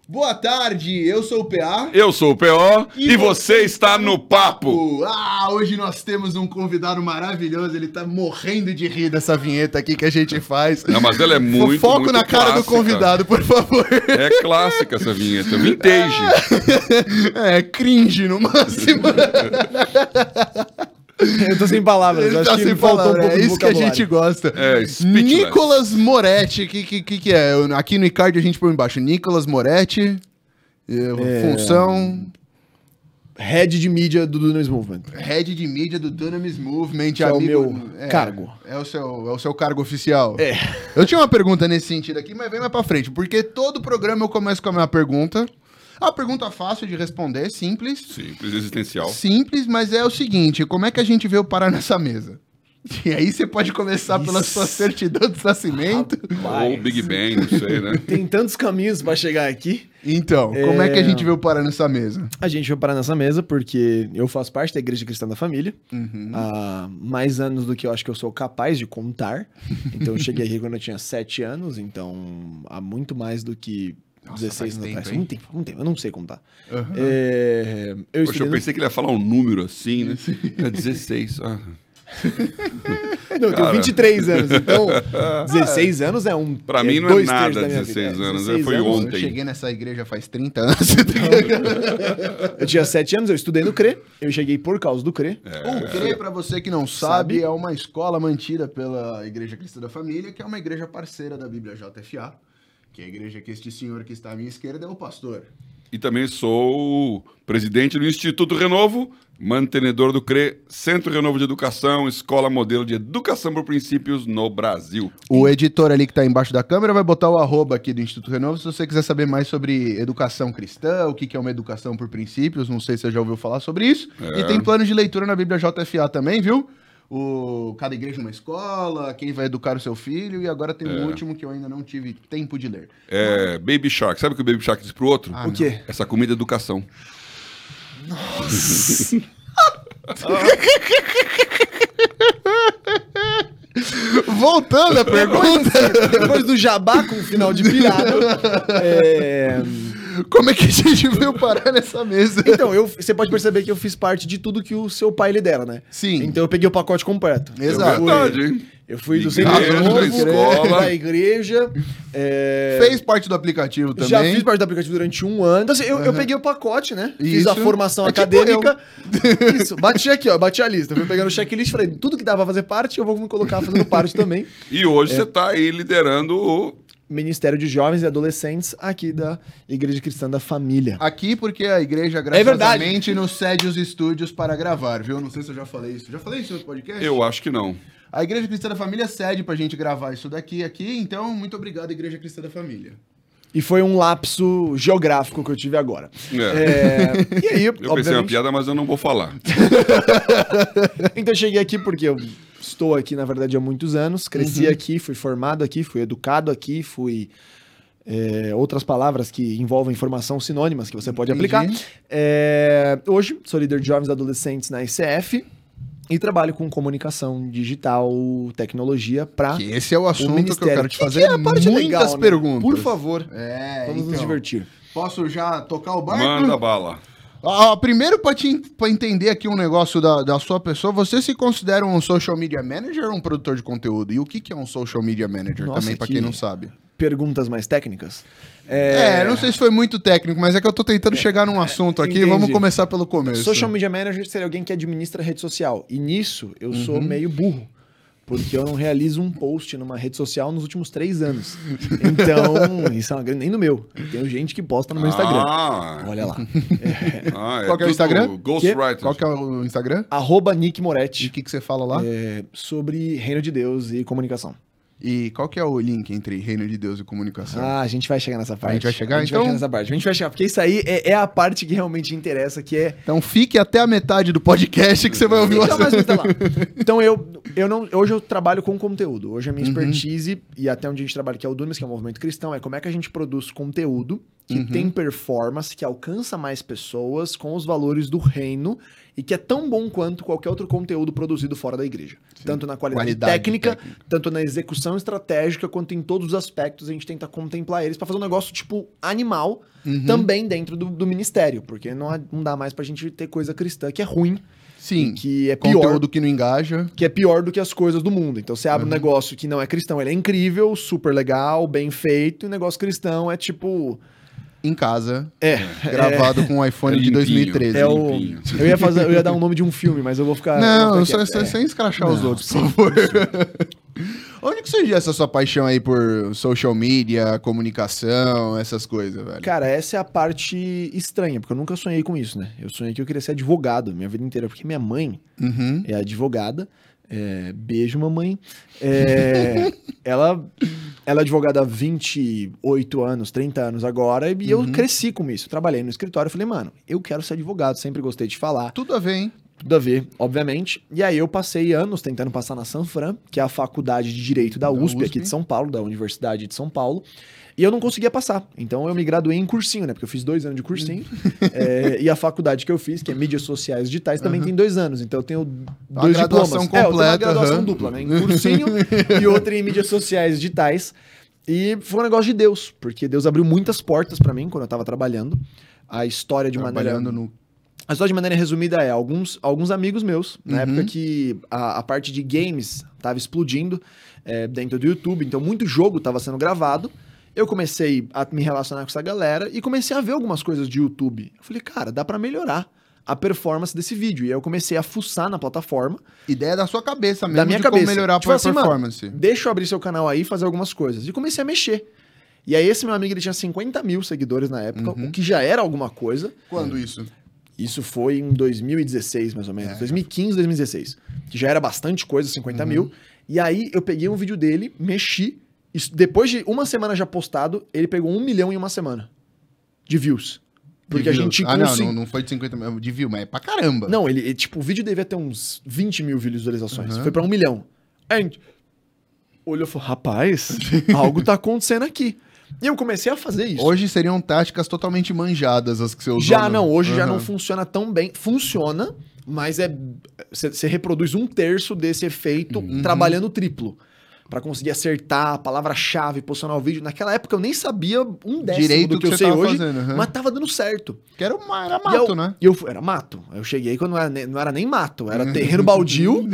Boa tarde, eu sou o PA. Eu sou o PO e você está no Papo. Hoje nós temos um convidado maravilhoso, ele tá morrendo de rir dessa vinheta aqui que a gente faz. Não, mas ela é muito, Foco muito na cara clássica. do convidado, por favor. É clássica essa vinheta, vintage. É, cringe no máximo. Eu tô sem palavras, Ele acho tá que sem me faltou palavras, um pouco é de isso que a vocabulário. gente gosta. É, speechless. Nicolas Moretti, que é? Aqui no Icardi a gente põe embaixo, Nicolas Moretti, função... Head de mídia do Dunamis Movement. Head de mídia do Dunamis Movement. Que é o meu cargo. É o seu cargo oficial. É. Eu tinha uma pergunta nesse sentido aqui, mas vem mais pra frente. Porque todo programa eu começo com a minha pergunta. A pergunta fácil de responder, simples. Simples, existencial. Simples, mas é o seguinte. Como é que a gente veio parar nessa mesa? E aí você pode começar pela sua certidão de nascimento. Ou Big Bang, não sei, né? Tem tantos caminhos pra chegar aqui. Então, como é que a gente veio parar nessa mesa? A gente vai parar nessa mesa porque eu faço parte da Igreja Cristã da Família. Há mais anos do que eu acho que eu sou capaz de contar. Então eu cheguei aqui quando eu tinha 7 anos. Então há muito mais do que... Nossa, 16 anos faz atrás. tempo, hein? Muito tempo, eu não sei contar. Uhum. Poxa, eu pensei que ele ia falar um número assim, né? É 16. Não, eu tenho 23 anos, então 16 anos é um... Pra mim não é nada 16 anos, né? Foi Eu ontem. cheguei nessa igreja faz 30 anos. Eu tinha 7 anos, eu estudei no CRE, eu cheguei por causa do CRE. O CRE, pra você que não sabe, é uma escola mantida pela Igreja Cristã da Família, que é uma igreja parceira da Bíblia JFA, que é a igreja que este senhor que está à minha esquerda é o pastor. E também sou presidente do Instituto Renovo, mantenedor do CRE, Centro Renovo de Educação, escola modelo de educação por princípios no Brasil. O editor ali que está embaixo da câmera vai botar o @ aqui do Instituto Renovo, se você quiser saber mais sobre educação cristã, o que é uma educação por princípios, não sei se você já ouviu falar sobre isso. E tem plano de leitura na Bíblia JFA também, viu? Cada igreja uma escola, quem vai educar o seu filho, e agora tem um último que eu ainda não tive tempo de ler. É Baby Shark. Sabe o que o Baby Shark diz pro outro? O quê? Essa comida é educação. Voltando à pergunta, Depois do jabá com o final de pirado. como é que a gente veio parar nessa mesa? Então, você pode perceber que eu fiz parte de tudo que o seu pai lidera, né? Sim. Então eu peguei o pacote completo. Exato. É verdade, hein? Eu fui do Igreja, Centro Novo, escola. da igreja. Fez parte do aplicativo também. Já fiz parte do aplicativo durante 1 ano. Então, assim, eu peguei o pacote, né? Fiz Isso. a formação É tipo acadêmica. Isso, bati aqui, ó, bati a lista. Fui pegando o checklist, falei, tudo que dava pra fazer parte, eu vou me colocar fazendo parte também. E hoje você tá aí liderando o... Ministério de Jovens e Adolescentes aqui da Igreja Cristã da Família. Aqui porque a igreja, verdade. graciosamente, nos cede os estúdios para gravar, viu? Não sei se eu já falei isso. Já falei isso no outro podcast? Eu acho que não. A Igreja Cristã da Família cede pra gente gravar isso daqui, então muito obrigado, Igreja Cristã da Família. E foi um lapso geográfico que eu tive agora. E aí, Eu pensei uma obviamente... piada, mas eu não vou falar. Então eu cheguei aqui porque eu estou aqui, na verdade, há muitos anos. Cresci aqui, fui formado aqui, fui educado aqui, fui... outras palavras que envolvem formação sinônimas que você pode aplicar. Hoje, sou líder de jovens e adolescentes na ICF e trabalho com comunicação digital, tecnologia para Que esse é o assunto que eu ministério. quero te Que fazer é a parte muitas legal, né? perguntas. Por favor, vamos então, nos divertir. Posso já tocar o barco? Manda bala. Primeiro, pra entender aqui um negócio da sua pessoa, você se considera um social media manager ou um produtor de conteúdo? E o que é um social media manager Nossa, também, pra quem não sabe? Perguntas mais técnicas? Não sei se foi muito técnico, mas é que eu tô tentando chegar num assunto aqui. entendi. Vamos começar pelo começo. Social Media Manager seria alguém que administra rede social. E nisso, eu sou meio burro. Porque eu não realizo um post numa rede social nos últimos 3 anos. Então, isso é uma grande... Nem no meu. Eu tenho gente que posta no meu Instagram. Olha lá. Qual que é o Instagram? Ghostwriter. Qual que é o Instagram? @Nick E Moretti. o que você fala lá? Sobre Reino de Deus e comunicação. E qual que é o link entre Reino de Deus e comunicação? A gente vai chegar nessa parte. A gente vai chegar, A gente então? vai chegar nessa parte. A gente vai chegar, porque isso aí é a parte que realmente interessa, que é... Então fique até a metade do podcast que você vai ouvir o Então, mas assunto. tá lá. Então hoje eu trabalho com conteúdo. Hoje a minha expertise, e até onde a gente trabalha, que é o Dunamis, que é o movimento cristão, é como é que a gente produz conteúdo que tem performance, que alcança mais pessoas com os valores do reino e que é tão bom quanto qualquer outro conteúdo produzido fora da igreja. Sim. Tanto na qualidade técnica, tanto na execução estratégica, quanto em todos os aspectos a gente tenta contemplar eles pra fazer um negócio, tipo, animal, também dentro do ministério, porque não dá mais pra gente ter coisa cristã que é ruim. Sim, que é pior, conteúdo que não engaja. Que é pior do que as coisas do mundo. Então você abre um negócio que não é cristão, ele é incrível, super legal, bem feito, e o negócio cristão é tipo... Em casa, gravado com um iPhone de 2013. Eu ia dar um nome de um filme, mas eu vou ficar... Não, sem escrachar os outros, por favor. Onde que surgiu essa sua paixão aí por social media, comunicação, essas coisas, velho? Cara, essa é a parte estranha, porque eu nunca sonhei com isso, né? Eu sonhei que eu queria ser advogado minha vida inteira, porque minha mãe é advogada. Beijo, mamãe. Ela é advogada há 28 anos, 30 anos agora, e eu cresci com isso. Trabalhei no escritório, falei, mano, eu quero ser advogado, sempre gostei de falar. Tudo a ver, hein? Tudo a ver, obviamente. E aí eu passei anos tentando passar na Sanfran, que é a faculdade de Direito da USP, aqui de São Paulo, da Universidade de São Paulo. E eu não conseguia passar. Então eu me graduei em cursinho, né? Porque eu fiz 2 anos de cursinho. E a faculdade que eu fiz, que é Mídias Sociais Digitais, também tem 2 anos. Então eu tenho 2 diplomas. Completa, eu tenho uma graduação dupla, né? Em cursinho e outra em Mídias Sociais Digitais. E foi um negócio de Deus, porque Deus abriu muitas portas pra mim quando eu tava trabalhando. A história de maneira... A história de maneira resumida é, alguns amigos meus, na época que a parte de games tava explodindo dentro do YouTube, então muito jogo tava sendo gravado, eu comecei a me relacionar com essa galera e comecei a ver algumas coisas de YouTube. Eu falei, cara, dá pra melhorar a performance desse vídeo. E aí eu comecei a fuçar na plataforma. Ideia da sua cabeça mesmo, da minha cabeça. Como melhorar tipo a assim, performance. Mano, deixa eu abrir seu canal aí e fazer algumas coisas. E comecei a mexer. E aí esse meu amigo, ele tinha 50 mil seguidores na época, o que já era alguma coisa. Quando isso? Isso foi em 2016, mais ou menos. 2015, 2016. Que já era bastante coisa, 50 mil. E aí eu peguei um vídeo dele, mexi. Depois de uma semana já postado, ele pegou 1 milhão em uma semana. De views. Porque a gente... não foi de 50 mil de view, mas é pra caramba. Não, tipo, o vídeo devia ter uns 20 mil visualizações. Foi pra 1 milhão. Aí a gente olhou e falou, rapaz, algo tá acontecendo aqui. E eu comecei a fazer isso. Hoje seriam táticas totalmente manjadas as que você usou. Já não, hoje já não funciona tão bem. Funciona, mas você reproduz 1/3 desse efeito trabalhando triplo. Pra conseguir acertar a palavra-chave, posicionar o vídeo. Naquela época eu nem sabia 1/10 direito do que eu sei hoje, fazendo, mas tava dando certo. Que era mato, né? Era mato. Eu cheguei quando não era nem mato, era terreno baldio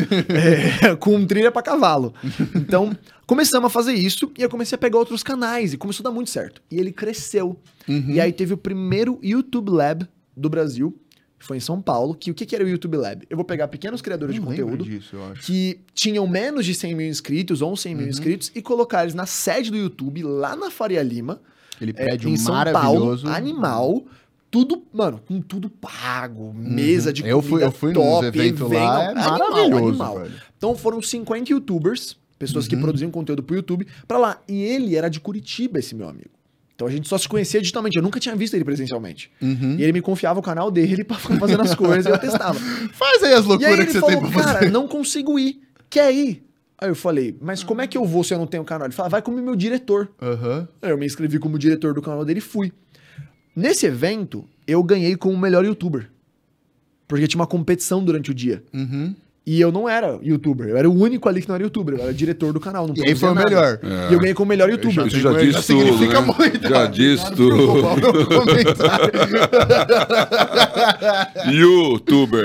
com trilha pra cavalo. Então, começamos a fazer isso e eu comecei a pegar outros canais e começou a dar muito certo. E ele cresceu. E aí teve o primeiro YouTube Lab do Brasil. Foi em São Paulo, que o que era o YouTube Lab? Eu vou pegar pequenos criadores de conteúdo que tinham menos de 100 mil inscritos ou 100 mil inscritos e colocar eles na sede do YouTube, lá na Faria Lima. Ele prédio em São maravilhoso. Paulo, animal, tudo, mano, com tudo pago, mesa de comida eu fui top, nos eventos lá, é maravilhoso, velho. Então foram 50 youtubers, pessoas que produziam conteúdo pro YouTube, pra lá. E ele era de Curitiba, esse meu amigo. Então a gente só se conhecia digitalmente, eu nunca tinha visto ele presencialmente. E ele me confiava o canal dele pra ficar fazendo as coisas e eu testava. Faz aí as loucuras que você tem pra fazer. Cara, não consigo ir. Quer ir? Aí eu falei, mas como é que eu vou se eu não tenho canal? Ele falou, vai como meu diretor. Aí eu me inscrevi como diretor do canal dele e fui. Nesse evento, eu ganhei como o melhor youtuber. Porque tinha uma competição durante o dia. E eu não era youtuber, eu era o único ali que não era youtuber, eu era diretor do canal. Não e aí foi o melhor. E eu ganhei como melhor youtuber. Isso já diz tudo, significa muito. Já diz tudo. Youtuber.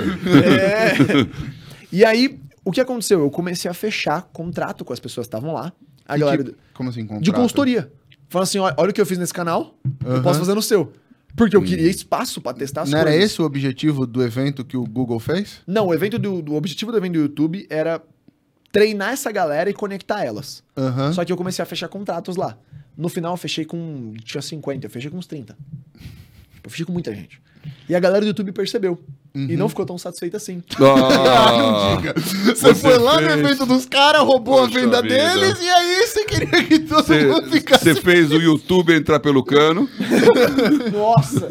E aí, o que aconteceu? Eu comecei a fechar contrato com as pessoas que estavam lá. A galera... Como assim, contrato? De consultoria. Falando assim, olha o que eu fiz nesse canal, eu posso fazer no seu. Porque eu queria espaço pra testar as coisas. Não era esse o objetivo do evento que o Google fez? Não, o objetivo do evento do YouTube era treinar essa galera e conectar elas. Só que eu comecei a fechar contratos lá. No final eu fechei com... Tinha 50, eu fechei com uns 30. Eu fechei com muita gente. E a galera do YouTube percebeu. E não ficou tão satisfeita assim. Não diga. Você foi lá no evento dos caras, roubou a venda deles e aí você queria que todo mundo ficasse... Você fez o YouTube entrar pelo cano. Nossa!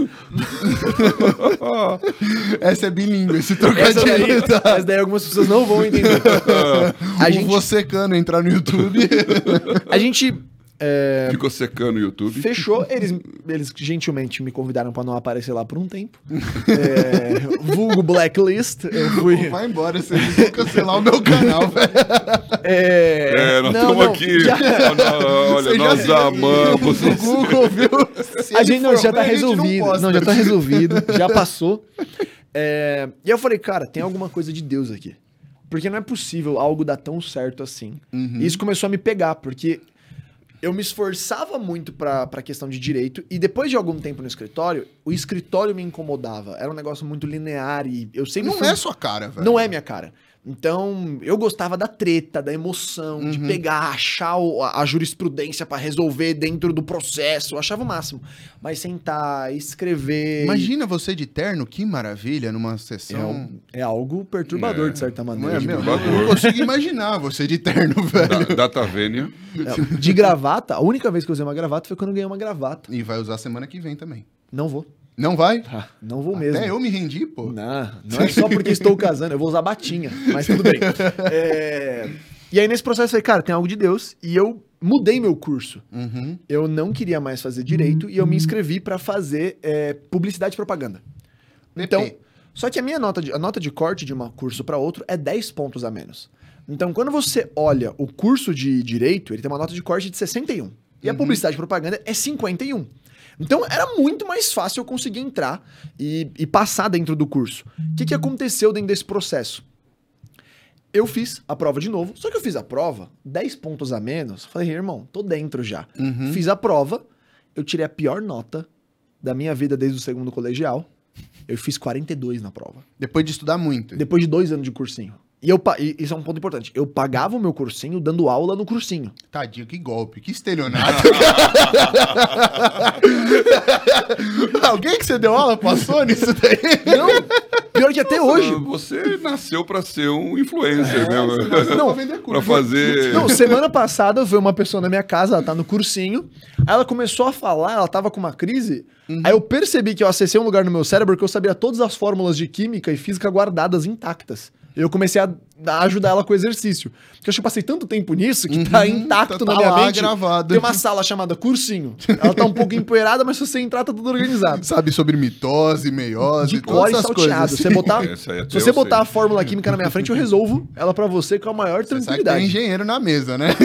Essa é bilíngue, esse trocadilho. Mas daí algumas pessoas não vão entender. Você cano entrar no YouTube. A gente Ficou secando o YouTube. Fechou, eles gentilmente me convidaram pra não aparecer lá por um tempo. Vulgo blacklist, eu fui... Pô, vai embora, vocês vão cancelar o meu canal, velho. Nós estamos aqui. Olha, nós amamos. No Google, viu? A gente não, já tá resolvido. Não, já tá resolvido, já passou. E aí eu falei, cara, tem alguma coisa de Deus aqui. Porque não é possível algo dar tão certo assim. E isso começou a me pegar, porque eu me esforçava muito pra questão de direito, e depois de algum tempo no escritório, o escritório me incomodava. Era um negócio muito linear e eu sempre... Não é sua cara, velho. Não é minha cara. Então, eu gostava da treta, da emoção, de pegar, achar a jurisprudência pra resolver dentro do processo. Eu achava o máximo. Mas sentar, escrever... Imagina você de terno, que maravilha, numa sessão... É algo perturbador, de certa maneira. Não é mesmo? Eu não consigo imaginar você de terno, velho. Data Vênia. De gravata, a única vez que eu usei uma gravata foi quando eu ganhei uma gravata. E vai usar semana que vem também. Não vou. Não vai? Não vou mesmo. Até eu me rendi, pô. Não é só porque estou casando, eu vou usar batinha, mas tudo bem. E aí nesse processo eu falei, cara, tem algo de Deus, e eu mudei meu curso. Eu não queria mais fazer direito, e eu me inscrevi pra fazer publicidade e propaganda. Então, só que a nota de corte de um curso pra outro é 10 pontos a menos. Então, quando você olha o curso de direito, ele tem uma nota de corte de 61. E a publicidade e propaganda é 51. Então, era muito mais fácil eu conseguir entrar e passar dentro do curso. O que aconteceu dentro desse processo? Eu fiz a prova de novo, só que eu fiz a prova, 10 pontos a menos. Falei, irmão, tô dentro já. Fiz a prova, eu tirei a pior nota da minha vida desde o segundo colegial. Eu fiz 42 na prova. Depois de estudar muito. Depois de 2 anos de cursinho. E isso é um ponto importante. Eu pagava o meu cursinho dando aula no cursinho. Tadinho, que golpe, que estelionato. Alguém que você deu aula passou nisso daí? Não, pior que até hoje. Você nasceu pra ser um influencer, né? Não, pra fazer... Não, semana passada veio uma pessoa na minha casa, ela tá no cursinho, aí ela começou a falar, ela tava com uma crise, aí eu percebi que eu acessei um lugar no meu cérebro que eu sabia todas as fórmulas de química e física guardadas intactas. Eu comecei a ajudar ela com o exercício. Porque eu acho que eu passei tanto tempo nisso que tá intacto na minha mente. Gravado. Tem uma sala chamada cursinho. Ela tá um pouco empoeirada, mas se você entrar, tá tudo organizado. Sabe sobre mitose, meiose, De cor e salteado. Se você botar a fórmula química na minha frente, eu resolvo ela pra você com a maior tranquilidade. Tem engenheiro na mesa, né?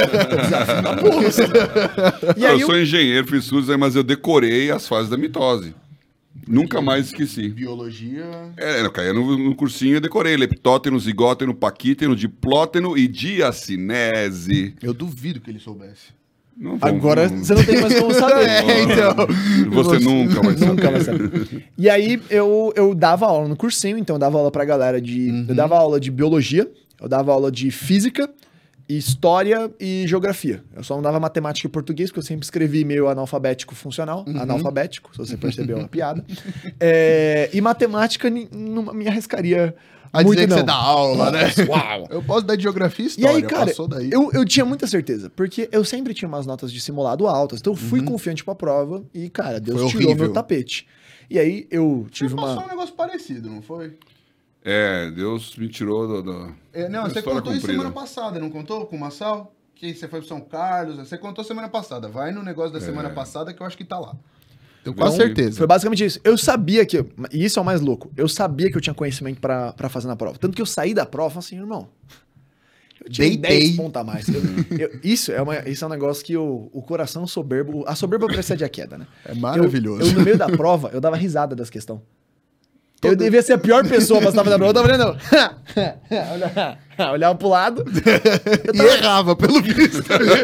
E aí eu sou engenheiro, fiz curso, mas eu decorei as fases da mitose. Nunca mais esqueci. Biologia... Eu caía no cursinho e decorei. Leptóteno, zigóteno, paquíteno, diplóteno e diacinese. Eu duvido que ele soubesse. Agora você não tem mais como saber. Então... Você nunca vai saber. Nunca vai saber. E aí eu dava aula no cursinho, então eu dava aula pra galera de... Eu dava aula de biologia, eu dava aula de física, história e geografia. Eu só não dava matemática e português, porque eu sempre escrevi meio analfabético funcional. Analfabético, se você percebeu a piada. E matemática não me arriscaria muito, dizer que não. você dá aula, né? Uau! Eu posso dar de geografia e história. E aí, cara, passou daí. eu tinha muita certeza, porque eu sempre tinha umas notas de simulado altas, então eu fui confiante pra prova e, cara, Deus Foi tirou horrível. meu tapete. E aí eu tive Passou uma... um negócio parecido, não foi? Deus me tirou da Não, da você história contou isso comprida. semana passada, não contou com o Massal? Que você foi pro São Carlos, você contou semana passada. Vai no negócio da semana passada que eu acho que tá lá. Tenho quase Bom, certeza. Foi basicamente isso. Eu sabia que... E isso é o mais louco. Eu sabia que eu tinha conhecimento pra fazer na prova. Tanto que eu saí da prova e falei assim, irmão... Eu tirei 10 pontos a mais. Isso é um negócio que o coração soberbo... A soberba precede a queda, né? É maravilhoso. Eu, no meio da prova, eu dava risada das questões. Eu devia ser a pior pessoa pra estar fazendo a prova. Eu tava olhando... Olhava pro lado. E errava, pelo visto.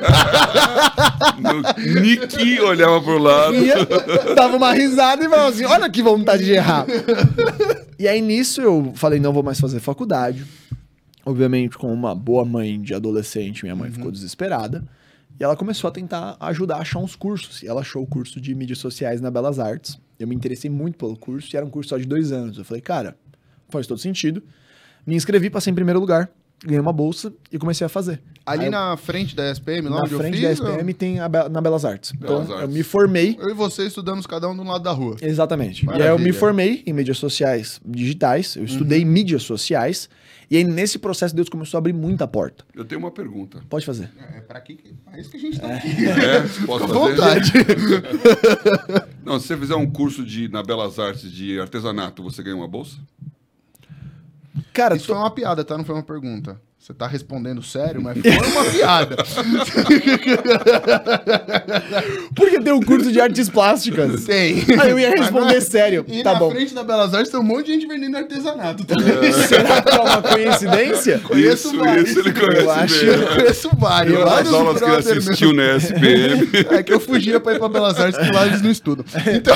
Nick olhava pro lado. Dava uma risada e falava assim, olha que vontade de errar. E aí nisso eu falei, não vou mais fazer faculdade. Obviamente, como uma boa mãe de adolescente, minha mãe ficou desesperada. E ela começou a tentar ajudar a achar uns cursos. E ela achou o curso de mídias sociais na Belas Artes. Eu me interessei muito pelo curso e era um curso só de 2 anos. Eu falei, cara, faz todo sentido. Me inscrevi, passei em primeiro lugar. ganhei uma bolsa e comecei a fazer. Ali Aí na frente da SPM, lá na onde frente eu fiz? da SPM tem na Belas Artes. Belas Então, Artes. eu me formei. Eu e você estudamos cada um de um lado da rua. Exatamente. Maravilha. E aí eu me formei em mídias sociais digitais, eu estudei mídias sociais, e aí nesse processo Deus começou a abrir muita porta. Eu tenho uma pergunta. Pode fazer. É pra isso que a gente tá aqui. Posso Com fazer? vontade. Não, se você fizer um curso na Belas Artes de artesanato, você ganha uma bolsa? Cara, Isso foi uma piada, tá? Não foi uma pergunta. Você tá respondendo sério, mas foi uma piada. porque tem um curso de artes plásticas. Tem. Aí eu ia Mas responder não é- sério. E Tá na bom. frente da Belas Artes tem um monte de gente vendendo artesanato também. Será que é uma coincidência? Conheço isso, vários. isso ele conhece Eu acho- bem. Eu conheço vários. Eu, nas vários aulas que ele brother assistiu na SPM. meu. É que eu fugia pra ir pra Belas Artes, porque lá eles não estudam. Então,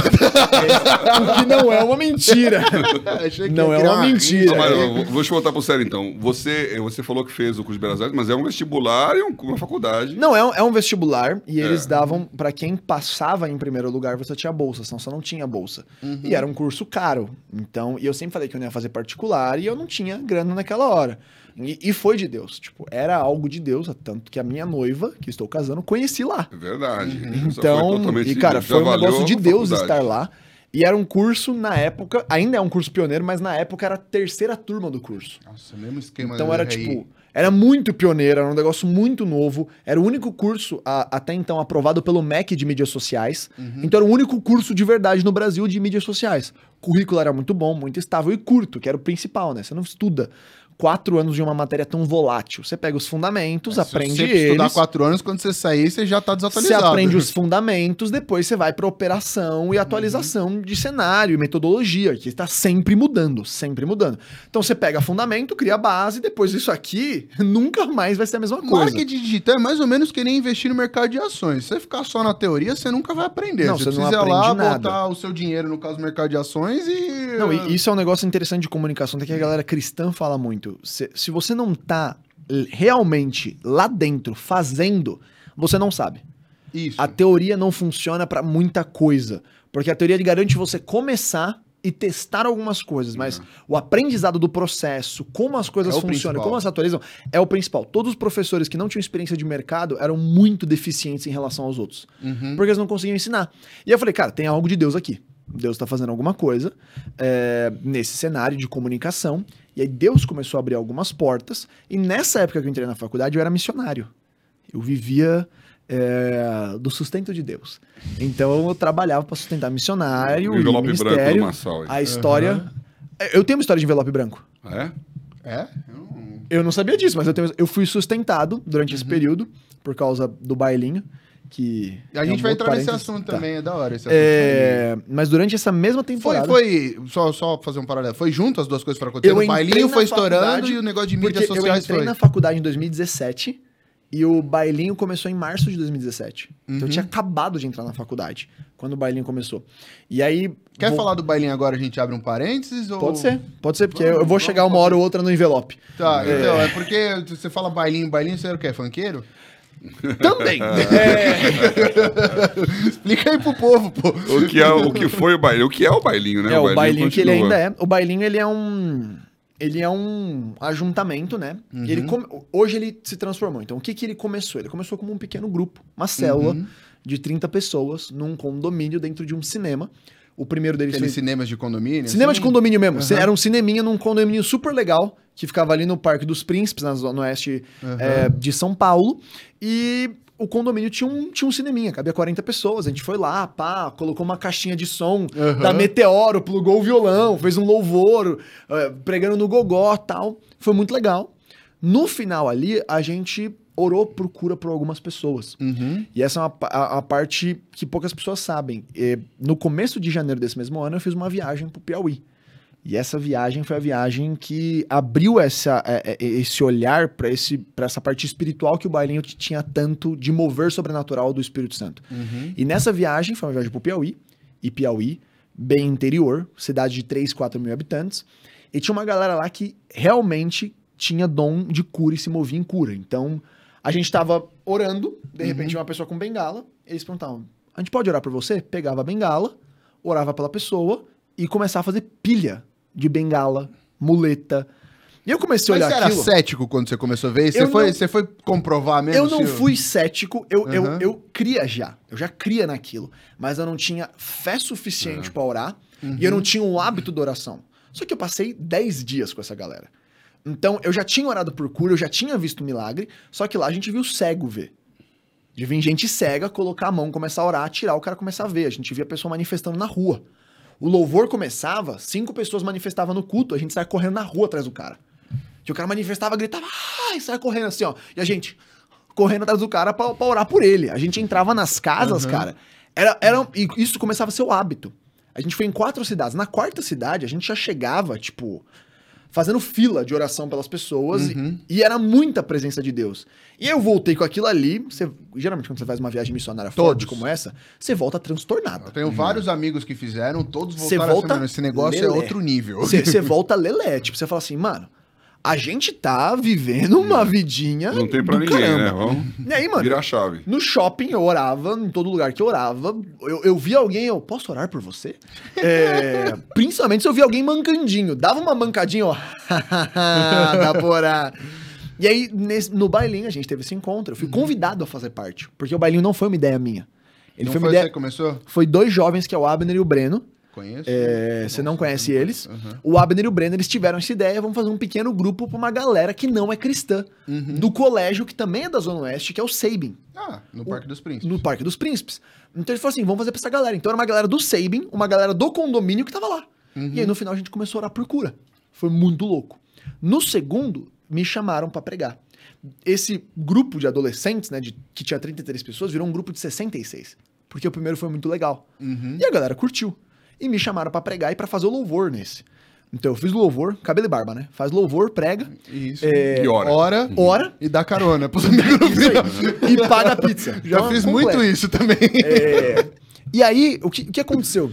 O que não é uma mentira. achei que Não ia é criar uma mentira. Não, mas vou te voltar pro sério então. Você falou que fez o curso de Belas Artes, mas é um vestibular e uma faculdade. Não, é um vestibular e eles davam, pra quem passava em primeiro lugar, você tinha bolsa, senão você não tinha bolsa. E era um curso caro. Então, e eu sempre falei que eu não ia fazer particular e eu não tinha grana naquela hora. E foi de Deus, tipo, era algo de Deus, tanto que a minha noiva, que estou casando, conheci lá. É verdade. Só Então, foi totalmente e cara, já foi um valeu negócio de a Deus faculdade. estar lá. E era um curso, na época, ainda é um curso pioneiro, mas na época era a terceira turma do curso. Nossa, mesmo esquema Então do era RI. tipo, era muito pioneiro, era um negócio muito novo. Era o único curso até então aprovado pelo MEC de mídias sociais. Então era o único curso de verdade no Brasil de mídias sociais. O currículo era muito bom, muito estável e curto, que era o principal, né? Você não estuda 4 anos de uma matéria tão volátil. Você pega os fundamentos, aprende Se você estudar eles. 4 anos, quando você sair, você já tá Você desatualizado. aprende os fundamentos, depois você vai para operação e atualização de cenário, metodologia, que está sempre mudando, sempre mudando. Então você pega fundamento, cria base, depois isso aqui nunca mais vai ser a mesma coisa. Marketing digital é mais ou menos que nem investir no mercado de ações. Se você ficar só na teoria, você nunca vai aprender. Não, você você não precisa ir lá, aprende nada. botar o seu dinheiro, no caso, no mercado de ações e... Não, e isso é um negócio interessante de comunicação, que a galera cristã fala muito. Se você não tá realmente lá dentro fazendo, você não sabe. Isso. A teoria não funciona pra muita coisa, porque a teoria garante você começar e testar algumas coisas, mas o aprendizado do processo, como as coisas É o funcionam, principal. como elas se atualizam, é o principal. Todos os professores que não tinham experiência de mercado eram muito deficientes em relação aos outros, porque eles não conseguiam ensinar. E eu falei, cara, tem algo de Deus aqui. Deus tá fazendo alguma coisa nesse cenário de comunicação. E aí Deus começou a abrir algumas portas. E nessa época que eu entrei na faculdade, eu era missionário. Eu vivia do sustento de Deus. Então eu trabalhava para sustentar missionário O e envelope branco do ministério. Massal aí. A história... Eu tenho uma história de envelope branco. É? É? Eu não sabia disso, mas eu fui sustentado durante esse período por causa do bailinho. Que A gente um vai outro entrar nesse parênteses. assunto Tá. também, é da hora esse assunto. Mas durante essa mesma temporada... Só fazer um paralelo, foi junto as duas coisas para acontecer? Eu O entrei bailinho na foi estourando faculdade e o negócio de porque mídias sociais eu entrei foi... na faculdade em 2017 e o bailinho começou em março de 2017. Então eu tinha acabado de entrar na faculdade quando o bailinho começou. E aí... Quer falar do bailinho agora, a gente abre um parênteses? Ou... Pode ser, porque Vamos, eu vou chegar uma hora ou outra no envelope. Tá, então, é porque você fala bailinho, você era o quê? Funkeiro? Também! Explica aí pro povo, pô. O que foi o bailinho? O que é o bailinho, né? O bailinho que ele continua. ainda é. O bailinho, ele é um ajuntamento, né? E ele hoje ele se transformou. Então, o que ele começou? Ele começou como um pequeno grupo, uma célula de 30 pessoas num condomínio dentro de um cinema. O primeiro deles Aqueles foi... cinemas de condomínio? Cinema assim? de condomínio mesmo. Era um cineminha num condomínio super legal, que ficava ali no Parque dos Príncipes, na zona oeste de São Paulo. E o condomínio tinha um cineminha, cabia 40 pessoas. A gente foi lá, colocou uma caixinha de som da Meteoro, plugou o violão, fez um louvor, pregando no gogó e tal. Foi muito legal. No final ali, a gente orou por cura por algumas pessoas. E essa é a parte que poucas pessoas sabem. No começo de janeiro desse mesmo ano, eu fiz uma viagem pro Piauí. E essa viagem foi a viagem que abriu esse olhar para essa parte espiritual que o bailinho tinha tanto de mover sobrenatural do Espírito Santo. E nessa viagem, foi uma viagem pro Piauí. E Piauí, bem interior, cidade de 3, 4 mil habitantes. E tinha uma galera lá que realmente tinha dom de cura e se movia em cura. Então, a gente tava orando, de repente uma pessoa com bengala, eles perguntavam, a gente pode orar por você? Pegava a bengala, orava pela pessoa e começava a fazer pilha de bengala, muleta. E eu comecei a Mas olhar você aquilo... era cético quando você começou a ver isso? Eu Você foi comprovar mesmo? Eu não se- fui cético, eu cria já. Eu já cria naquilo. Mas eu não tinha fé suficiente pra orar e eu não tinha o hábito da oração. Só que eu passei 10 dias com essa galera. Então, eu já tinha orado por cura, eu já tinha visto milagre, só que lá a gente viu cego ver. De vir gente cega, colocar a mão, começar a orar, tirar, o cara começar a ver. A gente via a pessoa manifestando na rua. O louvor começava, 5 pessoas manifestavam no culto, a gente saia correndo na rua atrás do cara. Que o cara manifestava, gritava, e saia correndo assim, ó. E a gente correndo atrás do cara pra orar por ele. A gente entrava nas casas, cara. E isso começava a ser o hábito. A gente foi em 4 cidades. Na 4ª cidade, a gente já chegava, tipo, fazendo fila de oração pelas pessoas. E era muita presença de Deus. E eu voltei com aquilo ali. Geralmente, quando você faz uma viagem missionária forte como essa, você volta transtornado. Eu tenho vários amigos que fizeram, todos Você voltaram volta assim, esse negócio lelé. é outro nível. Você volta lelé. Tipo, você fala assim, mano, a gente tá vivendo uma vidinha Não tem pra do ninguém, caramba. né? Vamos E aí, mano, virar a chave. no shopping eu orava, em todo lugar que eu orava, eu via alguém, eu posso orar por você? Principalmente se eu via alguém mancandinho, dava uma mancadinha, ó, dá pra orar. E aí, no bailinho, a gente teve esse encontro, eu fui convidado a fazer parte, porque o bailinho não foi uma ideia minha. Ele Não foi foi uma você ideia... que começou? Foi 2 jovens, que é o Abner e o Breno. Conheço. Você não conhece eles. O Abner e o Breno, eles tiveram essa ideia, vamos fazer um pequeno grupo pra uma galera que não é cristã. Do colégio, que também é da Zona Oeste, que é o Sabin. No Parque dos Príncipes. No Parque dos Príncipes. Então ele falou assim, vamos fazer pra essa galera. Então era uma galera do Sabin, uma galera do condomínio que tava lá. E aí no final a gente começou a orar por cura. Foi muito louco. No segundo, me chamaram pra pregar. Esse grupo de adolescentes, né, que tinha 33 pessoas, virou um grupo de 66. Porque o primeiro foi muito legal. E a galera curtiu. E me chamaram pra pregar e pra fazer o louvor nesse. Então eu fiz louvor, cabelo e barba, né? Faz louvor, prega. Isso. E ora. Ora. E dá carona pros amigos no Isso final. aí. E paga a pizza. Já Então, fiz completo. muito isso também. E aí, o que aconteceu?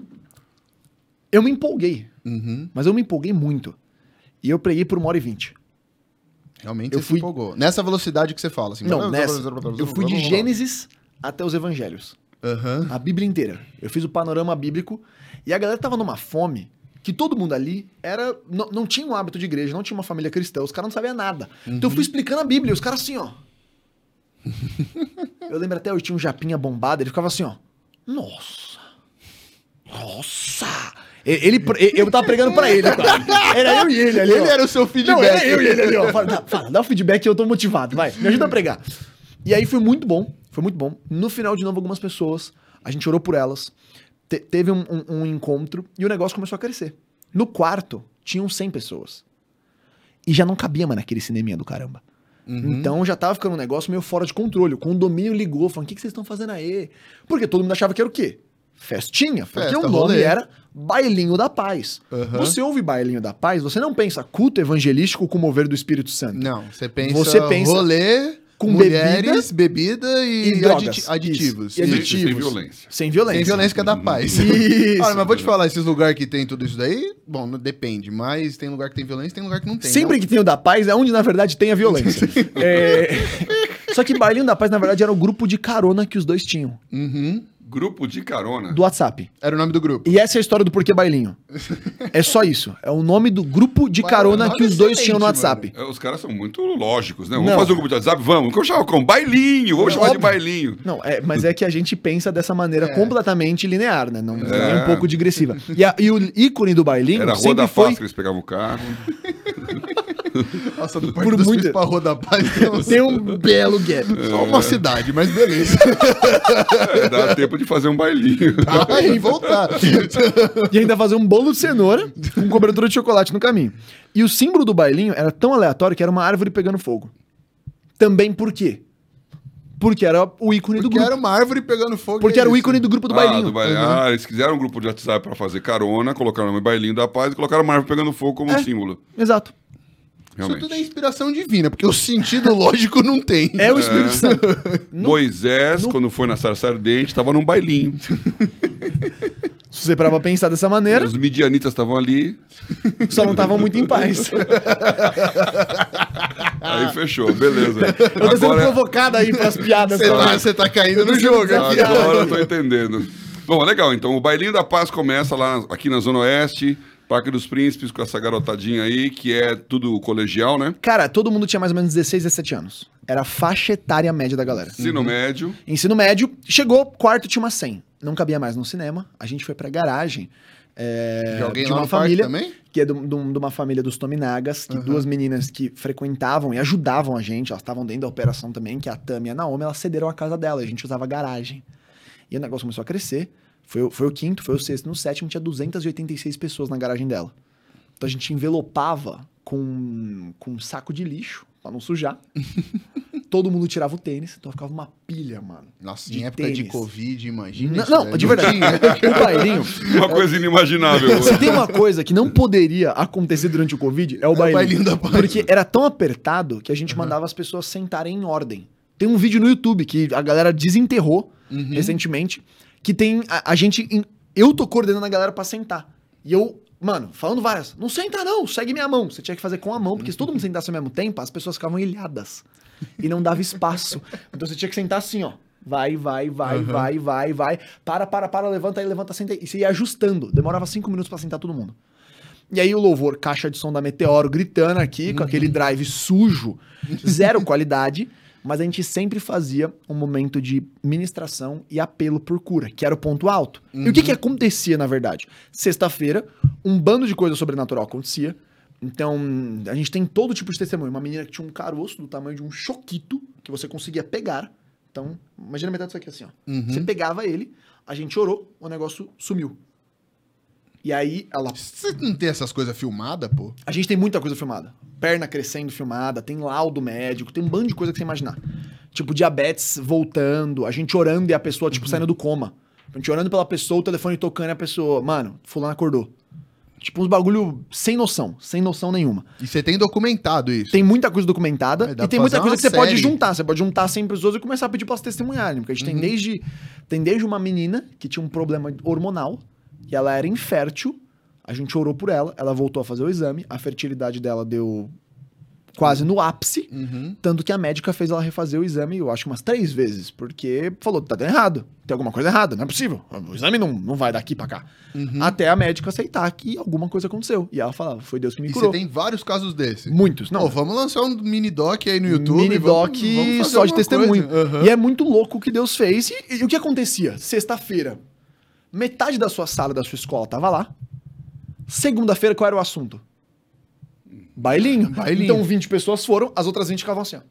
Eu me empolguei. Mas eu me empolguei muito. E eu preguei por 1h20. Realmente Eu você fui- se empolgou. Nessa velocidade que você fala. Assim, Não, nessa. Eu fui de Gênesis até os Evangelhos. A Bíblia inteira. Eu fiz o panorama bíblico. E a galera tava numa fome que todo mundo ali não tinha um hábito de igreja, não tinha uma família cristã. Os caras não sabiam nada. Então eu fui explicando a Bíblia. E os caras assim, ó. Eu lembro até, eu tinha um japinha bombado. Ele ficava assim, ó. Nossa. Nossa. Eu tava pregando pra ele, cara. Era eu e ele ali, ó. Ele era o seu feedback. Não, era eu e ele ali, ó. Fala, dá o feedback que eu tô motivado, vai. Me ajuda a pregar. E aí foi muito bom. Foi muito bom. No final, de novo, algumas pessoas, a gente orou por elas. Teve um encontro e o negócio começou a crescer. No quarto, tinham 100 pessoas. E já não cabia mais naquele cineminha do caramba. Então já tava ficando um negócio meio fora de controle. O condomínio ligou, falando, o que vocês estão fazendo aí? Porque todo mundo achava que era o quê? Festinha. Porque Festa, o nome rolê. era Bailinho da Paz. Você ouve Bailinho da Paz, você não pensa culto evangelístico com mover do Espírito Santo. Não, você pensa, rolê com mulheres, bebida e drogas. aditivos. Isso. E aditivos. Sem violência. Sem violência. Sem violência que é da paz. Isso. Olha, mas vou te falar, esses lugares que tem tudo isso daí, bom, não depende, mas tem lugar que tem violência, tem lugar que não tem. Sempre que tem o da paz é onde, na verdade, tem a violência. Só que Bailinho da Paz, na verdade, era o grupo de carona que os dois tinham. Grupo de carona. Do WhatsApp. Era o nome do grupo. E essa é a história do porquê Bailinho. É só isso. É o nome do grupo de carona que os dois tinham no WhatsApp. Os caras são muito lógicos, né? Não. Vamos fazer um grupo de WhatsApp? Vamos. Vamos chamar como? Bailinho. Vamos chamar de Óbvio. bailinho. Não, mas é que a gente pensa dessa maneira completamente linear, né? Não é um pouco digressiva. E o ícone do Bailinho Era a Rua sempre da foi... Paz que eles pegavam o carro. Nossa, do Por Parque dos muito- Príncipes pra Rua da Paz. Tem um belo gap. Só uma cidade, mas beleza. Dá tempo de fazer um bailinho. Aí voltar. E ainda fazer um bolo de cenoura com cobertura de chocolate no caminho. E o símbolo do Bailinho era tão aleatório que era uma árvore pegando fogo. Também por quê? Porque era o ícone do Porque grupo. era uma árvore pegando fogo. Porque e é era o isso. ícone do grupo do Ah, Bailinho. do bailinho. Ah, eles quiseram um grupo de WhatsApp pra fazer carona, colocaram o nome Bailinho da Paz e colocaram uma árvore pegando fogo como símbolo. Exato. Isso Realmente. tudo é inspiração divina, porque o sentido lógico não tem. É o Espírito Santo. Moisés, quando foi na sarça ardente, estava num bailinho. Se você parar pra pensar dessa maneira, Os midianitas estavam ali, só não estavam muito em paz. aí fechou, beleza. Eu tô sendo provocado aí pras piadas. também. Você tá caindo no jogo aqui. Agora eu tô entendendo. Bom, legal. Então, o Bailinho da Paz começa lá aqui na Zona Oeste. Parque dos Príncipes com essa garotadinha aí, que é tudo colegial, né? Cara, todo mundo tinha mais ou menos 16, 17 anos. Era a faixa etária média da galera. Ensino médio. Ensino médio, chegou, quarto tinha uma 100. Não cabia mais no cinema, a gente foi pra garagem. De uma família também? que é de uma família dos Tominagas, que duas meninas que frequentavam e ajudavam a gente, elas estavam dentro da operação também, que é a Tami e a Naomi, elas cederam a casa dela, a gente usava garagem. E o negócio começou a crescer, foi o quinto, foi o sexto, no sétimo tinha 286 pessoas na garagem dela. Então a gente envelopava com um saco de lixo, pra não sujar. Todo mundo tirava o tênis, então ficava uma pilha, mano. Nossa, em época de Covid, imagina. Não, de verdade. O bailinho. Uma coisa inimaginável. Se tem uma coisa que não poderia acontecer durante o Covid, é o bailinho da página. Porque era tão apertado que a gente mandava as pessoas sentarem em ordem. Tem um vídeo no YouTube que a galera desenterrou recentemente, que tem eu tô coordenando a galera pra sentar. E eu, mano, falando várias, não senta não, segue minha mão. Você tinha que fazer com a mão, porque se todo mundo sentasse ao mesmo tempo, as pessoas ficavam ilhadas. E não dava espaço. Então você tinha que sentar assim, ó. Vai. Para, levanta, senta aí. E você ia ajustando. Demorava 5 minutos pra sentar todo mundo. E aí o louvor, caixa de som da Meteoro, gritando aqui, com aquele drive sujo, zero qualidade. Mas a gente sempre fazia um momento de ministração e apelo por cura, que era o ponto alto. E o que acontecia, na verdade? Sexta-feira, um bando de coisa sobrenatural acontecia. Então, a gente tem todo tipo de testemunho. Uma menina que tinha um caroço do tamanho de um choquito, que você conseguia pegar. Então, imagina metade disso aqui assim, ó. Você pegava ele, a gente orou, o negócio sumiu. E aí, ela... Você não tem essas coisas filmadas, pô? A gente tem muita coisa filmada. Perna crescendo filmada, tem laudo médico, tem um bando de coisa que você imaginar. Tipo, diabetes voltando, a gente orando e a pessoa, tipo, saindo do coma. A gente orando pela pessoa, o telefone tocando e a pessoa... Mano, fulano acordou. Tipo, uns bagulho sem noção nenhuma. E você tem documentado isso? Tem muita coisa documentada dá e tem pra muita fazer coisa uma que você pode série. juntar. Você pode juntar sempre os outros e começar a pedir pra elas testemunharem. Porque a gente tem desde uma menina que tinha um problema hormonal e ela era infértil. A gente orou por ela, ela voltou a fazer o exame, a fertilidade dela deu quase no ápice, tanto que a médica fez ela refazer o exame, eu acho umas 3 vezes, porque falou, tá dando errado, tem alguma coisa errada, não é possível, o exame não vai daqui pra cá. Até a médica aceitar que alguma coisa aconteceu. E ela falava, foi Deus que me curou. E você tem vários casos desses? Muitos, não. Pô, vamos lançar um mini-doc aí no YouTube. Mini-doc vamos fazer só de alguma testemunho. coisa. E é muito louco o que Deus fez. E o que acontecia? Sexta-feira, metade da sua sala, da sua escola tava lá. Segunda-feira, qual era o assunto? Bailinho. Então 20 pessoas foram, as outras 20 ficavam assim, ó.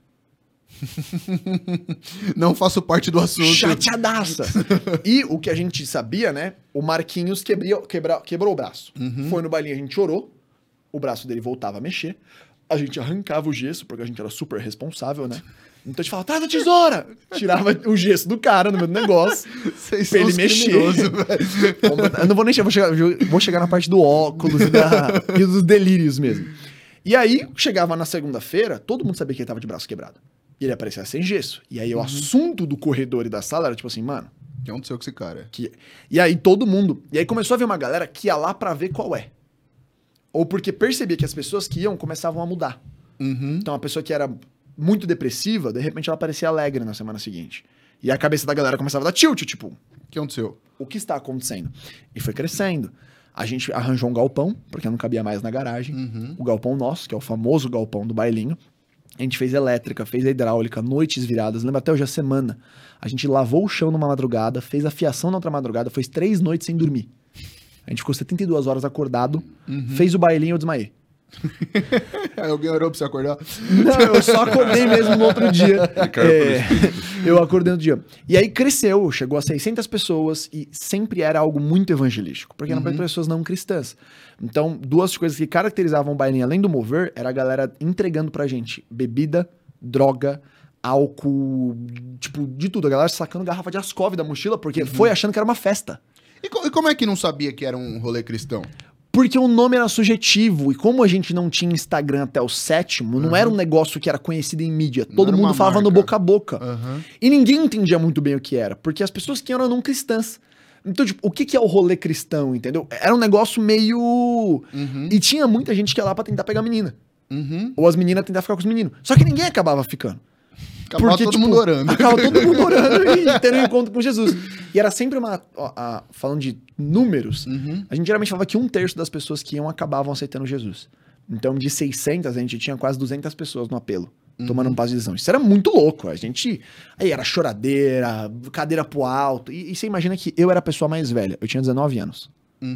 Não faço parte do assunto. Chateadaça. E o que a gente sabia, né? O Marquinhos quebrou o braço. Foi no bailinho, a gente chorou. O braço dele voltava a mexer. A gente arrancava o gesso, porque a gente era super responsável, né? Então a gente falava, traz a tesoura! Tirava o gesso do cara no meu negócio. Vocês pra são ele os mexer. criminosos, velho. Eu não vou nem chegar, vou chegar na parte do óculos e dos delírios mesmo. E aí, chegava na segunda-feira, todo mundo sabia que ele tava de braço quebrado. E ele aparecia sem gesso. E aí o assunto do corredor e da sala era tipo assim, mano... O que aconteceu com esse cara? E aí todo mundo... E aí começou a ver uma galera que ia lá pra ver qual é. Ou porque percebia que as pessoas que iam começavam a mudar. Então a pessoa que era muito depressiva, de repente ela parecia alegre na semana seguinte. E a cabeça da galera começava a dar tilt, tipo... O que aconteceu? O que está acontecendo? E foi crescendo. A gente arranjou um galpão, porque não cabia mais na garagem. O galpão nosso, que é o famoso galpão do bailinho. A gente fez elétrica, fez hidráulica, noites viradas. Lembra até hoje a semana. A gente lavou o chão numa madrugada, fez a fiação na outra madrugada, fez 3 noites sem dormir. A gente ficou 72 horas acordado, fez o bailinho e eu desmaiei. Alguém orou pra você acordar? Não, eu só acordei mesmo no outro dia. Eu acordei no dia. E aí cresceu, chegou a 600 pessoas e sempre era algo muito evangelístico, porque eram pessoas não cristãs. Então, 2 coisas que caracterizavam o bailinho, além do mover, era a galera entregando pra gente bebida, droga, álcool, tipo, de tudo. A galera sacando garrafa de Ascov da mochila, porque foi achando que era uma festa. E como é que não sabia que era um rolê cristão? Porque o nome era subjetivo, e como a gente não tinha Instagram até o 7º, não era um negócio que era conhecido em mídia. Todo mundo falava no boca a boca. E ninguém entendia muito bem o que era, porque as pessoas que eram não cristãs. Então, tipo, o que é o rolê cristão, entendeu? Era um negócio meio... E tinha muita gente que ia lá pra tentar pegar menina. Ou as meninas tentar ficar com os meninos. Só que ninguém acabava ficando. Acabava todo mundo orando. Acabava todo mundo orando e tendo um encontro com Jesus. E era sempre falando de números, a gente geralmente falava que 1/3 das pessoas que iam acabavam aceitando Jesus. Então, de 600, a gente tinha quase 200 pessoas no apelo, tomando um passo de decisão. Isso era muito louco. Aí era choradeira, cadeira pro alto. E você imagina que eu era a pessoa mais velha. Eu tinha 19 anos.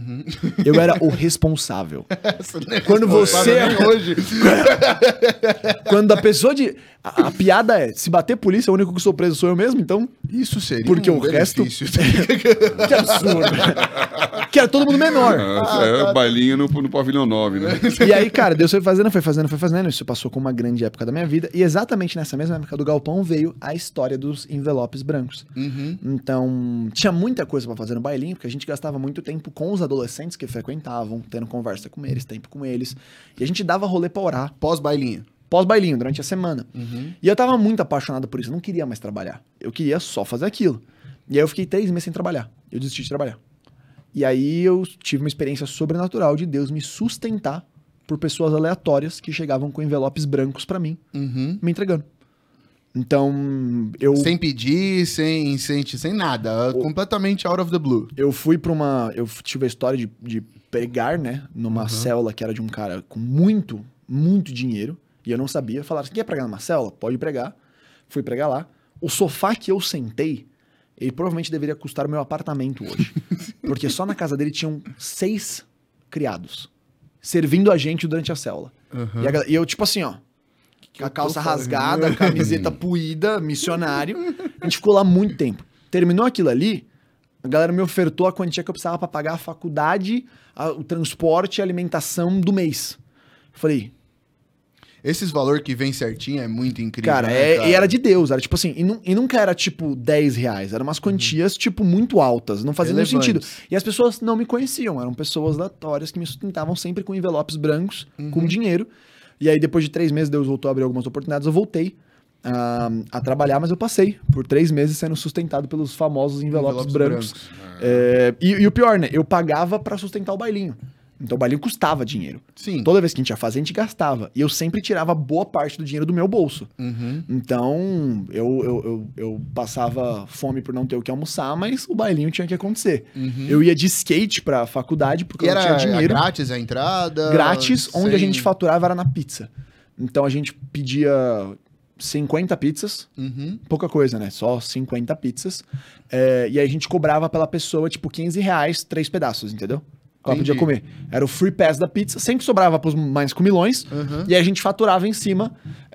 Eu era o responsável. Quando você... hoje. Quando a pessoa de... A piada é, se bater polícia, o único que sou preso sou eu mesmo, então... Isso seria porque o resto... Que absurdo. Que era todo mundo menor. Bailinho no pavilhão 9, né? E aí, cara, Deus foi fazendo. Isso passou com uma grande época da minha vida. E exatamente nessa mesma época do galpão veio a história dos envelopes brancos. Então, tinha muita coisa pra fazer no bailinho, porque a gente gastava muito tempo com os adolescentes que frequentavam, tendo conversa com eles, tempo com eles. E a gente dava rolê pra orar. Pós-bailinho. Pós-bailinho, durante a semana. E eu tava muito apaixonado por isso. Eu não queria mais trabalhar. Eu queria só fazer aquilo. E aí eu fiquei 3 meses sem trabalhar. Eu desisti de trabalhar. E aí eu tive uma experiência sobrenatural de Deus me sustentar por pessoas aleatórias que chegavam com envelopes brancos pra mim, me entregando. Então, eu... Sem pedir, sem nada. Completamente out of the blue. Eu fui pra uma... Eu tive a história de pregar, né? Numa célula que era de um cara com muito, muito dinheiro. E eu não sabia. Falaram, você quer pregar numa célula? Pode pregar. Fui pregar lá. O sofá que eu sentei, ele provavelmente deveria custar o meu apartamento hoje. Porque só na casa dele tinham 6 criados. Servindo a gente durante a célula. E eu, tipo assim, ó. Com a calça rasgada, a camiseta puída, missionário. A gente ficou lá muito tempo. Terminou aquilo ali, a galera me ofertou a quantia que eu precisava pra pagar a faculdade, o transporte e a alimentação do mês. Eu falei... Esses valores que vem certinho é muito incrível. Cara, né, e era de Deus, era tipo assim, e nunca era tipo 10 reais, eram umas quantias tipo muito altas, não fazia nenhum sentido. E as pessoas não me conheciam, eram pessoas aleatórias que me sustentavam sempre com envelopes brancos, com dinheiro. E aí depois de 3 meses Deus voltou a abrir algumas oportunidades, eu voltei a trabalhar, mas eu passei por 3 meses sendo sustentado pelos famosos envelopes brancos. E o pior, né, eu pagava pra sustentar o bailinho. Então o bailinho custava dinheiro. Sim. Toda vez que a gente ia fazer, a gente gastava. E eu sempre tirava boa parte do dinheiro do meu bolso. Então, eu passava fome por não ter o que almoçar, mas o bailinho tinha que acontecer. Eu ia de skate pra faculdade, porque eu não tinha dinheiro. Era grátis a entrada? Grátis, onde a gente faturava era na pizza. Então a gente pedia 50 pizzas, pouca coisa, né? Só 50 pizzas. E aí a gente cobrava pela pessoa, tipo, 15 reais, 3 pedaços, entendeu? Ela podia comer. Era o free pass da pizza, sempre sobrava pros mais comilões, e aí a gente faturava em cima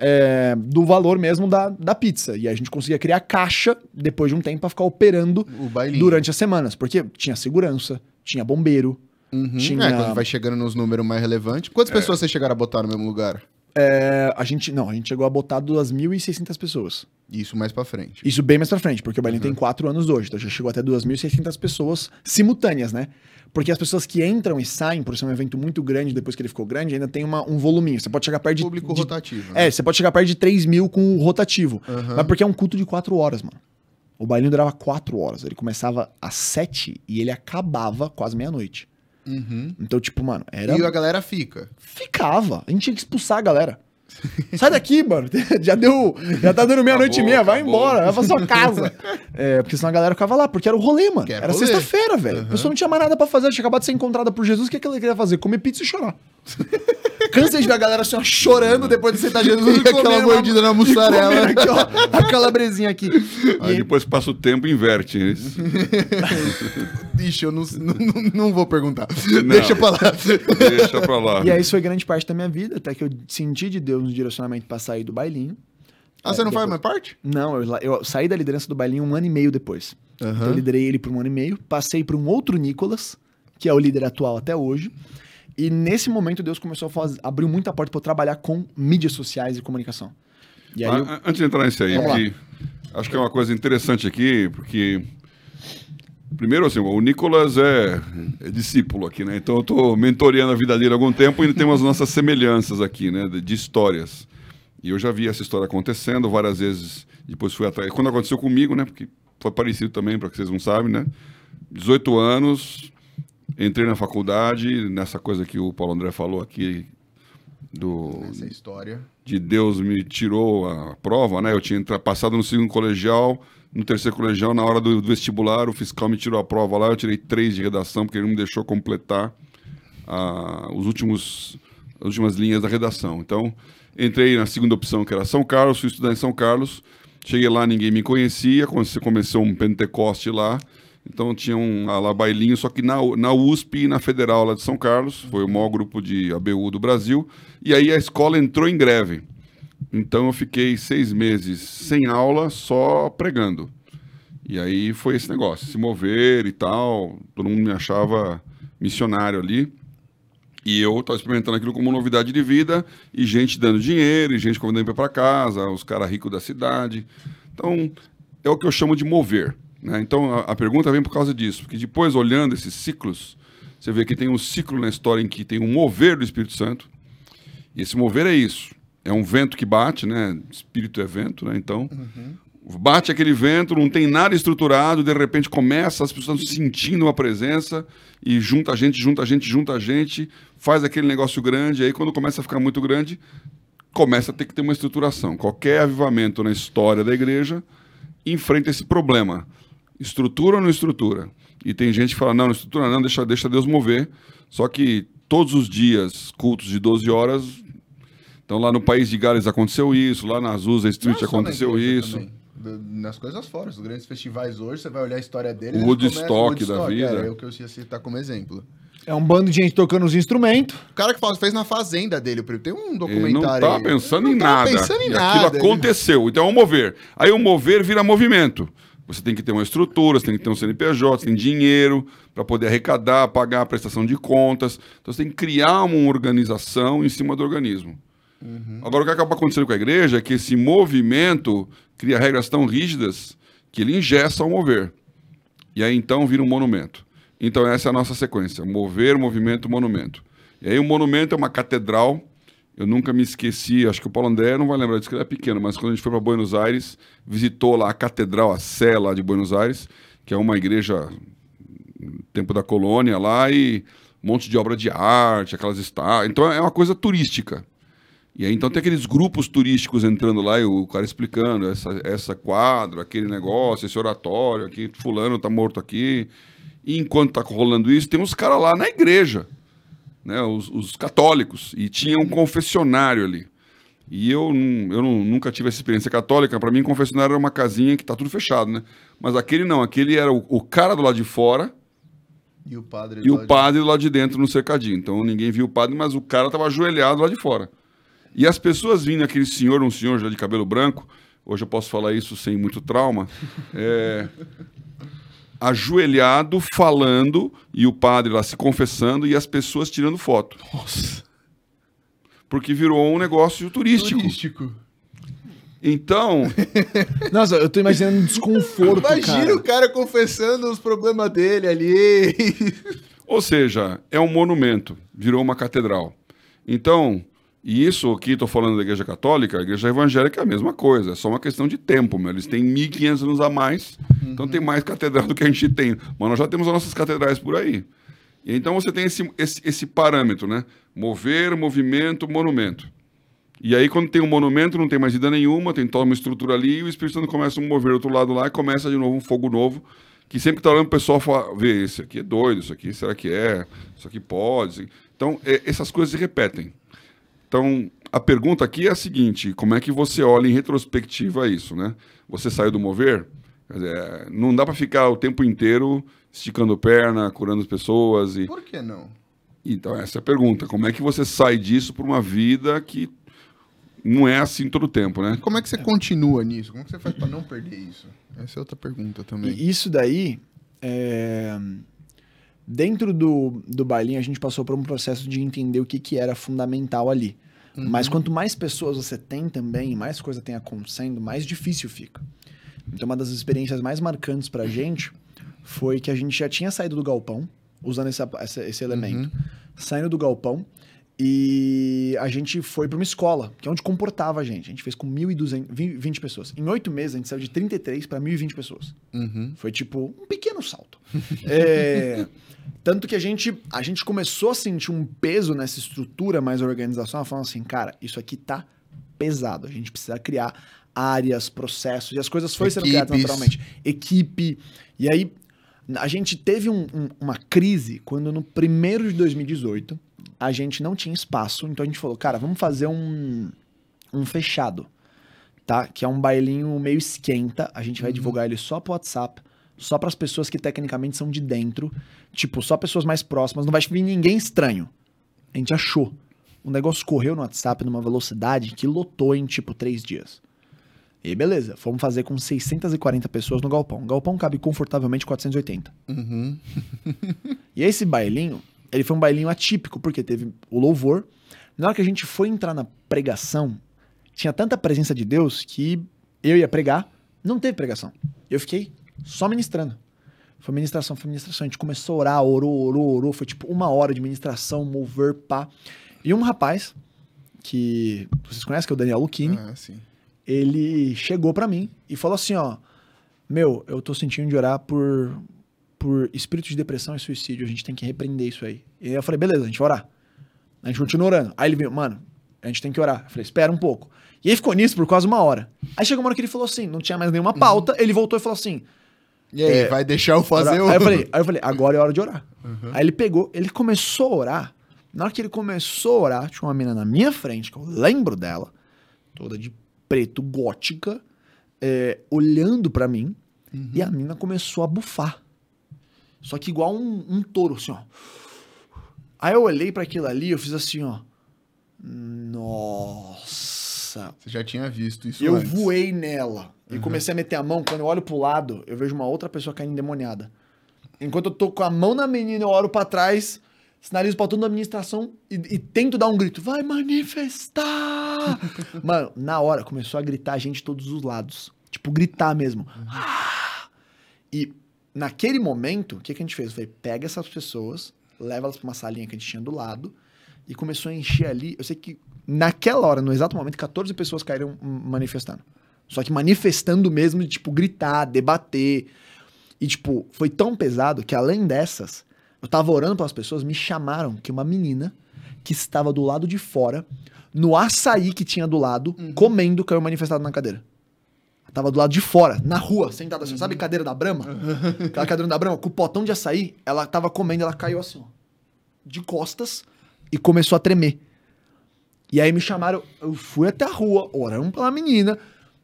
do valor mesmo da pizza. E aí a gente conseguia criar caixa, depois de um tempo, pra ficar operando durante as semanas. Porque tinha segurança, tinha bombeiro, tinha... quando vai chegando nos números mais relevantes. Quantas pessoas vocês chegaram a botar no mesmo lugar? A gente chegou a botar 2.600 pessoas. Isso mais pra frente. Isso bem mais pra frente, porque o bailinho tem 4 anos hoje, então já chegou até 2.600 pessoas simultâneas, né? Porque as pessoas que entram e saem, por ser um evento muito grande, depois que ele ficou grande, ainda tem um voluminho. Você pode chegar perto de... Público rotativo. Né? Você pode chegar perto de 3.000 com o rotativo. Mas porque é um culto de 4 horas, mano. O bailinho durava 4 horas. Ele começava às 7 e ele acabava quase meia-noite. Então, tipo, mano, era... E a galera fica? Ficava. A gente tinha que expulsar a galera. Sai daqui, mano. Já tá dando meia-noite e meia. Vai embora. Vai pra sua casa. Porque senão a galera ficava lá. Porque era o rolê, mano. Era sexta-feira, velho. A pessoa não tinha mais nada pra fazer. Ela tinha acabado de ser encontrada por Jesus. O que ela queria fazer? Comer pizza e chorar. Cansei de ver a galera assim, ó, chorando depois de aceitar Jesus. E aquela mordida na mussarela. Aqui, ó, a calabresinha aqui. Aí depois passa o tempo e inverte. Ixi, eu não vou perguntar. Deixa pra lá. Deixa pra lá. E aí isso foi grande parte da minha vida, até que eu senti de Deus um direcionamento pra sair do bailinho. Você não faz mais parte? Não, eu saí da liderança do bailinho 1 ano e meio depois. Então eu liderei ele por 1 ano e meio, passei por um outro Nicolas, que é o líder atual até hoje. E nesse momento Deus começou abriu muita porta pra eu trabalhar com mídias sociais e comunicação. E aí Antes de entrar nisso aí, acho que é uma coisa interessante aqui, porque... Primeiro, assim, o Nicolas é discípulo aqui, né? Então eu tô mentoreando a vida dele há algum tempo e temos nossas semelhanças aqui, né? De histórias. E eu já vi essa história acontecendo várias vezes. Depois fui atrás. Quando aconteceu comigo, né? Porque foi parecido também, para que vocês não sabem, né? 18 anos, entrei na faculdade, nessa coisa que o Paulo André falou aqui, Essa história. De Deus me tirou a prova, né? Eu tinha passado no segundo colegial, no terceiro colegial, na hora do vestibular, o fiscal me tirou a prova lá, eu tirei 3 de redação, porque ele não me deixou completar as últimas linhas da redação. Então, entrei na segunda opção, que era São Carlos, fui estudar em São Carlos, cheguei lá, ninguém me conhecia, começou um Pentecoste lá, então tinha lá bailinho, só que na USP e na Federal lá de São Carlos, foi o maior grupo de ABU do Brasil, e aí a escola entrou em greve. Então eu fiquei 6 meses sem aula, só pregando. E aí foi esse negócio, se mover e tal, todo mundo me achava missionário ali. E eu estava experimentando aquilo como novidade de vida, e gente dando dinheiro, e gente convidando para ir para casa, os caras ricos da cidade. Então, é o que eu chamo de mover. Né? Então, a pergunta vem por causa disso, porque depois, olhando esses ciclos, você vê que tem um ciclo na história em que tem um mover do Espírito Santo, e esse mover é isso, é um vento que bate, né? Espírito é vento, né? Então, bate aquele vento, não tem nada estruturado, de repente começa, as pessoas sentindo uma presença, e junta a gente, faz aquele negócio grande, e aí quando começa a ficar muito grande, começa a ter que ter uma estruturação. Qualquer avivamento na história da igreja enfrenta esse problema. Estrutura ou não estrutura? E tem gente que fala, não estrutura não, deixa Deus mover. Só que todos os dias, cultos de 12 horas... Então lá no País de Gales aconteceu isso, lá na Azusa Street aconteceu isso. Também. Nas coisas fora, os grandes festivais hoje, você vai olhar a história deles... O Woodstock da vida. É o que eu ia citar como exemplo. É um bando de gente tocando os instrumentos. O cara que fez na fazenda dele, tem um documentário. Ele não tá pensando em nada. Pensando em nada. Aquilo aconteceu. Então é um mover. Aí o mover vira movimento. Você tem que ter uma estrutura, você tem que ter um CNPJ, você tem dinheiro para poder arrecadar, pagar a prestação de contas. Então você tem que criar uma organização em cima do organismo. Agora, o que acaba acontecendo com a igreja é que esse movimento cria regras tão rígidas que ele engessa o mover. E aí, então, vira um monumento. Então, essa é a nossa sequência. Mover, movimento, monumento. E aí, o monumento é uma catedral. Eu nunca me esqueci, acho que o Paulo André não vai lembrar disso, que ele é pequeno, mas quando a gente foi para Buenos Aires, visitou lá a catedral, a Sé lá de Buenos Aires, que é uma igreja no tempo da colônia lá, e um monte de obra de arte, aquelas estátuas. Então, é uma coisa turística. E aí, então, tem aqueles grupos turísticos entrando lá e o cara explicando essa quadro, aquele negócio, esse oratório aqui, fulano tá morto aqui. E enquanto tá rolando isso, tem uns caras lá na igreja, né, os católicos, e tinha um confessionário ali. E eu nunca tive essa experiência católica. Para mim, confessionário era uma casinha que tá tudo fechado, né? Mas aquele não, aquele era o cara do lado de fora e o padre do lado de dentro no cercadinho. Então, ninguém viu o padre, mas o cara tava ajoelhado lá de fora. E as pessoas vindo, aquele senhor, um senhor já de cabelo branco, hoje eu posso falar isso sem muito trauma, ajoelhado, falando, e o padre lá se confessando, e as pessoas tirando foto. Nossa. Porque virou um negócio turístico. Então... Nossa, eu tô imaginando um desconforto, Imagina o cara confessando os problemas dele ali. Ou seja, é um monumento, virou uma catedral. Então... E isso aqui, estou falando da Igreja Católica, a Igreja Evangélica é a mesma coisa, é só uma questão de tempo, meu. Eles têm 1.500 anos a mais, então tem mais catedral do que a gente tem. Mas nós já temos as nossas catedrais por aí. E então você tem esse parâmetro, né? Mover, movimento, monumento. E aí quando tem um monumento, não tem mais vida nenhuma, tem toda uma estrutura ali, e o Espírito Santo começa a mover do outro lado lá e começa de novo um fogo novo, que sempre que está olhando o pessoal fala, vê, esse aqui é doido, isso aqui, será que é? Isso aqui pode? Então, essas coisas se repetem. Então, a pergunta aqui é a seguinte, como é que você olha em retrospectiva isso, né? Você saiu do mover? Quer dizer, não dá para ficar o tempo inteiro esticando perna, curando as pessoas. Por que não? Então, essa é a pergunta. Como é que você sai disso para uma vida que não é assim todo o tempo, né? Como é que você continua nisso? Como é que você faz para não perder isso? Essa é outra pergunta também. E isso daí, dentro do bailinho, a gente passou por um processo de entender o que era fundamental ali. Mas quanto mais pessoas você tem também, mais coisa tem acontecendo, mais difícil fica. Então, uma das experiências mais marcantes pra gente foi que a gente já tinha saído do galpão, usando esse elemento. Saindo do galpão, E a gente foi pra uma escola, que é onde comportava a gente. A gente fez com 1.220 pessoas. Em 8 meses, a gente saiu de 33 para 1.020 pessoas. Foi tipo um pequeno salto. Tanto que a gente começou a sentir um peso nessa estrutura mais organizacional, falando assim, cara, isso aqui tá pesado. A gente precisa criar áreas, processos, e as coisas foram sendo criadas naturalmente. Equipe. E aí, a gente teve uma crise quando no 1º de 2018... a gente não tinha espaço, então a gente falou, cara, vamos fazer um fechado, tá? Que é um bailinho meio esquenta, a gente vai divulgar ele só pro WhatsApp, só pras pessoas que tecnicamente são de dentro, tipo, só pessoas mais próximas, não vai vir ninguém estranho. A gente achou. O negócio correu no WhatsApp numa velocidade que lotou em, tipo, 3 dias. E beleza, fomos fazer com 640 pessoas no galpão. O galpão cabe confortavelmente 480. E esse bailinho... ele foi um bailinho atípico, porque teve o louvor. Na hora que a gente foi entrar na pregação, tinha tanta presença de Deus que eu ia pregar, não teve pregação. Eu fiquei só ministrando. Foi ministração. A gente começou a orar, orou. Foi tipo 1 hora de ministração, mover, pá. E um rapaz, que vocês conhecem, que é o Daniel Lucchini, sim. Ele chegou pra mim e falou assim, ó, eu tô sentindo de orar por espírito de depressão e suicídio, a gente tem que repreender isso aí. E aí eu falei, beleza, a gente vai orar. A gente continua orando. Aí ele veio, mano, a gente tem que orar. Eu falei, espera um pouco. E aí ficou nisso por quase 1 hora. Aí chegou uma hora que ele falou assim, não tinha mais nenhuma pauta, ele voltou e falou assim... E aí, vai deixar eu fazer o... Aí eu falei, agora é hora de orar. Aí ele pegou, ele começou a orar. Na hora que ele começou a orar, tinha uma menina na minha frente, que eu lembro dela, toda de preto, gótica, olhando pra mim, e a menina começou a bufar. Só que igual um touro, assim, ó. Aí eu olhei pra aquilo ali, eu fiz assim, ó. Nossa. Você já tinha visto isso eu antes. Eu voei nela. E comecei a meter a mão. Quando eu olho pro lado, eu vejo uma outra pessoa caindo endemoniada. Enquanto eu tô com a mão na menina, eu olho pra trás, sinalizo pra toda a administração e tento dar um grito. Vai manifestar! Mano, na hora, começou a gritar gente de todos os lados. Tipo, gritar mesmo. E... naquele momento, o que a gente fez? Foi, pega essas pessoas, leva elas pra uma salinha que a gente tinha do lado e começou a encher ali. Eu sei que naquela hora, no exato momento, 14 pessoas caíram manifestando. Só que manifestando mesmo de, tipo, gritar, debater. E, tipo, foi tão pesado que, além dessas, eu tava orando pelas pessoas, me chamaram que uma menina que estava do lado de fora, no açaí que tinha do lado, comendo, caiu manifestado na cadeira. Tava do lado de fora, na rua, sentada assim. Sabe cadeira da Brahma? Aquela cadeira da Brahma, com o potão de açaí, ela tava comendo, ela caiu assim, ó, de costas e começou a tremer. E aí me chamaram, eu fui até a rua, orando pela menina,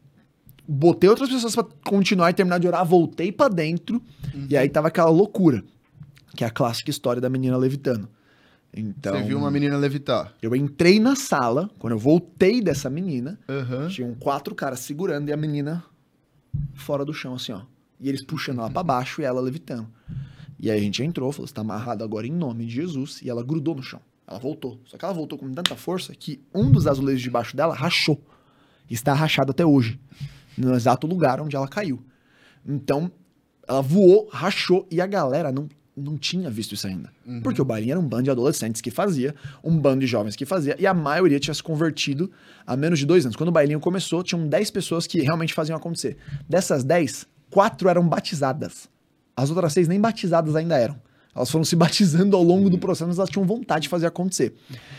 botei outras pessoas pra continuar e terminar de orar, voltei pra dentro, e aí tava aquela loucura, que é a clássica história da menina levitando. Então, você viu uma menina levitar? Eu entrei na sala, quando eu voltei dessa menina, tinham 4 caras segurando e a menina fora do chão, assim, ó. E eles puxando ela pra baixo e ela levitando. E aí a gente entrou, falou, você tá amarrado agora em nome de Jesus. E ela grudou no chão. Ela voltou. Só que ela voltou com tanta força que um dos azulejos debaixo dela rachou. E está rachado até hoje. No exato lugar onde ela caiu. Então, ela voou, rachou e a galera não tinha visto isso ainda. Porque o bailinho era um bando de adolescentes que fazia, um bando de jovens que fazia, e a maioria tinha se convertido há menos de 2 anos. Quando o bailinho começou, tinham 10 pessoas que realmente faziam acontecer. Dessas 10, 4 eram batizadas. As outras 6 nem batizadas ainda eram. Elas foram se batizando ao longo do processo, mas elas tinham vontade de fazer acontecer.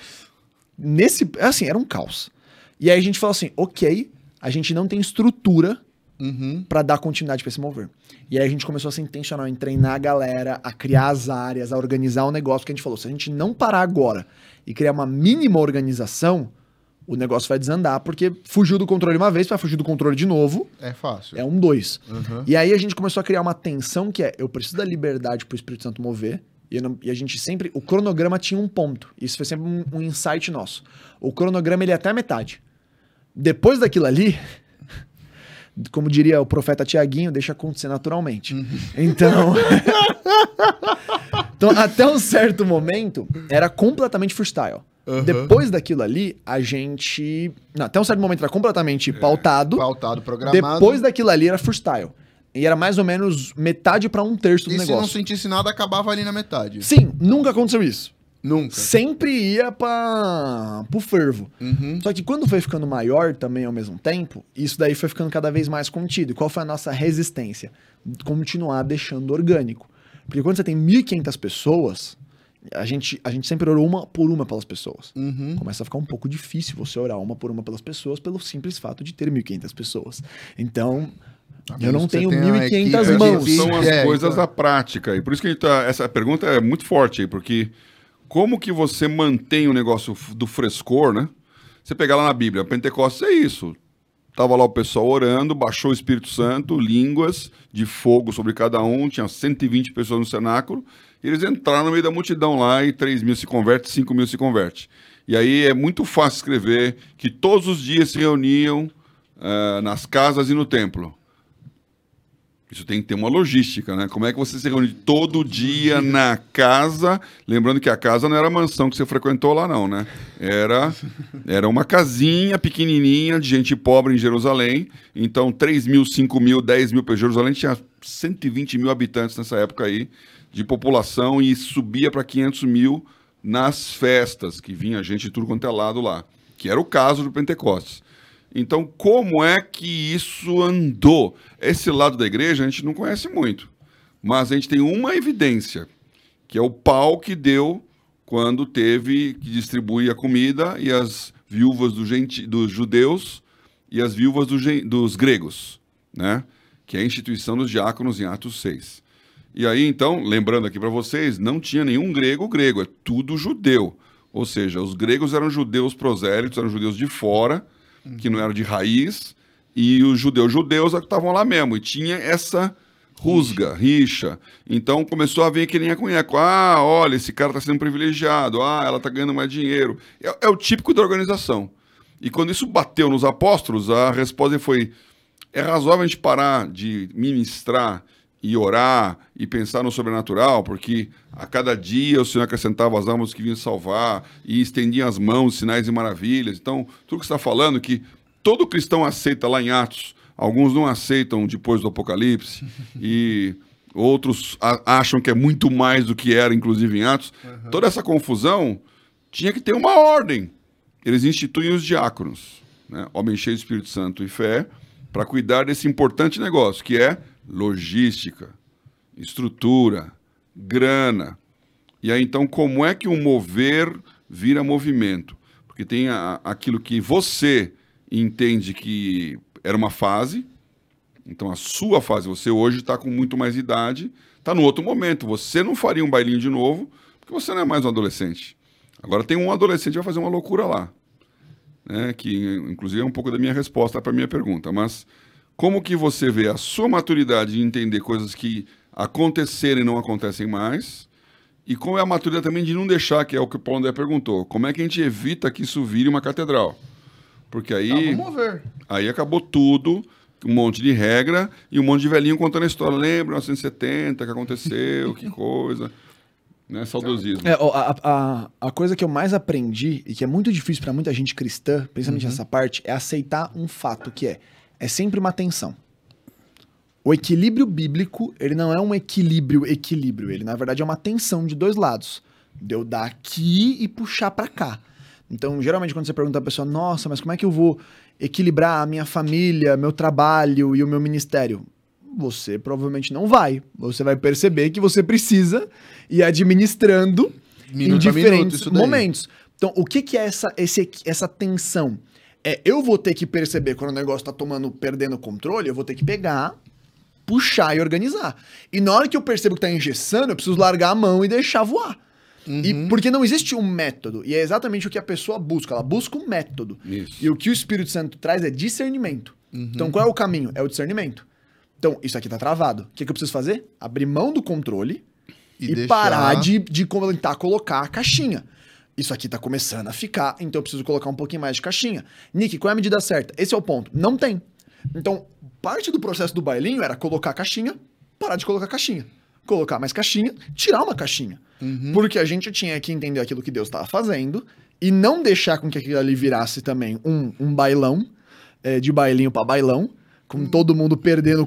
Assim, era um caos. E aí a gente falou assim, ok, a gente não tem estrutura pra dar continuidade pra esse mover. E aí a gente começou a ser intencional em treinar a galera, a criar as áreas, a organizar o negócio, porque a gente falou, se a gente não parar agora e criar uma mínima organização, o negócio vai desandar, porque fugiu do controle uma vez, vai fugir do controle de novo. É fácil. É 2. E aí a gente começou a criar uma tensão que é, eu preciso da liberdade pro Espírito Santo mover, e a gente sempre, o cronograma tinha um ponto. Isso foi sempre um insight nosso. O cronograma, ele é até a metade. Depois daquilo ali... como diria o profeta Tiaguinho, deixa acontecer naturalmente. Então, até um certo momento, era completamente freestyle. Depois daquilo ali, a gente... Não, até um certo momento era completamente pautado. Pautado, programado. Depois daquilo ali era freestyle. E era mais ou menos metade pra 1/3 do negócio. E se não sentisse nada, acabava ali na metade. Sim, nunca aconteceu isso. Nunca. Sempre ia pro fervo. Só que quando foi ficando maior também ao mesmo tempo, isso daí foi ficando cada vez mais contido. E qual foi a nossa resistência? Continuar deixando orgânico. Porque quando você tem 1.500 pessoas, a gente sempre orou uma por uma pelas pessoas. Começa a ficar um pouco difícil você orar uma por uma pelas pessoas pelo simples fato de ter 1.500 pessoas. Então, eu não tenho 1.500 mãos. São as coisas da prática. E por isso que essa pergunta é muito forte aí, porque como que você mantém o negócio do frescor, né? Você pegar lá na Bíblia, Pentecostes é isso. Tava lá o pessoal orando, baixou o Espírito Santo, línguas de fogo sobre cada um, tinha 120 pessoas no cenáculo, e eles entraram no meio da multidão lá e 3.000 se converte, 5.000 se converte. E aí é muito fácil escrever que todos os dias se reuniam nas casas e no templo. Isso tem que ter uma logística, né? Como é que você se reúne todo dia na casa? Lembrando que a casa não era a mansão que você frequentou lá, não, né? Era uma casinha pequenininha de gente pobre em Jerusalém. Então, 3.000, 5.000, 10.000... Jerusalém tinha 120.000 habitantes nessa época aí de população e subia para 500.000 nas festas, que vinha gente de tudo quanto é lado lá. Que era o caso do Pentecostes. Então, como é que isso andou? Esse lado da igreja a gente não conhece muito, mas a gente tem uma evidência, que é o pau que deu quando teve que distribuir a comida e as viúvas dos judeus e as viúvas dos gregos, né? Que é a instituição dos diáconos em Atos 6. E aí, então, lembrando aqui para vocês, não tinha nenhum grego, é tudo judeu. Ou seja, os gregos eram judeus prosélitos, eram judeus de fora, que não eram de raiz, e os judeus estavam lá mesmo, e tinha essa rixa. Então começou a vir aquele nheco-nheco. Ah, olha, esse cara está sendo privilegiado, ela está ganhando mais dinheiro. É o típico da organização. E quando isso bateu nos apóstolos, a resposta foi, é razoável a gente parar de ministrar e orar e pensar no sobrenatural, porque a cada dia o Senhor acrescentava as almas que vinham salvar e estendia as mãos, sinais e maravilhas. Então, tudo que você está falando, que todo cristão aceita lá em Atos, alguns não aceitam depois do Apocalipse, e outros acham que é muito mais do que era, inclusive em Atos. Toda essa confusão tinha que ter uma ordem. Eles instituem os diáconos, né? Homens cheios do Espírito Santo e fé, para cuidar desse importante negócio, que é logística, estrutura, grana. E aí, então, como é que o mover vira movimento? Porque tem aquilo que você entende que era uma fase, então a sua fase, você hoje está com muito mais idade, está no outro momento. Você não faria um bailinho de novo, porque você não é mais um adolescente. Agora tem um adolescente que vai fazer uma loucura lá, né? Que, inclusive, é um pouco da minha resposta para a minha pergunta, mas como que você vê a sua maturidade de entender coisas que aconteceram e não acontecem mais? E como é a maturidade também de não deixar, que é o que o Paulo André perguntou, como é que a gente evita que isso vire uma catedral? Porque aí, aí acabou tudo, um monte de regra e um monte de velhinho contando a história. Lembra, 1970, que aconteceu, que coisa... Né, saudosismo. A coisa que eu mais aprendi, e que é muito difícil para muita gente cristã, principalmente essa parte, é aceitar um fato que é sempre uma tensão. O equilíbrio bíblico, ele não é um equilíbrio, ele na verdade é uma tensão de dois lados. De eu dar aqui e puxar para cá. Então, geralmente quando você pergunta a pessoa, nossa, mas como é que eu vou equilibrar a minha família, meu trabalho e o meu ministério? Você provavelmente não vai. Você vai perceber que você precisa ir administrando em diferentes momentos. Então, o que é essa tensão? Eu vou ter que perceber quando o negócio tá perdendo o controle, eu vou ter que pegar, puxar e organizar. E na hora que eu percebo que tá engessando, eu preciso largar a mão e deixar voar. E porque não existe um método. E é exatamente o que a pessoa busca. Ela busca um método. Isso. E o que o Espírito Santo traz é discernimento. Então, qual é o caminho? É o discernimento. Então, isso aqui tá travado. O que eu preciso fazer? Abrir mão do controle e parar de tentar colocar a caixinha. Isso aqui tá começando a ficar, então eu preciso colocar um pouquinho mais de caixinha. Nick, qual é a medida certa? Esse é o ponto. Não tem. Então, parte do processo do bailinho era colocar a caixinha, parar de colocar a caixinha. Colocar mais caixinha, tirar uma caixinha. Porque a gente tinha que entender aquilo que Deus estava fazendo e não deixar com que aquilo ali virasse também um bailão, de bailinho para bailão, com todo mundo perdendo o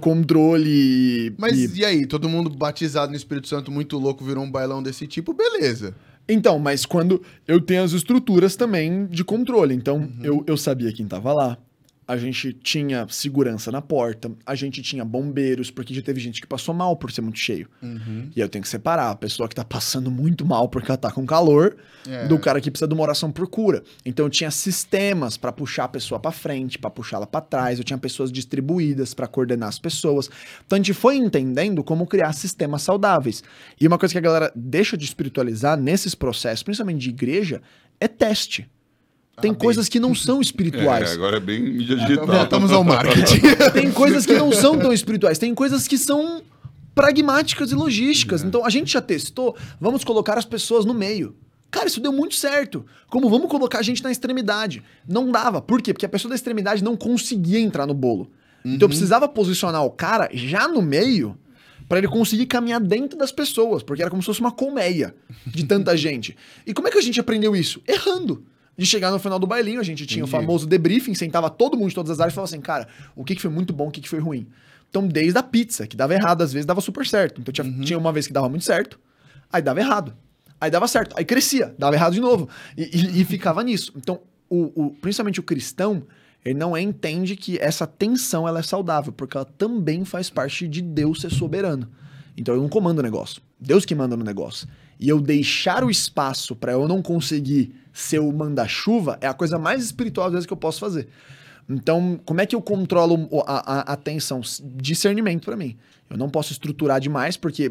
controle. Mas e aí? Todo mundo batizado no Espírito Santo muito louco virou um bailão desse tipo? Beleza. Então, mas quando eu tenho as estruturas também de controle. Então, eu sabia quem tava lá. A gente tinha segurança na porta, a gente tinha bombeiros, porque já teve gente que passou mal por ser muito cheio. E aí eu tenho que separar a pessoa que tá passando muito mal porque ela tá com calor do cara que precisa de uma oração por cura. Então eu tinha sistemas pra puxar a pessoa pra frente, pra puxar ela pra trás, eu tinha pessoas distribuídas pra coordenar as pessoas. Então a gente foi entendendo como criar sistemas saudáveis. E uma coisa que a galera deixa de espiritualizar nesses processos, principalmente de igreja, é teste. Tem coisas que não são espirituais. Agora é bem mídia digital. Voltamos ao marketing. Tem coisas que não são tão espirituais. Tem coisas que são pragmáticas e logísticas. Então, a gente já testou, vamos colocar as pessoas no meio. Cara, isso deu muito certo. Como vamos colocar a gente na extremidade? Não dava. Por quê? Porque a pessoa da extremidade não conseguia entrar no bolo. Então, eu precisava posicionar o cara já no meio pra ele conseguir caminhar dentro das pessoas. Porque era como se fosse uma colmeia de tanta gente. E como é que a gente aprendeu isso? Errando. De chegar no final do bailinho, a gente tinha o famoso debriefing, sentava todo mundo de todas as áreas e falava assim, cara, o que foi muito bom, o que foi ruim. Então, desde a pizza, que dava errado, às vezes dava super certo. Então, tinha uma vez que dava muito certo, aí dava errado. Aí dava certo, aí crescia, dava errado de novo. E ficava nisso. Então, principalmente o cristão, ele não entende que essa tensão ela é saudável, porque ela também faz parte de Deus ser soberano. Então, eu não comando o negócio. Deus que manda no negócio. E eu deixar o espaço pra eu não conseguir ser o manda-chuva é a coisa mais espiritual, às vezes, que eu posso fazer. Então, como é que eu controlo a tensão? Discernimento pra mim. Eu não posso estruturar demais, porque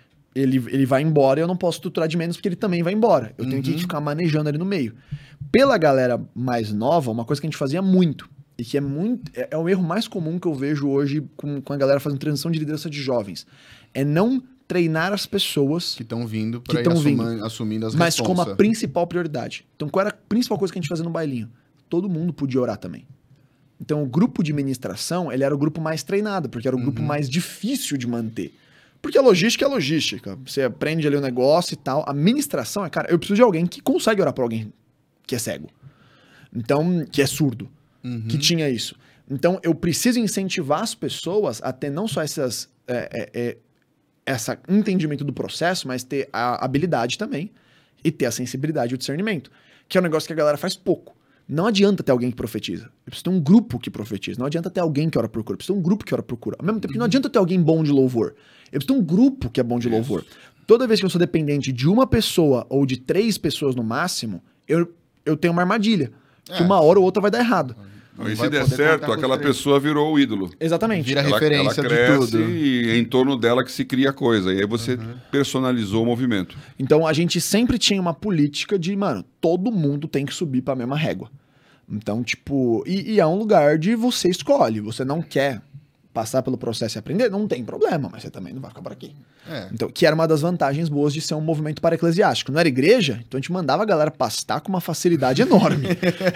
ele vai embora, e eu não posso estruturar de menos, porque ele também vai embora. Eu tenho que ficar manejando ali no meio. Pela galera mais nova, uma coisa que a gente fazia muito, e que é o erro mais comum que eu vejo hoje com a galera fazendo transição de liderança de jovens, é não treinar as pessoas que estão vindo para ir assumindo as mas como a principal prioridade. Então, qual era a principal coisa que a gente fazia no bailinho? Todo mundo podia orar também. Então, o grupo de ministração, ele era o grupo mais treinado, porque era o grupo mais difícil de manter. Porque a logística é logística. Você aprende ali o negócio e tal. A ministração é, cara, eu preciso de alguém que consegue orar por alguém que é cego. Então, que é surdo. Que tinha isso. Então, eu preciso incentivar as pessoas a ter não só esse entendimento do processo, mas ter a habilidade também e ter a sensibilidade e o discernimento, que é um negócio que a galera faz pouco. Não adianta ter alguém que profetiza. Eu preciso ter um grupo que profetiza. Não adianta ter alguém que ora por cura. Eu preciso ter um grupo que ora por cura. Ao mesmo tempo que não adianta ter alguém bom de louvor. Eu preciso ter um grupo que é bom de louvor. Toda vez que eu sou dependente de uma pessoa ou de 3 pessoas no máximo, eu tenho uma armadilha. Que uma hora ou outra vai dar errado. E se der certo, aquela pessoa virou o ídolo. Exatamente. Vira referência ela cresce de tudo. E é em torno dela que se cria a coisa. E aí você personalizou o movimento. Então a gente sempre tinha uma política de, mano, todo mundo tem que subir pra mesma régua. Então, tipo, e é um lugar de você escolhe. Você não quer passar pelo processo e aprender, não tem problema, mas você também não vai ficar por aqui. Então, que era uma das vantagens boas de ser um movimento para-eclesiástico. Não era igreja, então a gente mandava a galera pastar com uma facilidade enorme.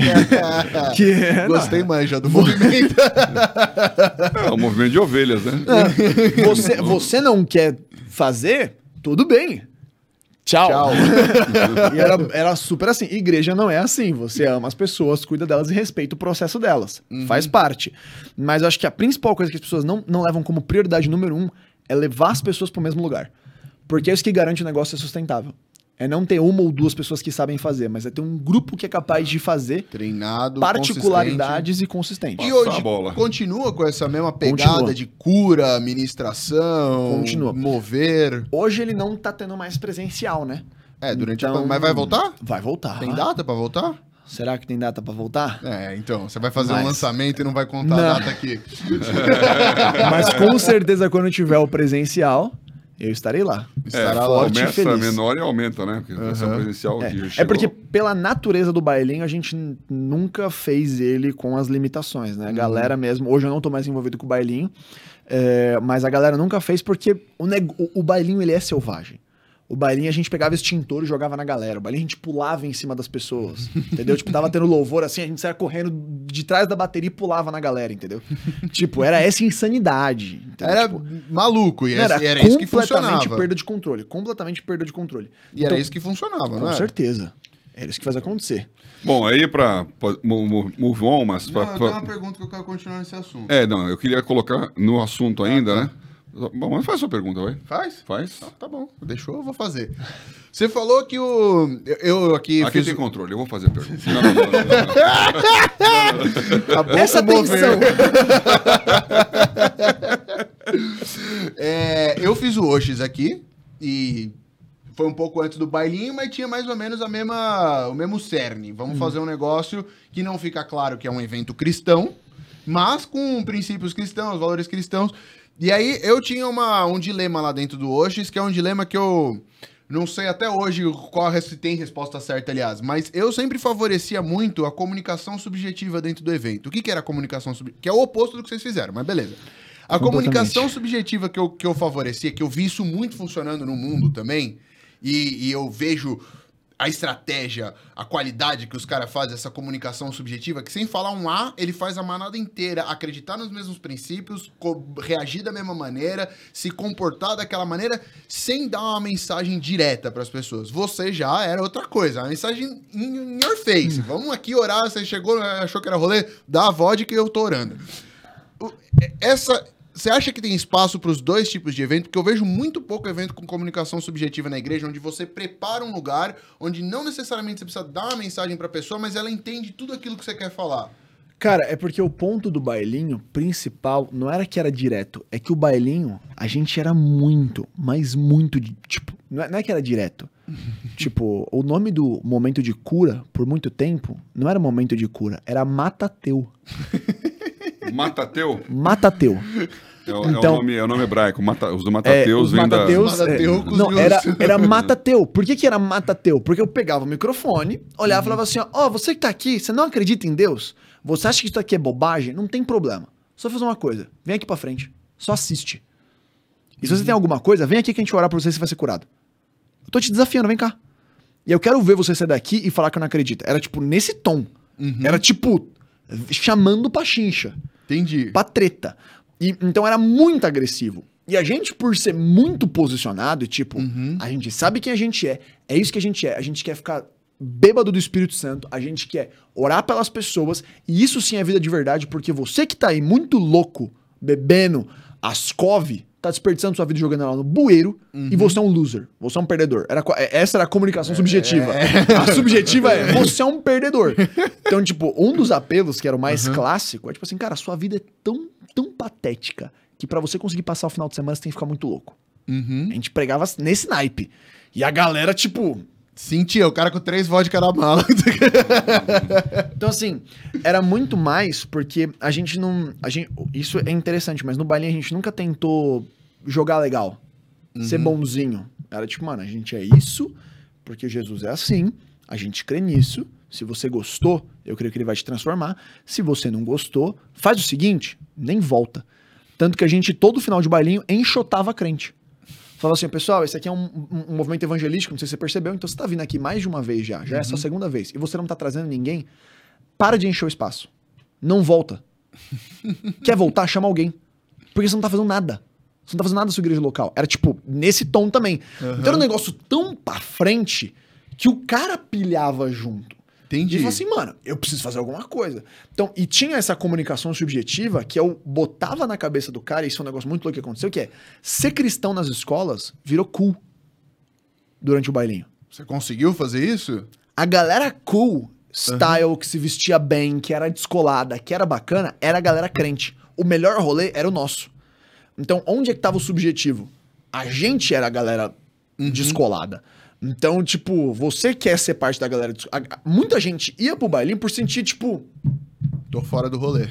Gostei mais já do movimento. É um movimento de ovelhas, né? Você não quer fazer? Tudo bem. Tchau. E era super assim. Igreja não é assim. Você ama as pessoas, cuida delas e respeita o processo delas. Faz parte. Mas eu acho que a principal coisa que as pessoas não levam como prioridade número 1 é levar as pessoas pro mesmo lugar. Porque é isso que garante o negócio ser sustentável. É não ter uma ou 2 pessoas que sabem fazer, mas é ter um grupo que é capaz de fazer treinado, particularidades e consistente. E hoje continua com essa mesma pegada de cura, ministração, mover. Hoje ele não tá tendo mais presencial, né? Durante mas vai voltar? Vai voltar. Tem data pra voltar? Será que tem data pra voltar? Então, você vai fazer um lançamento e não vai contar a data aqui. Mas com certeza quando tiver o presencial, eu estarei lá. Estará forte e feliz. Começa menor e aumenta, né? Porque vai ser um presencial é porque pela natureza do bailinho, a gente nunca fez ele com as limitações, né? A galera mesmo... Hoje eu não tô mais envolvido com o bailinho, mas a galera nunca fez porque o bailinho, ele é selvagem. O bailinho a gente pegava extintor e jogava na galera. O bailinho a gente pulava em cima das pessoas, entendeu? Tipo, tava tendo louvor assim, a gente saia correndo de trás da bateria e pulava na galera, entendeu? Tipo, era essa insanidade. Entendeu? Era tipo, maluco e era isso que funcionava. Completamente perda de controle. Completamente perda de controle. E era isso que funcionava, não é? Com certeza. Era isso que fazia acontecer. Bom, aí pra move on, mas... eu tenho uma pergunta que eu quero continuar nesse assunto. Não, eu queria colocar no assunto ainda, né? Bom, mas faz a sua pergunta, vai. Faz? Faz. Não, tá bom, deixou, eu vou fazer. Você falou que o... Eu aqui Aqui fiz... tem controle, eu vou fazer a pergunta. Não. Acabou Essa com o mover. tensão. Eu fiz o Oxis aqui e foi um pouco antes do bailinho, mas tinha mais ou menos o mesmo cerne. Vamos fazer um negócio que não fica claro que é um evento cristão, mas com princípios cristãos, valores cristãos. E aí eu tinha um dilema lá dentro do Oxis, que é um dilema que eu não sei até hoje se tem resposta certa, aliás, mas eu sempre favorecia muito a comunicação subjetiva dentro do evento. O que era a comunicação subjetiva? Que é o oposto do que vocês fizeram, mas beleza. A comunicação subjetiva que eu favorecia, que eu vi isso muito funcionando no mundo também, e eu vejo a estratégia, a qualidade que os caras fazem, essa comunicação subjetiva, que sem falar um A, ele faz a manada inteira acreditar nos mesmos princípios, reagir da mesma maneira, se comportar daquela maneira, sem dar uma mensagem direta para as pessoas. Você já era outra coisa, a mensagem in your face. Vamos aqui orar, você chegou, achou que era rolê, dá a vodka e eu tô orando. Você acha que tem espaço para os dois tipos de evento? Porque eu vejo muito pouco evento com comunicação subjetiva na igreja, onde você prepara um lugar, onde não necessariamente você precisa dar uma mensagem para a pessoa, mas ela entende tudo aquilo que você quer falar. Cara, é porque o ponto do bailinho principal não era que era direto, é que o bailinho, a gente era muito, mas muito, tipo, não é que era direto. Tipo, o nome do momento de cura, por muito tempo, não era momento de cura, era Matateu. Matateu? Matateu. É o nome hebraico. Os Matateus vêm da... Não, era Matateu. Por que era Matateu? Porque eu pegava o microfone, olhava e falava assim, ó, você que tá aqui, você não acredita em Deus? Você acha que isso aqui é bobagem? Não tem problema. Só fazer uma coisa, vem aqui pra frente, só assiste. E se você tem alguma coisa, vem aqui que a gente vai orar pra você, você vai ser curado. Eu tô te desafiando, vem cá. E eu quero ver você sair daqui e falar que eu não acredito. Era tipo nesse tom. Era tipo chamando pra chincha. Entendi. Pra treta. E, então era muito agressivo. E a gente, por ser muito posicionado, tipo, a gente sabe quem a gente é isso que a gente quer ficar bêbado do Espírito Santo, a gente quer orar pelas pessoas, e isso sim é vida de verdade, porque você que tá aí muito louco, bebendo ascov, tá desperdiçando sua vida jogando ela no bueiro, e você é um loser, você é um perdedor. Essa era a comunicação subjetiva. A subjetiva é, você é um perdedor. Então, tipo, um dos apelos, que era o mais clássico, é tipo assim, cara, sua vida é tão patética, que pra você conseguir passar o final de semana, você tem que ficar muito louco. A gente pregava nesse naipe. E a galera, tipo... Sentia, o cara com 3 vodka na mala. Então, assim, era muito mais porque a gente não... isso é interessante, mas no bailinho a gente nunca tentou jogar legal. Ser bonzinho. Era tipo, mano, a gente é isso, porque Jesus é assim, a gente crê nisso. Se você gostou, eu creio que ele vai te transformar. Se você não gostou, faz o seguinte, nem volta. Tanto que a gente, todo final de bailinho, enxotava crente. Falava assim, pessoal, esse aqui é um movimento evangelístico, não sei se você percebeu, então você tá vindo aqui mais de uma vez já é a sua segunda vez, e você não tá trazendo ninguém, para de encher o espaço. Não volta. Quer voltar? Chama alguém. Porque você não tá fazendo nada. Você não tá fazendo nada na sua igreja local. Era tipo, nesse tom também. Então era um negócio tão pra frente que o cara pilhava junto. Entendi. E falou assim, mano, eu preciso fazer alguma coisa. Então, e tinha essa comunicação subjetiva que eu botava na cabeça do cara, e isso é um negócio muito louco que aconteceu, que é, ser cristão nas escolas virou cool durante o bailinho. Você conseguiu fazer isso? A galera cool, style, que se vestia bem, que era descolada, que era bacana, era a galera crente. O melhor rolê era o nosso. Então, onde é que tava o subjetivo? A gente era a galera descolada. Então, tipo, você quer ser parte da galera... Muita gente ia pro bailinho por sentir, tipo... Tô fora do rolê.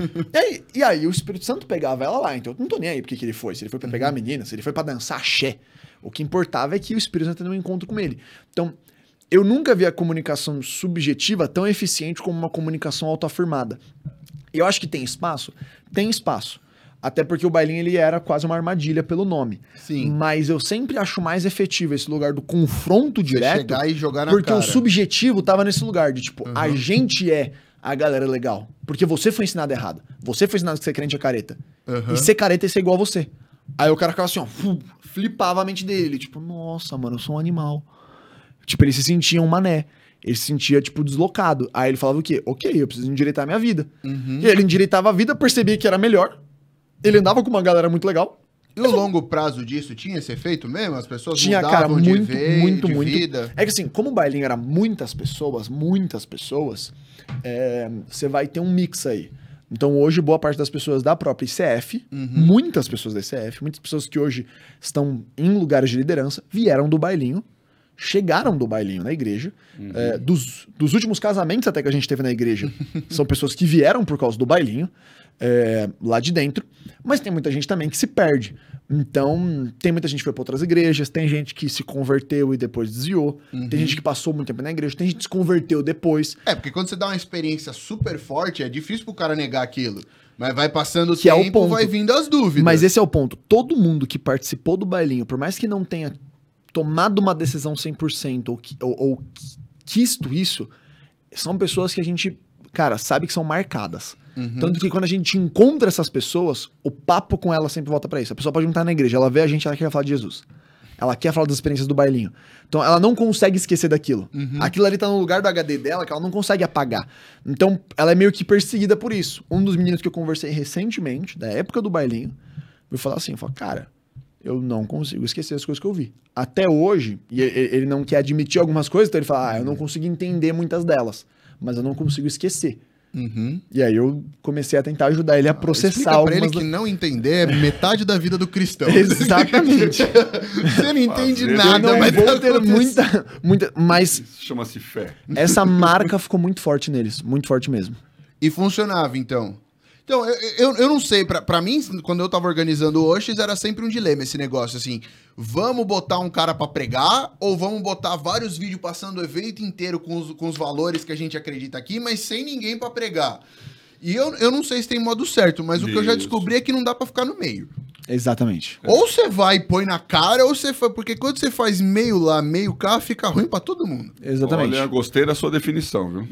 E aí o Espírito Santo pegava ela lá. Então eu não tô nem aí porque que ele foi. Se ele foi pra pegar a menina, se ele foi pra dançar axé. O que importava é que o Espírito Santo teve um encontro com ele. Então, eu nunca vi a comunicação subjetiva tão eficiente como uma comunicação autoafirmada. E eu acho que tem espaço? Tem espaço. Até porque o bailinho ele era quase uma armadilha pelo nome. Sim. Mas eu sempre acho mais efetivo esse lugar do confronto direto. Chegar e jogar na porque cara. O subjetivo tava nesse lugar de tipo, a gente é a galera legal. Porque você foi ensinado errado. Você foi ensinado que ser crente é careta. E ser careta é ser igual a você. Aí o cara ficava assim, ó, flipava a mente dele. Tipo, nossa, mano, eu sou um animal. Tipo, ele se sentia um mané. Ele se sentia, tipo, deslocado. Aí ele falava o quê? Ok, eu preciso endireitar a minha vida. E ele endireitava a vida, percebia que era melhor. Ele andava com uma galera muito legal. E o longo prazo disso tinha esse efeito mesmo? As pessoas Tinha, mudavam cara, de muito, ver, muito, de muito. vida? É que assim, como o bailinho era muitas pessoas, você vai ter um mix aí. Então hoje boa parte das pessoas da própria ICF, muitas pessoas da ICF, muitas pessoas que hoje estão em lugares de liderança, vieram do bailinho, chegaram do bailinho na igreja. Dos últimos casamentos até que a gente teve na igreja, são pessoas que vieram por causa do bailinho, lá de dentro, mas tem muita gente também que se perde. Então, tem muita gente que foi para outras igrejas, tem gente que se converteu e depois desviou, tem gente que passou muito tempo na igreja, tem gente que se converteu depois. Porque quando você dá uma experiência super forte, é difícil pro cara negar aquilo. Mas vai passando o Que é o tempo, ponto. vai vindo as dúvidas. Mas esse é o ponto. Todo mundo que participou do bailinho, por mais que não tenha tomado uma decisão 100% ou quisto isso, são pessoas que a gente, cara, sabe que são marcadas. Tanto que quando a gente encontra essas pessoas, o papo com elas sempre volta pra isso. A pessoa pode não estar na igreja, ela vê a gente, ela quer falar de Jesus. Ela quer falar das experiências do bailinho. Então ela não consegue esquecer daquilo. Aquilo ali tá no lugar do HD dela que ela não consegue apagar. Então ela é meio que perseguida por isso. Um dos meninos que eu conversei recentemente, da época do bailinho, veio falar assim, cara, eu não consigo esquecer as coisas que eu vi. Até hoje, e ele não quer admitir algumas coisas, então ele fala, eu não consigo entender muitas delas, mas eu não consigo esquecer. E aí eu comecei a tentar ajudar ele a processar Explica pra ele algumas... que não entender é metade da vida do cristão. Exatamente. Você não entende Fazer, nada, Não mas vou tá ter acontecendo. muita... Mas Isso chama-se fé. essa marca ficou muito forte neles. Muito forte mesmo. E funcionava, então. Então, eu não sei, pra mim, quando eu tava organizando o Oxis, era sempre um dilema esse negócio, assim, vamos botar um cara pra pregar, ou vamos botar vários vídeos passando o evento inteiro com os valores que a gente acredita aqui, mas sem ninguém pra pregar. E eu não sei se tem modo certo, mas o que eu já descobri é que não dá pra ficar no meio. Exatamente. Ou você vai e põe na cara, ou você faz... Porque quando você faz meio lá, meio cá, fica ruim pra todo mundo. Exatamente. Olha, gostei da sua definição, viu?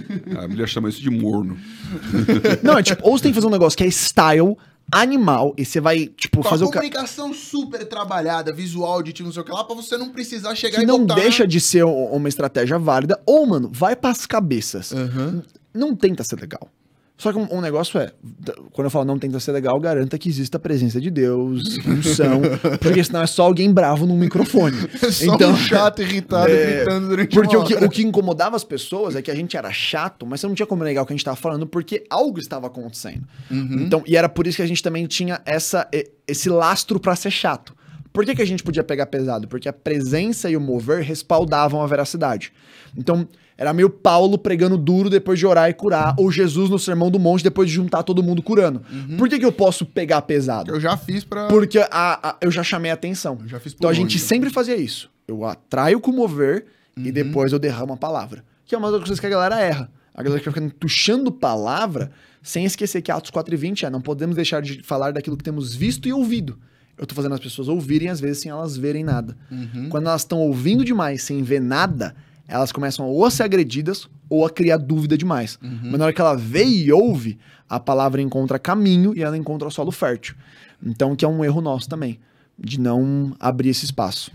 A Bíblia chama isso de morno. Não, é tipo, ou você tem que fazer um negócio que é style, animal, e você vai, tipo, Com fazer a o... comunicação super trabalhada, visual, auditivo, não sei o que lá, pra você não precisar chegar Que e não botar... deixa de ser uma estratégia válida. Ou, mano, vai pras cabeças. Não tenta ser legal. Só que um negócio quando eu falo não tenta ser legal, garanta que exista a presença de Deus, unção, porque senão é só alguém bravo num microfone. É só um chato, irritado, gritando durante Porque uma hora. o que incomodava as pessoas é que a gente era chato, mas você não tinha como negar o que a gente tava falando, porque algo estava acontecendo. Então, e era por isso que a gente também tinha esse lastro pra ser chato. Por que a gente podia pegar pesado? Porque a presença e o mover respaldavam a veracidade. Então, era meio Paulo pregando duro depois de orar e curar, ou Jesus no Sermão do Monte depois de juntar todo mundo curando. Por que eu posso pegar pesado? Eu já fiz pra... Porque eu já chamei a atenção. Eu já fiz por Então a onde, gente né? sempre fazia isso. Eu atraio com o mover e depois eu derramo a palavra. Que é uma das coisas que a galera erra. A galera fica ficando tuchando palavra sem esquecer que Atos 4:20 não podemos deixar de falar daquilo que temos visto e ouvido. Eu tô fazendo as pessoas ouvirem, às vezes, sem elas verem nada. Quando elas estão ouvindo demais sem ver nada, elas começam ou a ser agredidas ou a criar dúvida demais. Mas na hora que ela vê e ouve, a palavra encontra caminho e ela encontra o solo fértil. Então, que é um erro nosso também, de não abrir esse espaço.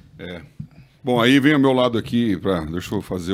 Bom, aí vem ao meu lado aqui, deixa eu fazer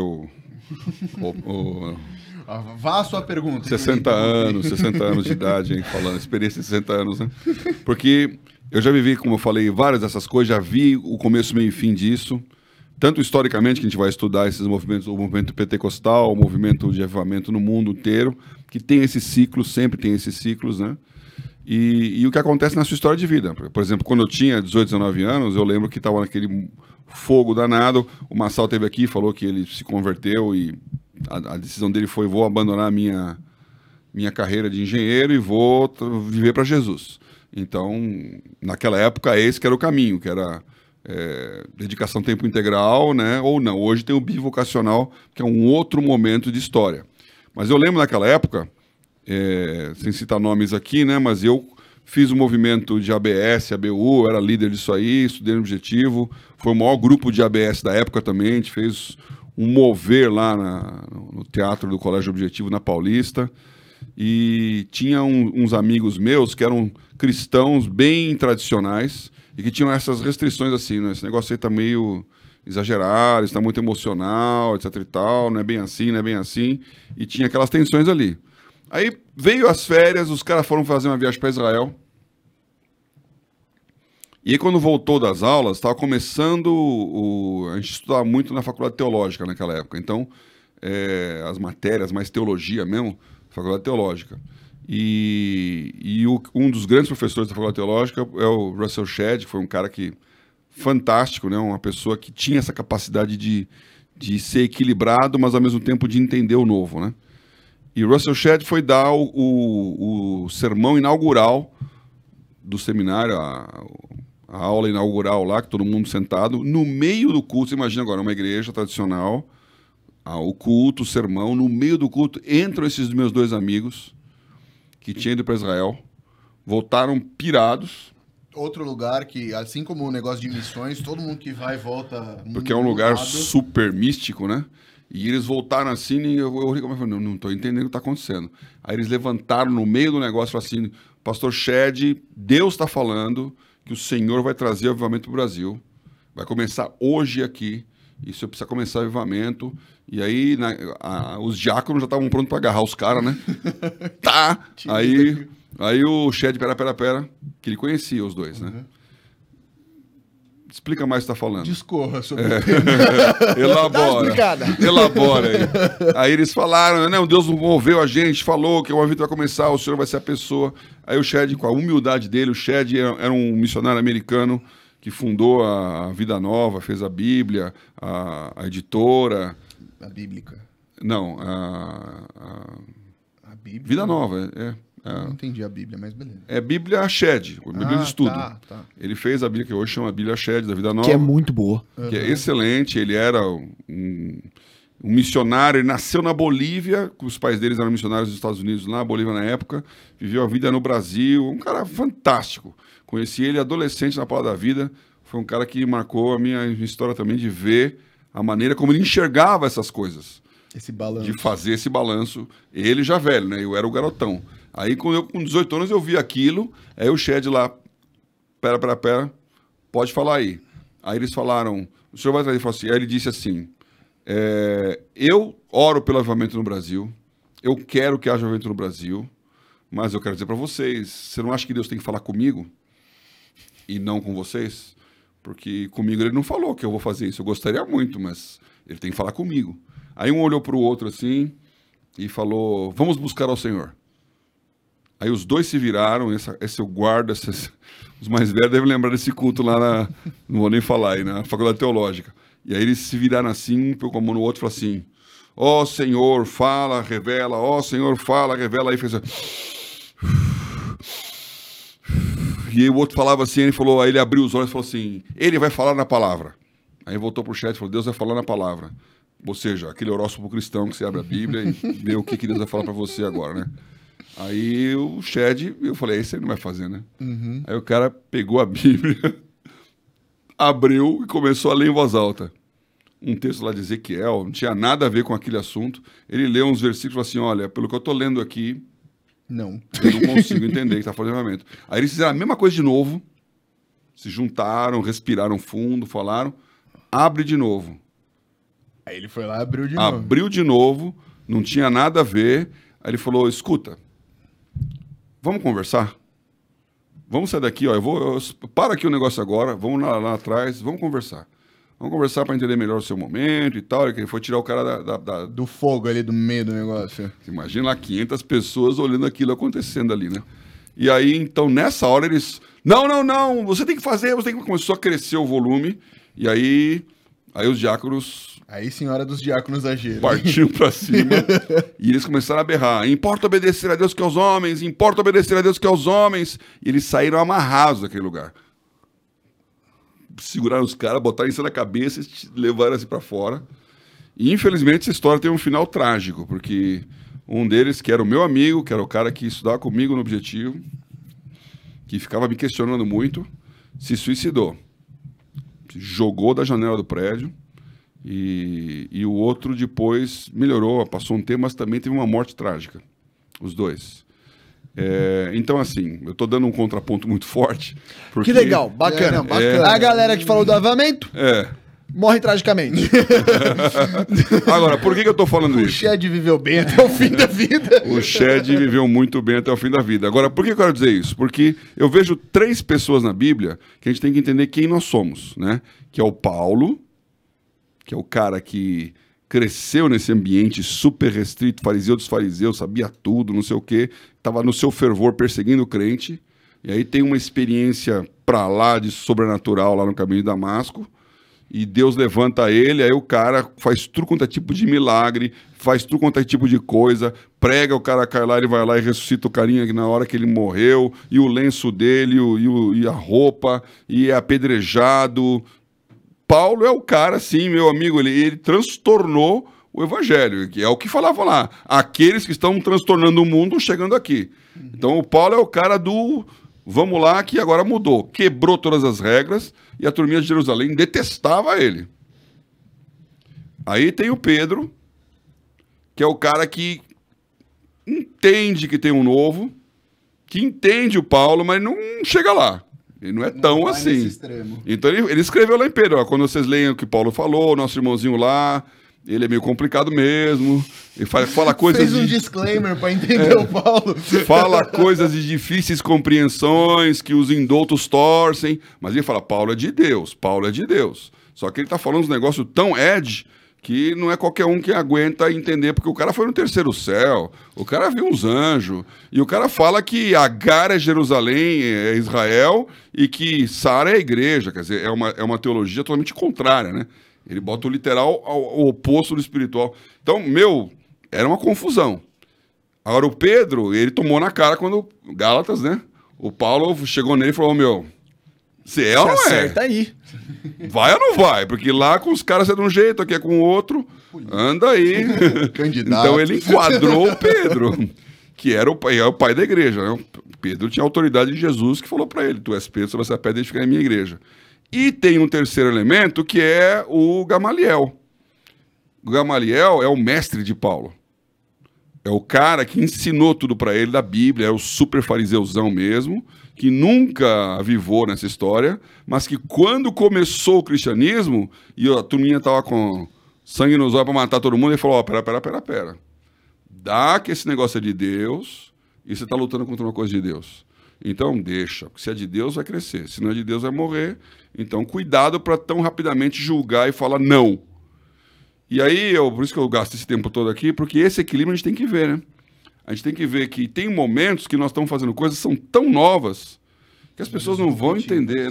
Vá a sua pergunta. 60 anos de idade, hein, falando, experiência de 60 anos, né? Porque eu já vivi, como eu falei, várias dessas coisas, já vi o começo, meio e fim disso. Tanto historicamente, que a gente vai estudar esses movimentos, o movimento pentecostal, o movimento de avivamento no mundo inteiro, que tem esses ciclos, sempre tem esses ciclos, né? E o que acontece na sua história de vida. Por exemplo, quando eu tinha 18, 19 anos, eu lembro que estava naquele fogo danado, o Massal esteve aqui, falou que ele se converteu e a decisão dele foi: vou abandonar a minha carreira de engenheiro e vou viver para Jesus. Então, naquela época, esse que era o caminho, que era... dedicação tempo integral, né? Ou não, hoje tem o bivocacional, que é um outro momento de história. Mas eu lembro naquela época, sem citar nomes aqui, né? Mas eu fiz o movimento de ABS, ABU, era líder disso aí, estudei no Objetivo, foi o maior grupo de ABS da época também, a gente fez um mover lá no teatro do Colégio Objetivo, na Paulista, e tinha uns amigos meus que eram cristãos bem tradicionais, e que tinham essas restrições assim, né? Esse negócio aí tá meio exagerado, está muito emocional, etc e tal, não é bem assim, não é bem assim. E tinha aquelas tensões ali. Aí veio as férias, os caras foram fazer uma viagem para Israel. E aí, quando voltou das aulas, estava começando... A gente estudava muito na faculdade teológica naquela época. Então, as matérias, mais teologia mesmo, faculdade teológica. Um dos grandes professores da faculdade teológica é o Russell Shedd, que foi um cara fantástico, né? Uma pessoa que tinha essa capacidade de ser equilibrado, mas ao mesmo tempo de entender o novo, né? E Russell Shedd foi dar o sermão inaugural do seminário, a aula inaugural lá, que todo mundo sentado, no meio do culto. Você imagina agora, uma igreja tradicional, o culto, o sermão, no meio do culto, entram esses meus 2 amigos que tinham ido para Israel, voltaram pirados. Outro lugar que, assim como o negócio de missões, todo mundo que vai e volta... Porque é um lugar super místico, né? E eles voltaram assim, e eu olhei como não estou entendendo o que está acontecendo. Aí eles levantaram no meio do negócio e falaram assim, Pastor Shedd, Deus está falando que o Senhor vai trazer o avivamento para o Brasil. Vai começar hoje aqui. E você precisa começar o avivamento. E aí os diáconos já estavam prontos para agarrar os caras, né? Tá! Aí o Shedd, pera, que ele conhecia os 2, né? Explica mais o que você está falando. Discorra sobre Elabora aí. Aí eles falaram, não, Deus moveu a gente, falou que o avivamento vai começar, o Senhor vai ser a pessoa. Aí o Shedd, com a humildade dele, o Shedd era um missionário americano que fundou a Vida Nova, fez a Bíblia, a editora... A Bíblica. Não, a Bíblia. Vida Nova, Não entendi a Bíblia, mas beleza. É Bíblia Shedd, Bíblia de estudo. Tá. Ele fez a Bíblia que hoje chama a Bíblia Shedd, da Vida Nova. Que é muito boa. Que é excelente, ele era um missionário, ele nasceu na Bolívia, os pais deles eram missionários dos Estados Unidos, na Bolívia na época, viveu a vida no Brasil, um cara fantástico. Conheci ele adolescente na Palavra da Vida, foi um cara que marcou a minha história também de ver a maneira como ele enxergava essas coisas. Esse balanço. De fazer esse balanço. Ele já velho, né? Eu era o garotão. Aí, com 18 anos, eu vi aquilo, aí o Shedd lá, pera, pode falar aí. Aí eles falaram, o senhor vai trazer, ele falou assim, aí ele disse assim, eu oro pelo avivamento no Brasil, eu quero que haja avivamento no Brasil, mas eu quero dizer para vocês, você não acha que Deus tem que falar comigo e não com vocês? Porque comigo ele não falou que eu vou fazer isso, eu gostaria muito, mas ele tem que falar comigo. Aí um olhou para o outro assim e falou, vamos buscar ao Senhor. Aí os 2 se viraram, esse eu guardo, os mais velhos devem lembrar desse culto lá não vou nem falar aí, na Faculdade Teológica. E aí eles se viraram assim, um com a mão no outro e falaram assim, ó Senhor, fala, revela, ó Senhor, fala, revela. Aí fez assim, e aí o outro falava assim, aí ele abriu os olhos e falou assim, ele vai falar na palavra. Aí voltou pro Shedd e falou, Deus vai falar na palavra. Ou seja, aquele horóscopo cristão que você abre a Bíblia e vê o que Deus vai falar para você agora, né? Aí o Shedd, eu falei, esse ele não vai fazer, né? Uhum. Aí o cara pegou a Bíblia, abriu e começou a ler em voz alta. Um texto lá de Ezequiel, não tinha nada a ver com aquele assunto. Ele leu uns versículos e falou assim, olha, pelo que eu estou lendo aqui, eu não consigo entender o que está fazendo o avivamento. Aí eles fizeram a mesma coisa de novo, se juntaram, respiraram fundo, falaram, abre de novo. Aí ele foi lá e abriu de novo. Abriu de novo, não tinha nada a ver. Aí ele falou, escuta, vamos conversar? Vamos sair daqui, ó, para aqui o negócio agora, vamos lá atrás, vamos conversar. Vamos conversar para entender melhor o seu momento e tal. Ele foi tirar o cara do fogo ali, do meio do negócio. Imagina lá 500 pessoas olhando aquilo acontecendo ali, né? E aí, então, nessa hora, eles... Não, você tem que fazer, Começou a crescer o volume. E aí os diáconos... Aí, senhora dos diáconos agiram. Partiram para cima e eles começaram a berrar. Importa obedecer a Deus que aos homens, importa obedecer a Deus que aos homens. E eles saíram amarrados daquele lugar. Seguraram os caras, botaram em cima da cabeça e levaram assim para fora. E, infelizmente, essa história tem um final trágico, porque um deles, que era o meu amigo, que era o cara que estudava comigo no Objetivo, que ficava me questionando muito, se suicidou. Se jogou da janela do prédio. E o outro depois melhorou, passou um tempo, mas também teve uma morte trágica. Os 2. Então, assim, eu tô dando um contraponto muito forte. Porque... Que legal, bacana. Bacana. A galera que falou do avivamento. morre tragicamente. Agora, por que eu tô falando O isso? Shed viveu bem até o fim da vida. O Shed viveu muito bem até o fim da vida. Agora, por que eu quero dizer isso? Porque eu vejo 3 pessoas na Bíblia que a gente tem que entender quem nós somos, né? Que é o Paulo, que é o cara que cresceu nesse ambiente super restrito, fariseu dos fariseus, sabia tudo, não sei o quê, estava no seu fervor perseguindo o crente, e aí tem uma experiência pra lá de sobrenatural lá no caminho de Damasco, e Deus levanta ele, aí o cara faz tudo quanto é tipo de milagre, faz tudo quanto é tipo de coisa, prega, o cara cai lá, ele vai lá e ressuscita o carinha na hora que ele morreu, e o lenço dele, e a roupa, e é apedrejado. Paulo é o cara, sim, meu amigo, ele transtornou o evangelho, que é o que falavam lá. Aqueles que estão transtornando o mundo chegando aqui. Então o Paulo é o cara do vamos lá que agora mudou. Quebrou todas as regras e a turminha de Jerusalém detestava ele. Aí tem o Pedro, que é o cara que entende que tem um novo, que entende o Paulo, mas não chega lá. Ele não é tão assim. Então ele escreveu lá em Pedro, ó, quando vocês leem o que Paulo falou, nosso irmãozinho lá, ele é meio complicado mesmo, ele fala coisas... Fez um disclaimer para entender o Paulo. Fala coisas de difíceis compreensões, que os indoutos torcem, mas ele fala, Paulo é de Deus, Paulo é de Deus. Só que ele tá falando uns negócios tão edgy, que não é qualquer um que aguenta entender, porque o cara foi no terceiro céu, o cara viu uns anjos, e o cara fala que Agar é Jerusalém, é Israel, e que Sara é a igreja, quer dizer, é uma teologia totalmente contrária, né? Ele bota o literal ao oposto do espiritual. Então, era uma confusão. Agora, o Pedro, ele tomou na cara quando, Gálatas, né? O Paulo chegou nele e falou, você é ou não é? Acerta aí. Vai ou não vai? Porque lá com os caras é de um jeito, aqui é com o outro. Anda aí. Candidato. Então ele enquadrou o Pedro, que era o pai da igreja. Né? O Pedro tinha a autoridade de Jesus que falou para ele, tu és Pedro, sobre essa pedra e ficar em minha igreja. E tem um terceiro elemento que é o Gamaliel. O Gamaliel é o mestre de Paulo. É o cara que ensinou tudo para ele da Bíblia, é o super fariseuzão mesmo, que nunca avivou nessa história, mas que quando começou o cristianismo, e a turminha estava com sangue nos olhos para matar todo mundo, ele falou, pera. Dá que esse negócio é de Deus, e você está lutando contra uma coisa de Deus. Então deixa, porque se é de Deus vai crescer, se não é de Deus vai morrer. Então cuidado para tão rapidamente julgar e falar não. E aí, por isso que eu gasto esse tempo todo aqui, porque esse equilíbrio a gente tem que ver, né? A gente tem que ver que tem momentos que nós estamos fazendo coisas que são tão novas que as pessoas não vão entender.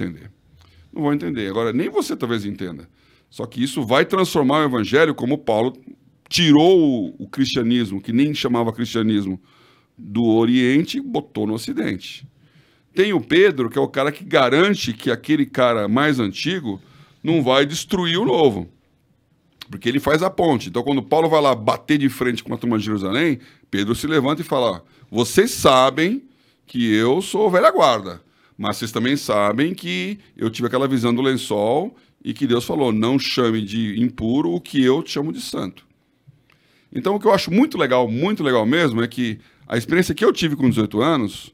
Agora, nem você talvez entenda. Só que isso vai transformar o evangelho, como Paulo tirou o cristianismo, que nem chamava cristianismo, do Oriente e botou no Ocidente. Tem o Pedro, que é o cara que garante que aquele cara mais antigo não vai destruir o novo. Porque ele faz a ponte. Então, quando Paulo vai lá bater de frente com a turma de Jerusalém, Pedro se levanta e fala, vocês sabem que eu sou velha guarda, mas vocês também sabem que eu tive aquela visão do lençol e que Deus falou, não chame de impuro o que eu chamo de santo. Então, o que eu acho muito legal mesmo, é que a experiência que eu tive com 18 anos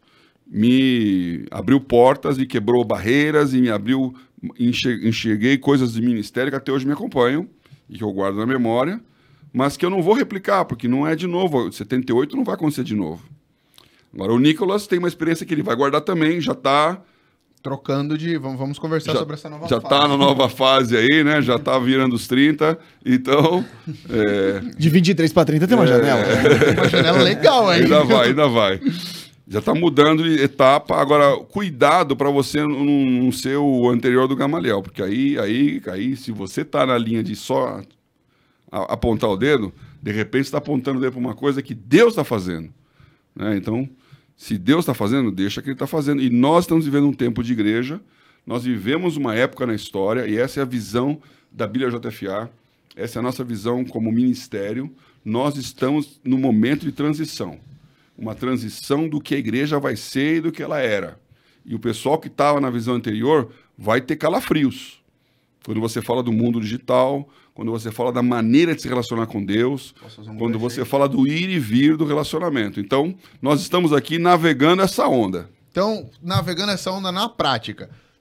me abriu portas e quebrou barreiras e me abriu, enxerguei coisas de ministério que até hoje me acompanham e que eu guardo na memória, mas que eu não vou replicar, porque não é de novo. 78 não vai acontecer de novo. Agora, o Nicolas tem uma experiência que ele vai guardar também, já está... Trocando de... Vamos conversar sobre essa nova fase. Já está na nova fase aí, né? Já está virando os 30, então... De 23 para 30 tem uma janela. Tem uma janela legal aí. Ainda vai. Já está mudando de etapa. Agora, cuidado para você não ser o anterior do Gamaliel, porque aí se você está na linha de só apontar o dedo, de repente você está apontando o dedo para uma coisa que Deus está fazendo. Né? Então, se Deus está fazendo, deixa que Ele está fazendo. E nós estamos vivendo um tempo de igreja, nós vivemos uma época na história, e essa é a visão da Bíblia JFA, essa é a nossa visão como ministério. Nós estamos no momento de transição. Uma transição do que a igreja vai ser e do que ela era. E o pessoal que estava na visão anterior vai ter calafrios. Quando você fala do mundo digital, quando você fala da maneira de se relacionar com Deus, quando você fala do ir e vir do relacionamento. Então, nós estamos aqui navegando essa onda. Então, navegando essa onda na prática.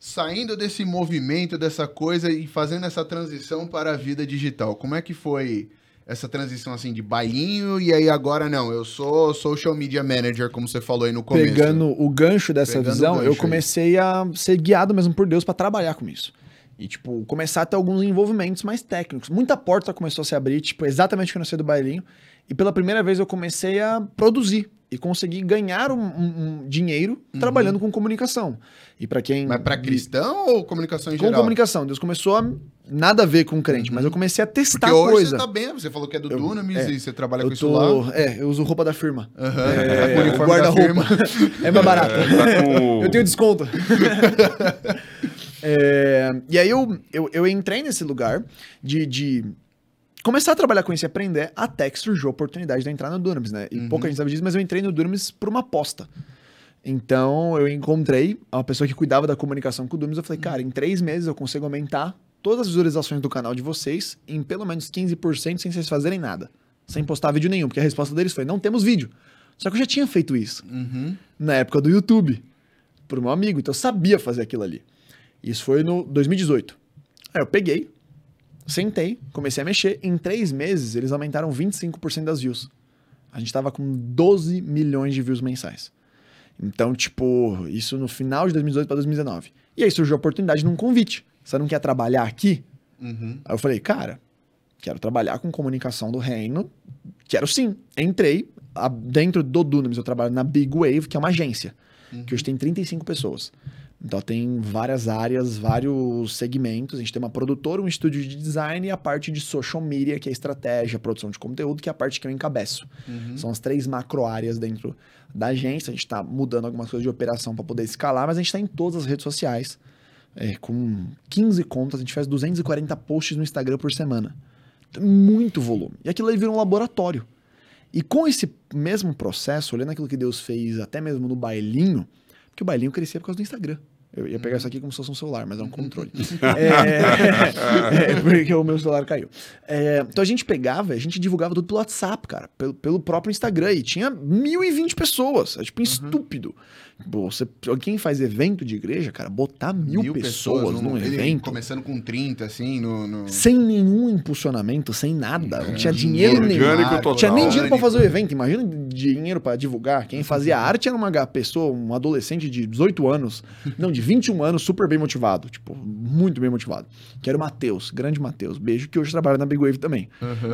saindo desse movimento, dessa coisa e fazendo essa transição para a vida digital, como é que foi essa transição assim de bailinho e aí agora não, eu sou social media manager, como você falou aí no começo. Pegando o gancho dessa visão, eu comecei a ser guiado mesmo por Deus para trabalhar com isso. E, tipo, começar a ter alguns envolvimentos mais técnicos. Muita porta começou a se abrir, tipo, exatamente quando eu saí do bailinho. E pela primeira vez eu comecei a produzir e consegui ganhar um dinheiro trabalhando com comunicação. E para quem... Mas para cristão ou comunicação em geral? Com comunicação. Deus começou a... Nada a ver com crente, mas eu comecei a testar porque hoje coisa. Você tá bem, você falou que é do Dunamis e você trabalha com isso lá. Eu uso roupa da firma. O uniforme da firma. É mais barato. Eu tenho desconto. E aí eu entrei nesse lugar de começar a trabalhar com isso e aprender, até que surgiu a oportunidade de entrar no Dunamis, né? E pouca gente sabe disso, mas eu entrei no Dunamis por uma aposta. Então eu encontrei uma pessoa que cuidava da comunicação com o Dunamis. Eu falei, cara, em 3 meses eu consigo aumentar todas as visualizações do canal de vocês em pelo menos 15% sem vocês fazerem nada. Sem postar vídeo nenhum, porque a resposta deles foi, não temos vídeo. Só que eu já tinha feito isso na época do YouTube, por meu amigo, então eu sabia fazer aquilo ali. Isso foi no 2018. Aí eu peguei, sentei, comecei a mexer. Em 3 meses, eles aumentaram 25% das views. A gente tava com 12 milhões de views mensais. Então, tipo, isso no final de 2018 para 2019. E aí surgiu a oportunidade de um convite. Você não quer trabalhar aqui? Aí eu falei, cara, quero trabalhar com comunicação do reino. Quero sim. Entrei. Dentro do Dunamis, eu trabalho na Big Wave, que é uma agência. Que hoje tem 35 pessoas. Então tem várias áreas, vários segmentos. A gente tem uma produtora, um estúdio de design e a parte de social media, que é estratégia, produção de conteúdo, que é a parte que eu encabeço. São as 3 macro áreas dentro da agência. A gente está mudando algumas coisas de operação para poder escalar, mas a gente está em todas as redes sociais. Com 15 contas, a gente faz 240 posts no Instagram por semana. Então, muito volume. E aquilo aí vira um laboratório. E com esse mesmo processo, olhando aquilo que Deus fez até mesmo no bailinho, porque o bailinho crescia por causa do Instagram. Eu ia pegar isso aqui como se fosse um celular, mas é um controle. Porque o meu celular caiu. Então a gente pegava, a gente divulgava tudo pelo WhatsApp, cara. Pelo próprio Instagram. E tinha 1.020 pessoas. É tipo estúpido. Quem faz evento de igreja, cara, botar 1.000 pessoas num evento... Começando com 30, assim, sem nenhum impulsionamento, sem nada. Não tinha dinheiro nenhum. Não tinha nem dinheiro pra fazer o evento. Imagina dinheiro pra divulgar. Quem fazia arte era uma pessoa, um adolescente de 18 anos. Não, de 21 anos, super bem motivado. Tipo, muito bem motivado. Que era o Matheus, grande Matheus. Beijo, que hoje trabalha na Big Wave também.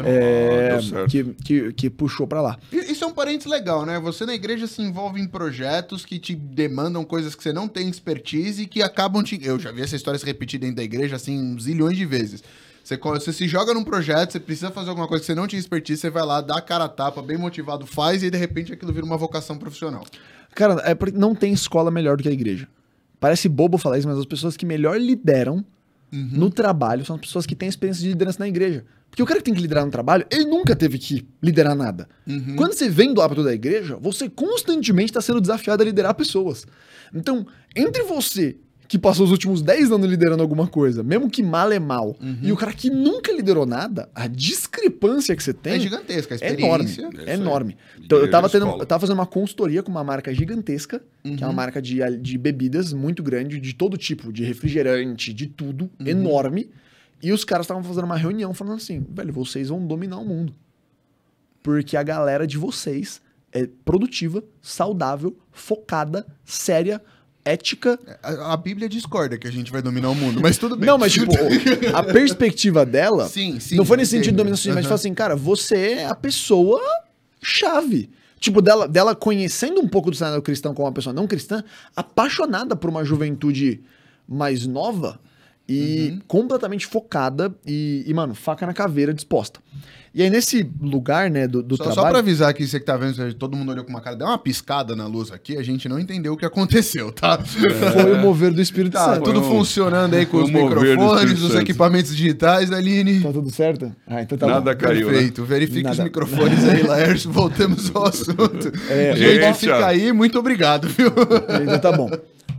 Que puxou pra lá. Isso é um parênteses legal, né? Você na igreja se envolve em projetos que te demandam coisas que você não tem expertise e que acabam te... Eu já vi essa história se repetir dentro da igreja, assim, zilhões de vezes. Você se joga num projeto, você precisa fazer alguma coisa que você não tinha expertise, você vai lá, dá a cara a tapa, bem motivado, faz e de repente aquilo vira uma vocação profissional. Cara, não tem escola melhor do que a igreja. Parece bobo falar isso, mas as pessoas que melhor lideram no trabalho são as pessoas que têm experiência de liderança na igreja. Porque o cara que tem que liderar no trabalho, ele nunca teve que liderar nada. Quando você vem do hábito da igreja, você constantemente está sendo desafiado a liderar pessoas. Então, entre você que passou os últimos 10 anos liderando alguma coisa, mesmo que mal é mal, e o cara que nunca liderou nada, a discrepância que você tem... É gigantesca, a experiência. É enorme. Então, eu tava fazendo uma consultoria com uma marca gigantesca, que é uma marca de bebidas muito grande, de todo tipo, de refrigerante, de tudo, enorme. E os caras estavam fazendo uma reunião falando assim, velho, vocês vão dominar o mundo. Porque a galera de vocês é produtiva, saudável, focada, séria, ética. A Bíblia discorda que a gente vai dominar o mundo, mas tudo bem. Não, mas tipo, a perspectiva dela sim, não foi nesse sentido de dominação, mas fala assim, cara, você é a pessoa chave. Tipo, dela conhecendo um pouco do cenário cristão como uma pessoa não cristã, apaixonada por uma juventude mais nova e completamente focada e, mano, faca na caveira, disposta. E aí, nesse lugar, né, do trabalho... Só pra avisar que você que tá vendo, todo mundo olhou com uma cara, deu uma piscada na luz aqui, a gente não entendeu o que aconteceu, tá? Foi o mover do Espírito Santo. Tudo funcionando aí com os microfones, os equipamentos digitais, Aline. Tá tudo certo? Ah, então tá Nada bom. caiu, Perfeito. né? Verifique os microfones aí, Laércio. Voltamos ao assunto. Gente, fica aí. Muito obrigado, viu? Então tá bom.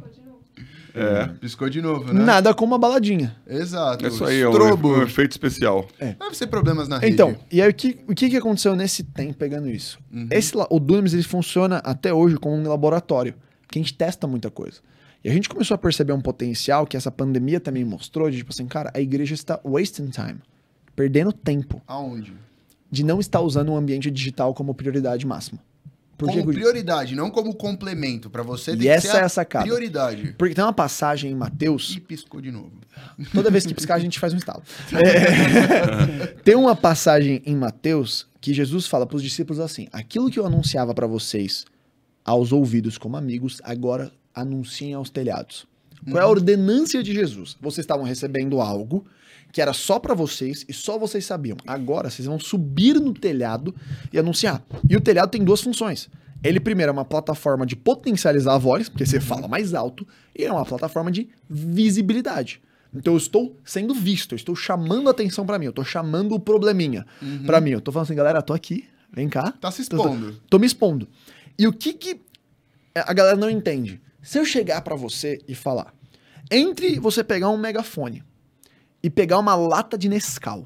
Piscou de novo, né? Nada como uma baladinha. Exato. Isso aí é um efeito especial. Deve ser problemas na rede. Então, e aí o que aconteceu nesse tempo pegando isso? O Dunamis, ele funciona até hoje como um laboratório, que a gente testa muita coisa. E a gente começou a perceber um potencial que essa pandemia também mostrou, de tipo assim, cara, a igreja está wasting time, perdendo tempo. Aonde? De não estar usando o ambiente digital como prioridade máxima. Como prioridade, não como complemento. Pra você tem que ser a sacada. Prioridade. Porque tem uma passagem em Mateus... E piscou de novo. Toda vez que piscar, a gente faz um estalo. Tem uma passagem em Mateus que Jesus fala para os discípulos assim, aquilo que eu anunciava para vocês aos ouvidos como amigos, agora anunciem aos telhados. Qual é a ordenância de Jesus? Vocês estavam recebendo algo que era só pra vocês e só vocês sabiam. Agora vocês vão subir no telhado e anunciar. E o telhado tem duas funções. Ele primeiro é uma plataforma de potencializar a voz, porque você fala mais alto, e é uma plataforma de visibilidade. Então eu estou sendo visto, eu estou chamando a atenção pra mim, eu estou chamando o probleminha pra mim. Eu estou falando assim, galera, tô aqui, vem cá. Tá se expondo. Tô me expondo. E o que a galera não entende? Se eu chegar pra você e falar, entre você pegar um megafone e pegar uma lata de Nescau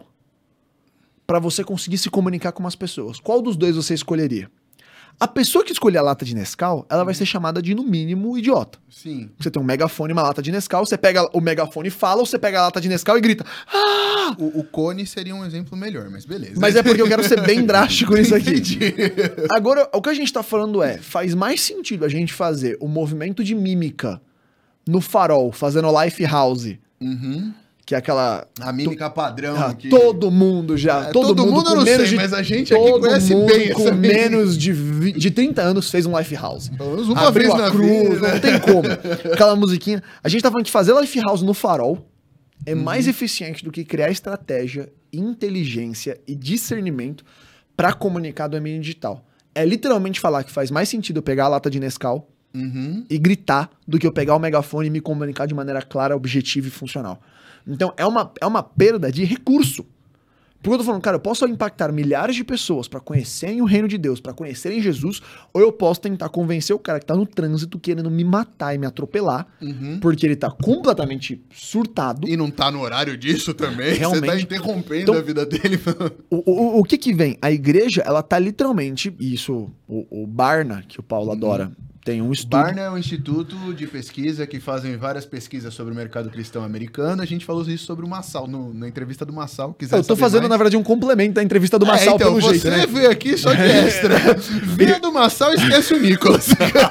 pra você conseguir se comunicar com umas pessoas, qual dos dois você escolheria? A pessoa que escolher a lata de Nescau, ela vai ser chamada de, no mínimo, idiota. Sim. Você tem um megafone e uma lata de Nescau, você pega o megafone e fala, ou você pega a lata de Nescau e grita. Ah! O cone seria um exemplo melhor, mas beleza. Mas é porque eu quero ser bem drástico nisso aqui. Entendi. Agora, o que a gente tá falando faz mais sentido a gente fazer o movimento de mímica no farol, fazendo Lifehouse, que é aquela... A mímica padrão. Que... Todo mundo já... todo mundo eu não sei, mas a gente aqui conhece bem essa com menos de 30 anos fez um Lifehouse. Pelo menos uma vez na cruz, não tem como. Aquela musiquinha. A gente tá falando que fazer Lifehouse no farol é mais eficiente do que criar estratégia, inteligência e discernimento pra comunicar do ambiente digital. É literalmente falar que faz mais sentido eu pegar a lata de Nescau e gritar do que eu pegar o megafone e me comunicar de maneira clara, objetiva e funcional. Então, é uma perda de recurso. Porque eu tô falando, cara, eu posso impactar milhares de pessoas pra conhecerem o reino de Deus, pra conhecerem Jesus, ou eu posso tentar convencer o cara que tá no trânsito querendo me matar e me atropelar, porque ele tá completamente surtado. E não tá no horário disso também. Realmente. Você tá interrompendo a vida dele. O que vem? A igreja, ela tá literalmente, isso, o Barna, que o Paulo adora, tem um estudo. Barna é um instituto de pesquisa que fazem várias pesquisas sobre o mercado cristão americano. A gente falou isso sobre o Massal, na entrevista do Massal. Quiser eu tô fazendo, na verdade, um complemento da entrevista do Massal, então, pelo jeito, né? Você veio aqui só de extra. Vinha do Massal e esquece o Nicolas.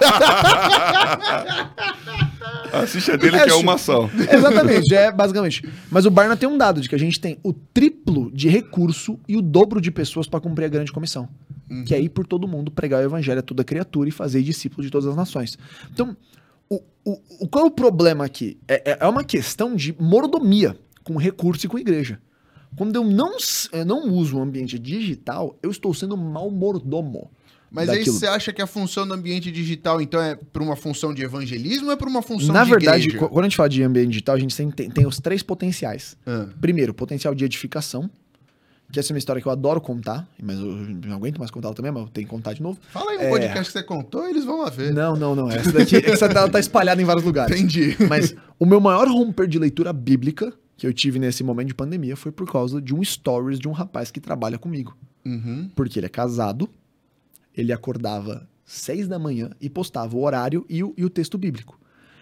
Assiste a dele que é o Massal. Exatamente, basicamente. Mas o Barna tem um dado de que a gente tem o triplo de recurso e o dobro de pessoas para cumprir a grande comissão. Que é ir por todo mundo, pregar o evangelho a toda criatura e fazer discípulos de todas as nações. Então, qual é o problema aqui? É uma questão de mordomia com recurso e com igreja. Quando eu não uso o ambiente digital, eu estou sendo mau mordomo. Mas daquilo. aí você acha que a função do ambiente digital, então, é por uma função de evangelismo ou é por uma função Na de verdade, igreja? quando a gente fala de ambiente digital, a gente tem os três potenciais. Primeiro, potencial de edificação, que essa é uma história que eu adoro contar, mas eu não aguento mais contar ela também, mas eu tenho que contar de novo. Fala aí um podcast que você contou e eles vão lá ver. Não. Essa daqui ela tá espalhada em vários lugares. Entendi. Mas o meu maior romper de leitura bíblica que eu tive nesse momento de pandemia foi por causa de um stories de um rapaz que trabalha comigo. Porque ele é casado, ele acordava 6 da manhã e postava o horário e o texto bíblico.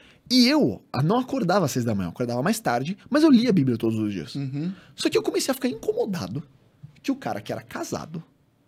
E eu não acordava às 6 da manhã, eu acordava mais tarde, mas eu lia a Bíblia todos os dias. Só que eu comecei a ficar incomodado que o cara que era casado,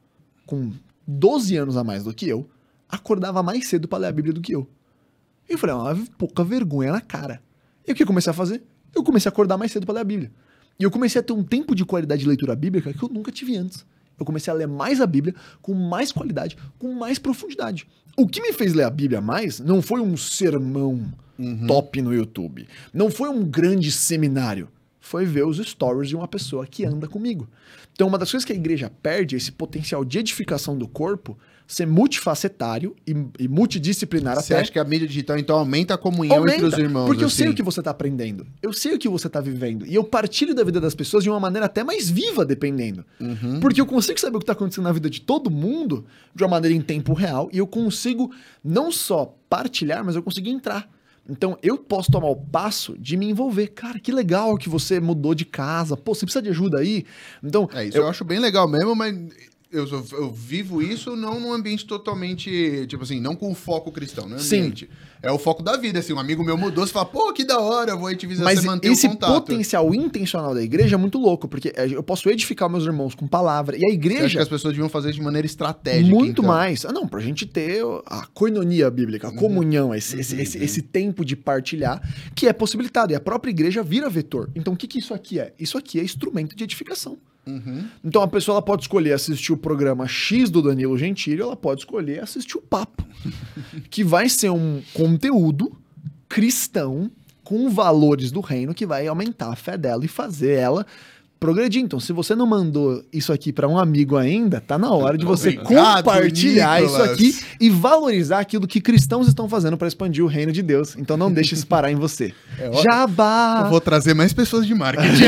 com 12 anos a mais do que eu, acordava mais cedo pra ler a Bíblia do que eu. E eu falei, uma pouca vergonha na cara. E o que eu comecei a fazer? Eu comecei a acordar mais cedo pra ler a Bíblia. E eu comecei a ter um tempo de qualidade de leitura bíblica que eu nunca tive antes. Eu comecei a ler mais a Bíblia, com mais qualidade, com mais profundidade. O que me fez ler a Bíblia mais não foi um sermão top no YouTube. Não foi um grande seminário. Foi ver os stories de uma pessoa que anda comigo. Então, uma das coisas que a igreja perde é esse potencial de edificação do corpo, ser multifacetário e multidisciplinar. Você acha que a mídia digital, então, aumenta a comunhão entre os irmãos? Porque eu sei o que você está aprendendo. Eu sei o que você está vivendo. E eu partilho da vida das pessoas de uma maneira até mais viva, dependendo. Porque eu consigo saber o que está acontecendo na vida de todo mundo de uma maneira em tempo real. E eu consigo não só partilhar, mas eu consigo entrar. Então, eu posso tomar o passo de me envolver. Cara, que legal que você mudou de casa. Pô, você precisa de ajuda aí? Então, isso eu acho bem legal mesmo, mas eu vivo isso não num ambiente totalmente, tipo assim, não com o foco cristão, né? Ambiente. É o foco da vida, assim, um amigo meu mudou, você fala, pô, que da hora, eu vou aí te visitar, Mas você mantém o contato. esse potencial intencional da igreja é muito louco, porque eu posso edificar meus irmãos com palavra, e a igreja... Você acha que as pessoas deviam fazer isso de maneira estratégica, muito então? mais. Não, pra gente ter a koinonia bíblica, a comunhão, esse tempo de partilhar, que é possibilitado, e a própria igreja vira vetor. Então, o que isso aqui é? Isso aqui é instrumento de edificação. Então a pessoa ela pode escolher assistir o programa X do Danilo Gentili, ou ela pode escolher assistir o Papo, que vai ser um conteúdo cristão com valores do reino que vai aumentar a fé dela e fazer ela progredir. Então, se você não mandou isso aqui para um amigo ainda, tá na hora de você compartilhar Nicolas. isso aqui e valorizar aquilo que cristãos estão fazendo para expandir o reino de Deus. Então, não deixe isso parar em você. Jabá! Eu vou trazer mais pessoas de marketing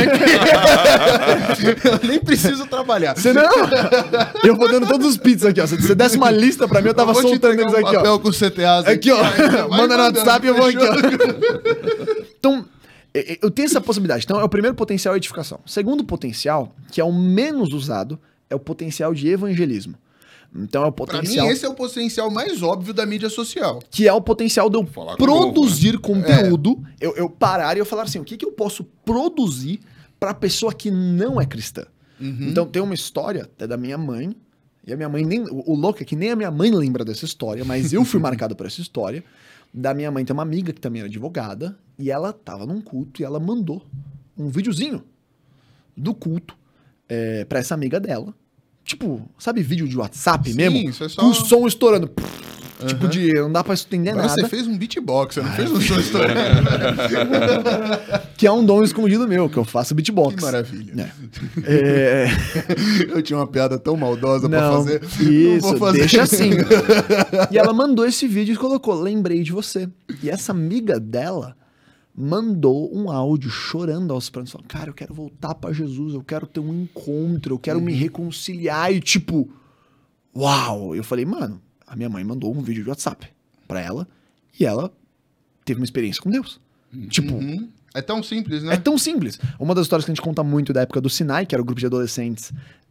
aqui. Eu nem preciso trabalhar. Você não? Eu vou dando todos os pits aqui, ó. Se você desse uma lista pra mim, eu tava vou te soltando entregar eles aqui, papel ó. com CTAs Aqui, ó. Vai Manda no mandando, WhatsApp e eu vou aqui, fechou? ó. Então, eu tenho essa possibilidade. Então, é o primeiro potencial de edificação. O segundo potencial, que é o menos usado, é o potencial de evangelismo. Então, é o Pra potencial... mim, esse é o potencial mais óbvio da mídia social. Que é o potencial de eu Falar com produzir conteúdo, eu parar e eu falar assim, o que eu posso produzir pra pessoa que não é cristã? Então, tem uma história até da minha mãe, e a minha mãe nem... O louco é que nem a minha mãe lembra dessa história, mas eu fui marcado por essa história. Da minha mãe tem uma amiga que também era advogada, e ela tava num culto e ela mandou um videozinho do culto pra essa amiga dela. Tipo, sabe vídeo de WhatsApp Sim, mesmo? isso é só- Com o som estourando. Tipo de... Não dá pra entender Agora nada. você fez um beatbox, você não fez um som estourando. Que é um dom escondido meu, que eu faço beatbox. Que maravilha. É. Eu tinha uma piada tão maldosa pra Não, fazer. isso, não vou fazer. deixa assim. E ela mandou esse vídeo e colocou, lembrei de você. E essa amiga dela mandou um áudio chorando aos prantos. Falando, cara, eu quero voltar pra Jesus, eu quero ter um encontro, eu quero me reconciliar. E tipo, uau! Eu falei, mano, a minha mãe mandou um vídeo de WhatsApp pra ela e ela teve uma experiência com Deus. Tipo, É tão simples, né? é tão simples. Uma das histórias que a gente conta muito da época do Sinai, que era o grupo de adolescentes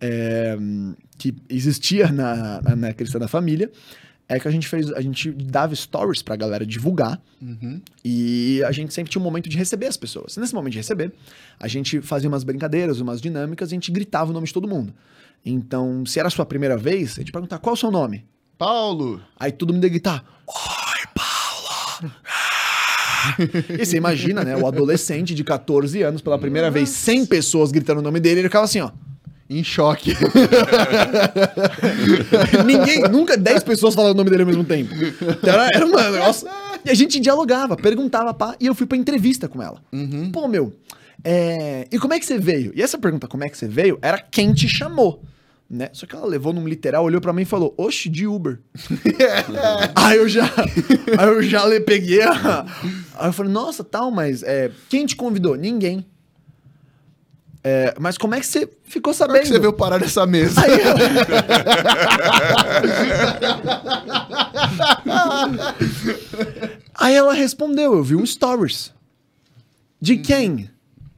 que existia na Cristã da Família, é que a gente dava stories pra galera divulgar e a gente sempre tinha um momento de receber as pessoas. Nesse momento de receber, a gente fazia umas brincadeiras, umas dinâmicas, e a gente gritava o nome de todo mundo. Então, se era a sua primeira vez, a gente perguntava, qual é o seu nome? Paulo. Aí todo mundo ia gritar, oi, Paulo! E você imagina, né? O adolescente de 14 anos, pela primeira vez, 100 pessoas gritando o nome dele, ele ficava assim, ó. Em choque. Ninguém, nunca 10 pessoas falaram o nome dele ao mesmo tempo. Então era um negócio. E a gente dialogava, perguntava, pá, e eu fui pra entrevista com ela. Pô, meu, e como é que você veio? E essa pergunta, como é que você veio, era quem te chamou. Né? Só que ela levou num literal, olhou pra mim e falou, oxe, de Uber. Aí eu já peguei Aí eu falei, nossa, tal, mas quem te convidou? Ninguém. Mas como é que você ficou sabendo? Como é que você veio parar nessa mesa? Aí ela respondeu, eu vi um stories. De quem?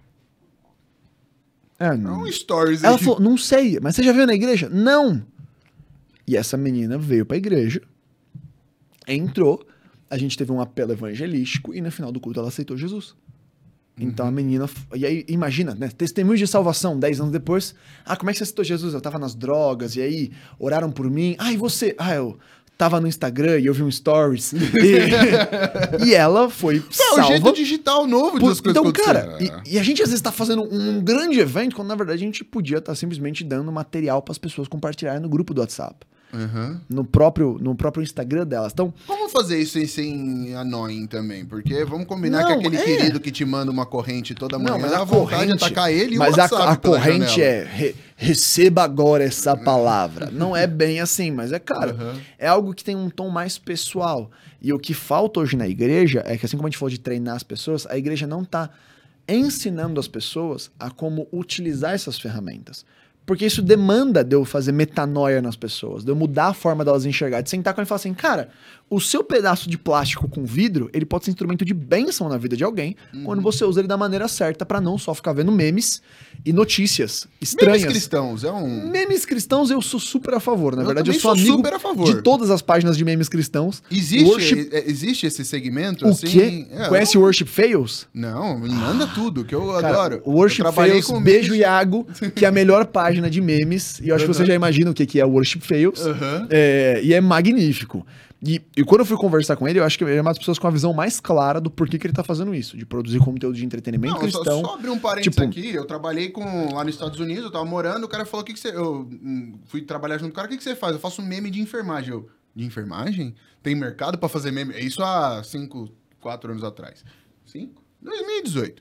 Não. Um stories Ela aí. falou, não sei, mas você já veio na igreja? Não. E essa menina veio pra igreja, entrou, a gente teve um apelo evangelístico e no final do culto ela aceitou Jesus. Então a menina... E aí, imagina, né? Testemunho de salvação, 10 anos depois. Como é que você aceitou Jesus? Eu tava nas drogas, e aí oraram por mim. E você? Eu tava no Instagram e eu vi um stories. E ela foi salva. É o jeito digital novo das coisas Então, acontecerem. cara, e a gente às vezes tá fazendo um grande evento, quando na verdade a gente podia estar simplesmente dando material para as pessoas compartilharem no grupo do WhatsApp. No próprio Instagram delas. Então, Como fazer isso sem annoying também? Porque vamos combinar que aquele querido que te manda uma corrente toda manhã, mas a vontade de atacar ele e o WhatsApp a pela corrente janela. receba agora essa palavra. Não é bem assim, mas é algo que tem um tom mais pessoal. E o que falta hoje na igreja é que, assim como a gente falou de treinar as pessoas, a igreja não tá ensinando as pessoas a como utilizar essas ferramentas. Porque isso demanda de eu fazer metanoia nas pessoas, de eu mudar a forma delas enxergar, de sentar com ele e falar assim, cara, o seu pedaço de plástico com vidro, ele pode ser instrumento de bênção na vida de alguém, quando você usa ele da maneira certa pra não só ficar vendo memes e notícias estranhas. Memes cristãos, Memes cristãos eu sou super a favor, na Eu verdade eu também sou sou amigo super a favor. de todas as páginas de memes cristãos. Existe esse segmento? O assim? quê? Conhece o Worship Fails? Não, me manda tudo, que eu Cara, adoro. o Worship Eu trabalhei Fails, com beijo memes. Iago, que é a melhor página de memes, e eu acho que você já imagina o que é o Worship Fails, e é magnífico. E quando eu fui conversar com ele, eu acho que ele é uma das pessoas com a visão mais clara do porquê que ele tá fazendo isso, de produzir conteúdo de entretenimento Não, cristão. só abrir um parênteses tipo, aqui, eu trabalhei lá nos Estados Unidos, eu tava morando, o cara falou, eu fui trabalhar junto com o cara, o que você faz? Eu faço um meme de enfermagem. De enfermagem? Tem mercado pra fazer meme? Isso há 4 anos atrás. 5? 2018.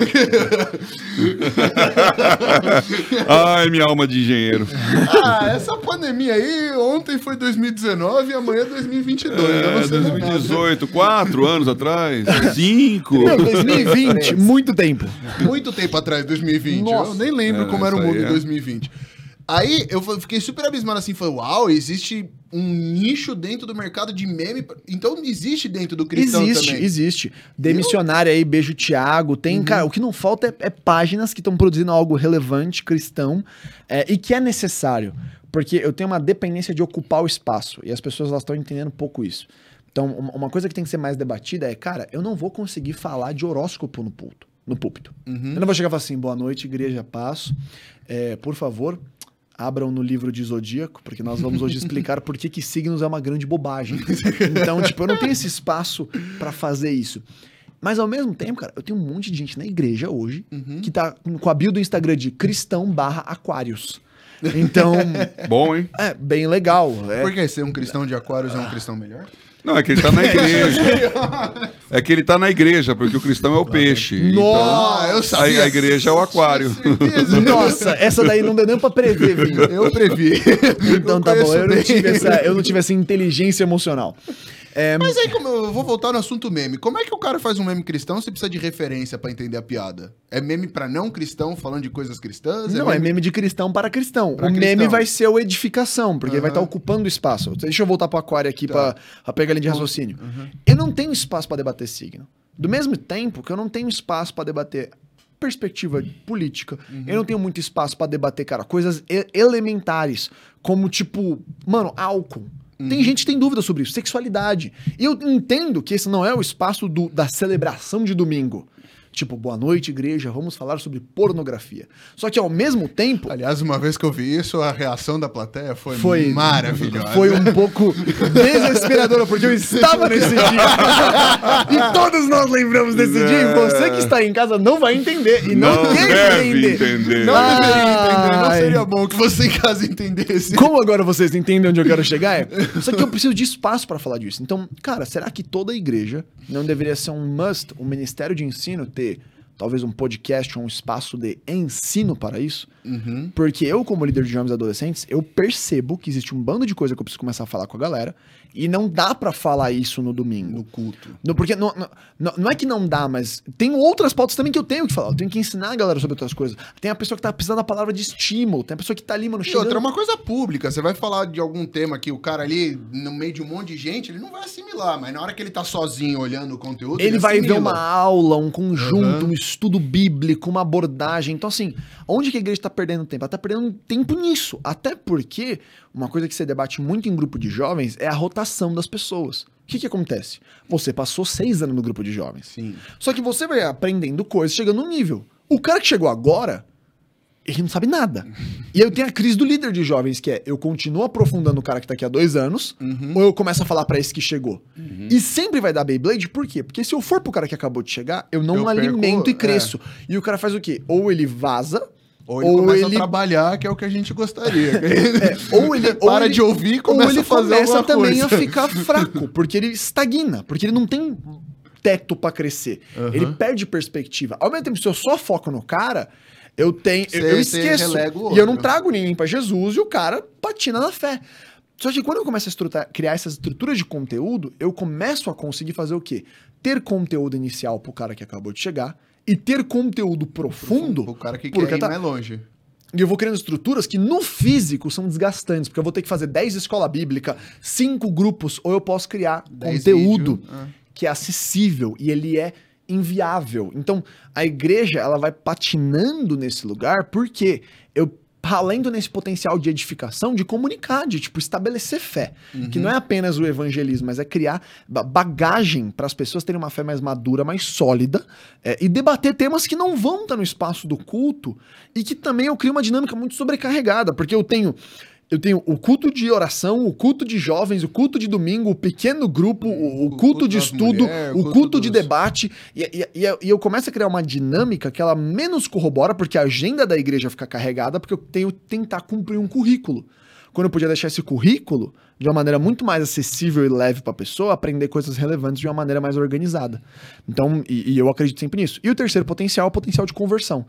Ai, minha alma de engenheiro. Essa pandemia aí, ontem foi 2019 e amanhã é 2022. eu não sei 2018, 4 anos atrás, 5. Não, 2020, muito tempo. Muito tempo atrás, 2020. Nossa. Eu nem lembro como era o isso mundo aí em 2020. Aí eu fiquei super abismado assim, falei, uau, existe um nicho dentro do mercado de meme, então existe dentro do cristão também. Existe. Demissionária aí, beijo Thiago, tem, cara, o que não falta é páginas que estão produzindo algo relevante, cristão, e que é necessário, porque eu tenho uma dependência de ocupar o espaço, e as pessoas elas estão entendendo pouco isso. Então, uma coisa que tem que ser mais debatida é, cara, eu não vou conseguir falar de horóscopo no púlpito. Eu não vou chegar e falar assim, boa noite, igreja, paz, por favor, abram no livro de Zodíaco, porque nós vamos hoje explicar por que signos é uma grande bobagem. Então, tipo, eu não tenho esse espaço pra fazer isso. Mas, ao mesmo tempo, cara, eu tenho um monte de gente na igreja hoje que tá com a bio do Instagram de cristão/aquários. Então... Bom, hein? É, bem legal. Por que ser um cristão de Aquários é um cristão melhor? Não, é que ele tá na igreja. É que ele tá na igreja, porque o cristão é o peixe. Nossa, eu sabia. A igreja é o aquário. Nossa, essa daí não deu nem pra prever, Vinho. Eu previ. Então tá bom, eu não tive essa inteligência emocional. Mas aí, como eu vou voltar no assunto meme. Como é que o cara faz um meme cristão se precisa de referência pra entender a piada? É meme pra não cristão falando de coisas cristãs? Não, é meme de cristão para cristão. Pra o cristão. meme vai ser o edificação, porque ele vai estar ocupando espaço. Deixa eu voltar pro aquário aqui pra pegar a linha de raciocínio. Eu não tenho espaço pra debater signo. Do mesmo tempo que eu não tenho espaço pra debater perspectiva política, eu não tenho muito espaço pra debater, cara, coisas elementares, como tipo, mano, álcool. Tem gente que tem dúvida sobre isso, sexualidade. E eu entendo que esse não é o espaço da celebração de domingo. Tipo, boa noite, igreja, vamos falar sobre pornografia. Só que ao mesmo tempo... Aliás, uma vez que eu vi isso, a reação da plateia foi maravilhosa. Foi um pouco desesperadora, porque eu estava nesse dia. E todos nós lembramos desse dia. E você que está em casa não vai entender. E não quer deve entender. Não deveria entender. Não seria bom que você em casa entendesse. Como agora vocês entendem onde eu quero chegar? Só que eu preciso de espaço para falar disso. Então, cara, será que toda igreja não deveria ser um must, um ministério de ensino, ter talvez um podcast ou um espaço de ensino para isso? Porque eu, como líder de jovens e adolescentes, eu percebo que existe um bando de coisa que eu preciso começar a falar com a galera e não dá pra falar isso no domingo. No culto. Porque não é que não dá, mas tem outras pautas também que eu tenho que falar. Eu tenho que ensinar a galera sobre outras coisas. Tem a pessoa que tá precisando da palavra de estímulo, tem a pessoa que tá ali, mano, E outra, é uma coisa pública. Você vai falar de algum tema que o cara ali, no meio de um monte de gente, ele não vai assimilar, mas na hora que ele tá sozinho olhando o conteúdo, ele vai ver assimila. uma aula, um conjunto, um estudo bíblico, uma abordagem. Então, assim, onde que a igreja tá perdendo tempo? Ela tá perdendo tempo nisso. Até porque uma coisa que você debate muito em grupo de jovens é a rotação das pessoas. O que acontece? Você passou 6 anos no grupo de jovens. Sim. Só que você vai aprendendo coisas, chegando num nível. O cara que chegou agora, ele não sabe nada. E eu tenho a crise do líder de jovens, que é, eu continuo aprofundando o cara que tá aqui há 2 anos, ou eu começo a falar pra esse que chegou. E sempre vai dar Beyblade, por quê? Porque se eu for pro cara que acabou de chegar, eu não alimento e cresço. E o cara faz o quê? Ou ele vaza, ou ele começa a trabalhar, que é o que a gente gostaria. Ou ele para de ouvir e começa a fazer alguma também coisa. a ficar fraco, porque ele estagna, porque ele não tem teto pra crescer. Ele perde perspectiva. Ao mesmo tempo, se eu só foco no cara, eu esqueço. E eu não trago ninguém pra Jesus e o cara patina na fé. Só que quando eu começo a criar essas estruturas de conteúdo, eu começo a conseguir fazer o quê? Ter conteúdo inicial pro cara que acabou de chegar e ter conteúdo profundo O cara que pro quer ir tá... mais longe. E eu vou criando estruturas que no físico são desgastantes, porque eu vou ter que fazer 10 escola bíblica, 5 grupos, ou eu posso criar conteúdo que é acessível e ele é inviável. Então, a igreja, ela vai patinando nesse lugar porque eu ralando nesse potencial de edificação, de comunicar, de tipo estabelecer fé, que não é apenas o evangelismo, mas é criar bagagem para as pessoas terem uma fé mais madura, mais sólida, e debater temas que não vão estar no espaço do culto e que também eu crio uma dinâmica muito sobrecarregada, porque eu tenho o culto de oração, o culto de jovens, o culto de domingo, o pequeno grupo, o culto de estudo, o culto de debate. E eu começo a criar uma dinâmica que ela menos corrobora, porque a agenda da igreja fica carregada, porque eu tenho que tentar cumprir um currículo. Quando eu podia deixar esse currículo de uma maneira muito mais acessível e leve para a pessoa, aprender coisas relevantes de uma maneira mais organizada. Então, e eu acredito sempre nisso. E o terceiro potencial é o potencial de conversão.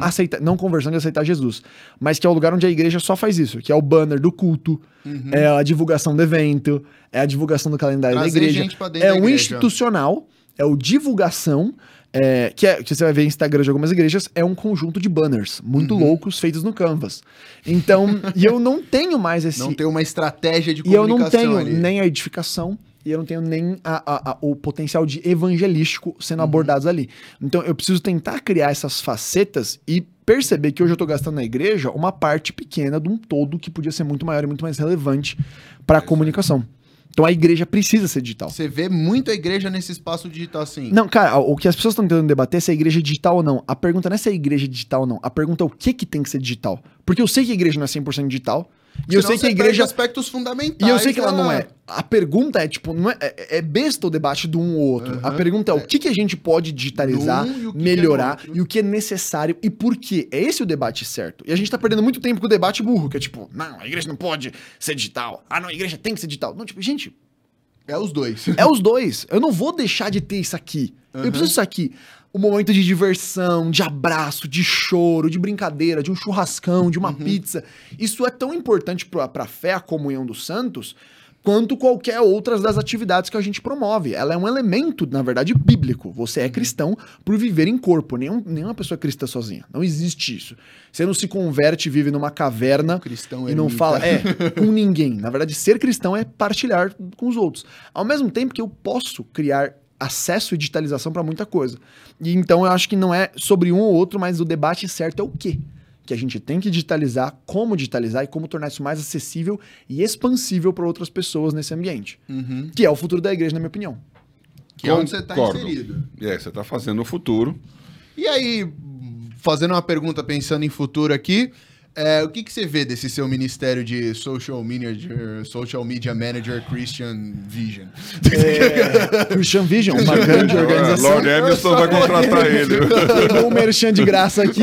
Não conversão de aceitar Jesus, mas que é o lugar onde a igreja só faz isso, que é o banner do culto, é a divulgação do evento, é a divulgação do calendário da igreja. Gente pra dentro é da o igreja. institucional, é o divulgação, que você vai ver em Instagram de algumas igrejas, é um conjunto de banners muito loucos feitos no Canvas. Então, e eu não tenho mais esse... Não tem uma estratégia de E eu não comunicação tenho ali. nem a edificação, e eu não tenho nem o potencial de evangelístico sendo abordados ali. Então, eu preciso tentar criar essas facetas e perceber que hoje eu tô gastando na igreja uma parte pequena de um todo que podia ser muito maior e muito mais relevante para a comunicação. Então a igreja precisa ser digital. Você vê muito a igreja nesse espaço digital assim. Não, cara, o que as pessoas estão tentando debater é se a igreja é digital ou não. A pergunta não é se a igreja é digital ou não. A pergunta é o que tem que ser digital. Porque eu sei que a igreja não é 100% digital. E eu sei que a igreja... aspectos fundamentais. E eu sei que ela não é. A pergunta é, tipo, não é besta o debate de um ou outro. A pergunta é o que a gente pode digitalizar, e o que melhorar, que é e o que é necessário e por quê. É esse o debate certo. E a gente tá perdendo muito tempo com o debate burro, que é tipo, não, a igreja não pode ser digital. Ah, não, a igreja tem que ser digital. Não, tipo, gente... É os dois. É os dois. Eu não vou deixar de ter isso aqui. Eu preciso disso aqui. Um momento de diversão, de abraço, de choro, de brincadeira, de um churrascão, de uma pizza. Isso é tão importante pra fé, a comunhão dos santos, quanto qualquer outras das atividades que a gente promove. Ela é um elemento, na verdade, bíblico. Você é cristão por viver em corpo. Nenhuma pessoa é cristã sozinha. Não existe isso. Você não se converte, vive numa caverna Cristão e não ermita. fala com ninguém. Na verdade, ser cristão é partilhar com os outros. Ao mesmo tempo que eu posso criar acesso e digitalização para muita coisa. E então eu acho que não é sobre um ou outro, mas o debate certo é o quê? Que a gente tem que digitalizar, como digitalizar e como tornar isso mais acessível e expansível para outras pessoas nesse ambiente. Que é o futuro da igreja, na minha opinião. Que é onde você tá Concordo. inserido. Você tá fazendo o futuro. E aí, fazendo uma pergunta pensando em futuro aqui, o que você vê desse seu ministério de Social Media Manager Christian Vision? Christian Vision, uma grande organização. Lord Emerson vai contratar ele. Pegou um merchan de graça aqui.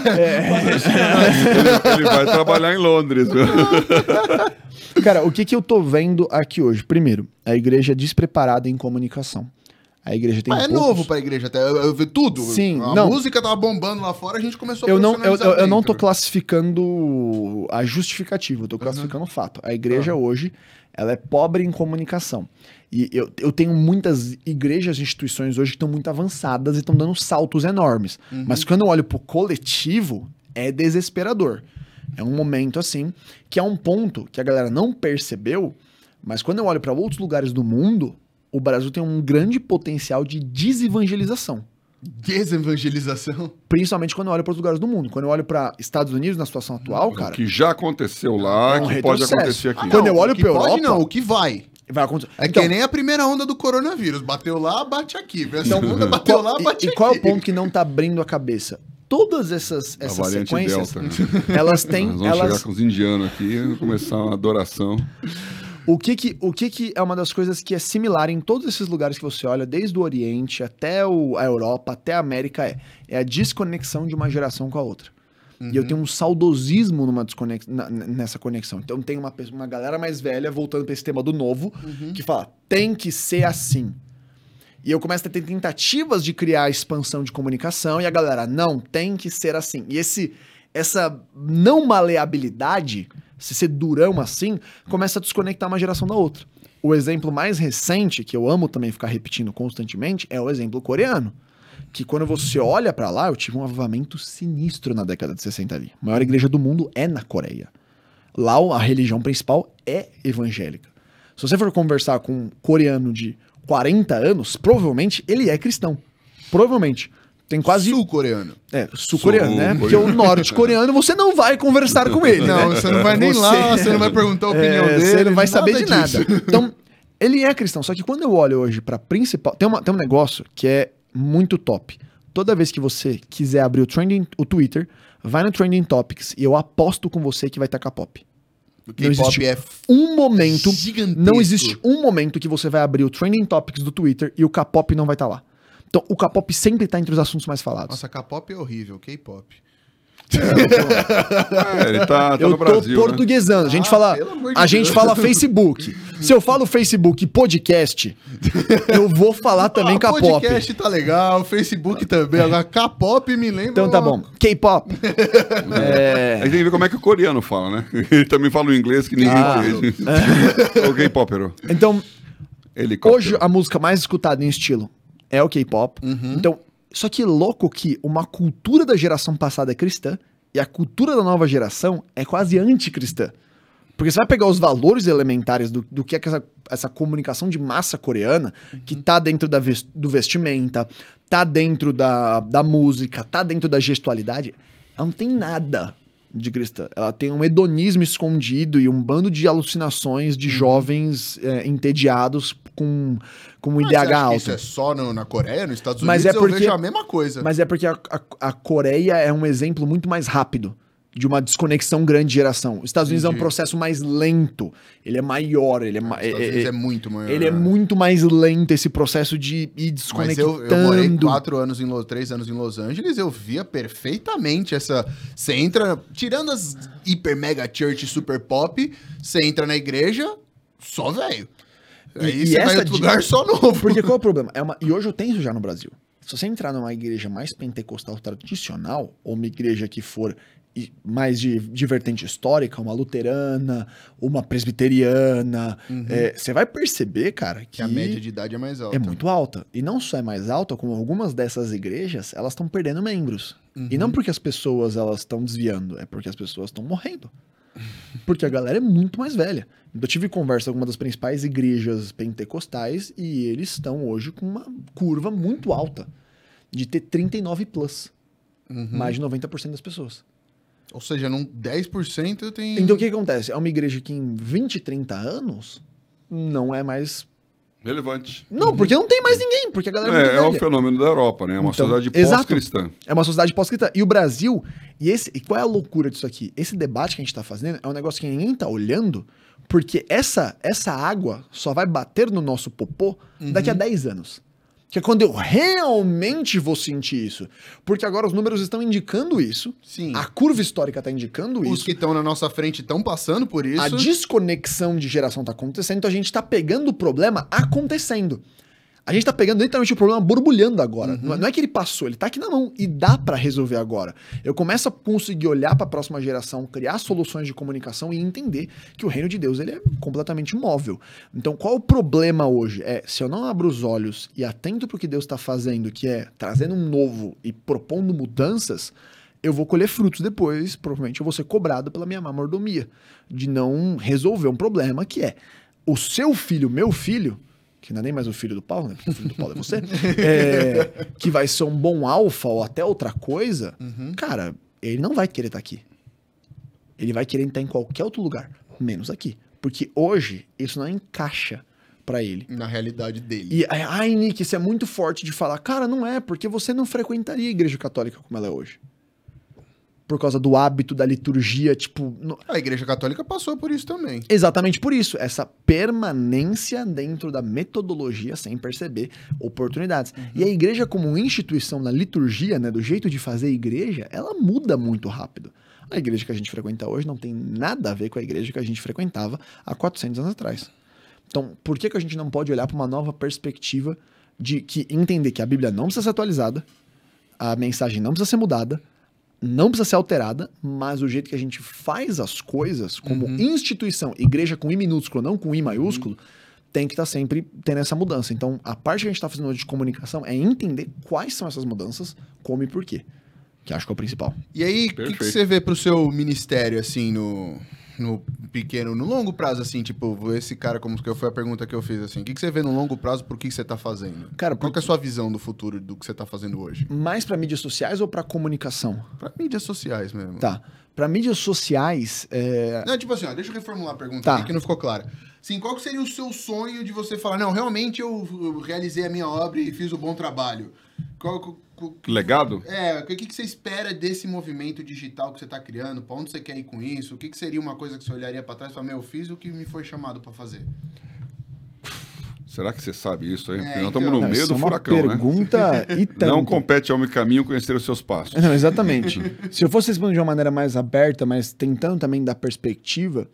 Ele vai trabalhar em Londres. Cara, o que eu tô vendo aqui hoje? Primeiro, a igreja é despreparada em comunicação. A igreja tem novo pra igreja até. Eu vi tudo. Sim, a não. música tava bombando lá fora, a gente começou a Eu não profissionalizar não tô dentro. classificando a justificativa, eu tô classificando o fato. A igreja hoje, ela é pobre em comunicação. E eu tenho muitas igrejas e instituições hoje que estão muito avançadas e estão dando saltos enormes. Mas quando eu olho pro coletivo, é desesperador. É um momento assim, que é um ponto que a galera não percebeu, mas quando eu olho para outros lugares do mundo, o Brasil tem um grande potencial de desevangelização. Desevangelização. Principalmente quando eu olho para os lugares do mundo. Quando eu olho para Estados Unidos na situação atual, O cara, que já aconteceu lá, É um que pode retrocesso. acontecer aqui. Quando eu olho o que pra pode Europa- não, o que vai. vai acontecer. É que nem a primeira onda do coronavírus. Bateu lá, bate aqui. A segunda bateu lá, bate e aqui. qual é o ponto que não tá abrindo a cabeça? Todas essas A variante sequências, Delta. elas têm... Nós vamos chegar com os indianos aqui e começar uma adoração. O que é uma das coisas que é similar em todos esses lugares que você olha, desde o Oriente até a Europa, até a América, é a desconexão de uma geração com a outra. E eu tenho um saudosismo nessa conexão. Então tem uma galera mais velha, voltando para esse tema do novo, que fala, tem que ser assim. E eu começo a ter tentativas de criar expansão de comunicação, e a galera, não, tem que ser assim. E essa não maleabilidade, se ser durão assim, começa a desconectar uma geração da outra. O exemplo mais recente, que eu amo também ficar repetindo constantemente, é o exemplo coreano. que quando você olha pra lá, eu tive um avivamento sinistro na década de 60 ali. A maior igreja do mundo é na Coreia. Lá a religião principal é evangélica. Se você for conversar com um coreano de 40 anos, provavelmente ele é cristão. Provavelmente. Tem quase... Sul-coreano. Sul-coreano, né? Porque o norte-coreano você não vai conversar com ele. Não, você não vai nem lá, você não vai perguntar a opinião dele. Você não vai saber de nada. Então, ele é cristão. Só que quando eu olho hoje pra principal... Tem um negócio que é muito top. Toda vez que você quiser abrir o Twitter, vai no Trending Topics e eu aposto com você que vai tacar pop. O K-pop é gigantesco. Não existe um momento que você vai abrir o Trending Topics do Twitter e o K-pop não vai estar lá. Então, o K-pop sempre tá entre os assuntos mais falados. Nossa, K-pop é horrível, K-pop. Ele tá no Brasil, eu tô portuguesando. Né? A gente fala Facebook. Se eu falo Facebook podcast, eu vou falar também K-pop. Podcast tá legal, Facebook também. Agora, K-pop me lembra... Então tá bom. K-pop. Aí tem que ver como é que o coreano fala, né? Ele também fala o inglês que ninguém entende. O K-popero. Então, hoje a música mais escutada em estilo é o K-pop. Então, só que louco que uma cultura da geração passada é cristã e a cultura da nova geração é quase anticristã. Porque você vai pegar os valores elementares do que é essa comunicação de massa coreana, que tá dentro do vestimenta, tá dentro da música, tá dentro da gestualidade, ela não tem nada de cristã. Ela tem um hedonismo escondido e um bando de alucinações de jovens entediados com um IDH alto. Isso é só na Coreia? Nos Estados Unidos eu vejo a mesma coisa. Mas é porque a Coreia é um exemplo muito mais rápido de uma desconexão grande de geração. Os Estados Unidos é um processo mais lento. Ele é maior. Os Estados Unidos é muito maior. Ele é muito mais lento, esse processo de ir desconectando. Mas eu morei 3 anos em Los Angeles, eu via perfeitamente essa... Você entra... Tirando as hiper mega church super pop, você entra na igreja, só velho. Aí você vai em outro lugar só novo. Porque qual é o problema? E hoje eu tenho isso já no Brasil. Se você entrar numa igreja mais pentecostal tradicional, ou uma igreja que for mais de vertente histórica, uma luterana, uma presbiteriana, você vai perceber, cara, que a média de idade é mais alta. É muito alta. E não só é mais alta, como algumas dessas igrejas, elas estão perdendo membros. E não porque as pessoas elas estão desviando, é porque as pessoas estão morrendo. Porque a galera é muito mais velha. Eu tive conversa com uma das principais igrejas pentecostais e eles estão hoje com uma curva muito alta de ter 39+. Mais de 90% das pessoas. Ou seja, num 10% tem... Então o que acontece? É uma igreja que em 20, 30 anos não é mais... relevante. Não, porque não tem mais ninguém, porque a galera é o fenômeno da Europa, né? É uma sociedade pós-cristã. É uma sociedade pós-cristã. E o Brasil... E qual é a loucura disso aqui? Esse debate que a gente tá fazendo é um negócio que ninguém tá olhando, porque essa água só vai bater no nosso popô daqui a 10 anos. Que é quando eu realmente vou sentir isso. Porque agora os números estão indicando isso. Sim. A curva histórica está indicando isso. Os que estão na nossa frente estão passando por isso. A desconexão de geração está acontecendo, então a gente está pegando o problema acontecendo. A gente tá pegando literalmente o problema borbulhando agora. Não é que ele passou, ele tá aqui na mão e dá pra resolver agora. Eu começo a conseguir olhar pra próxima geração, criar soluções de comunicação e entender que o reino de Deus ele é completamente móvel. Então qual o problema hoje? Se eu não abro os olhos e atento pro que Deus tá fazendo, que é trazendo um novo e propondo mudanças, eu vou colher frutos depois, provavelmente eu vou ser cobrado pela minha má mordomia, de não resolver um problema que é o seu filho, meu filho, que não é nem mais o filho do Paulo, né? Porque o filho do Paulo é você, que vai ser um bom alfa ou até outra coisa, cara, ele não vai querer estar aqui. Ele vai querer estar em qualquer outro lugar, menos aqui. Porque hoje, isso não encaixa pra ele. Na realidade dele. E, ai, Nick, isso é muito forte de falar. Cara, não é, porque você não frequentaria a igreja católica como ela é hoje. Por causa do hábito da liturgia, tipo... A Igreja Católica passou por isso também. Exatamente por isso. Essa permanência dentro da metodologia, sem perceber oportunidades. E a igreja como instituição na liturgia, né, do jeito de fazer igreja, ela muda muito rápido. A igreja que a gente frequenta hoje não tem nada a ver com a igreja que a gente frequentava há 400 anos atrás. Então, por que a gente não pode olhar para uma nova perspectiva de entender que a Bíblia não precisa ser atualizada, a mensagem não precisa ser mudada, não precisa ser alterada, mas o jeito que a gente faz as coisas como instituição, igreja com I minúsculo, não com I maiúsculo, tem que estar sempre tendo essa mudança. Então, a parte que a gente está fazendo hoje de comunicação é entender quais são essas mudanças, como e por quê. Que acho que é o principal. E aí, o que você vê pro seu ministério, assim, no pequeno, no longo prazo, assim, tipo, esse cara, como que foi a pergunta que eu fiz, assim, o que você vê no longo prazo por que você tá fazendo? Cara, qual que é a sua visão do futuro do que você tá fazendo hoje? Mais para mídias sociais ou para comunicação? Para mídias sociais mesmo. Tá. Para mídias sociais... Não, tipo assim, ó, deixa eu reformular a pergunta aqui que não ficou clara. Sim, qual que seria o seu sonho de você falar, não, realmente eu realizei a minha obra e fiz o bom trabalho? Legado? O que você espera desse movimento digital que você está criando? Para onde você quer ir com isso? O que seria uma coisa que você olharia para trás e falaria, eu fiz o que me foi chamado para fazer? Será que você sabe isso aí? Porque nós estamos no meio do furacão, pergunta né? E tanto. Não compete ao meu caminho conhecer os seus passos. Não, exatamente. Se eu fosse responder de uma maneira mais aberta, mas tentando também dar perspectiva,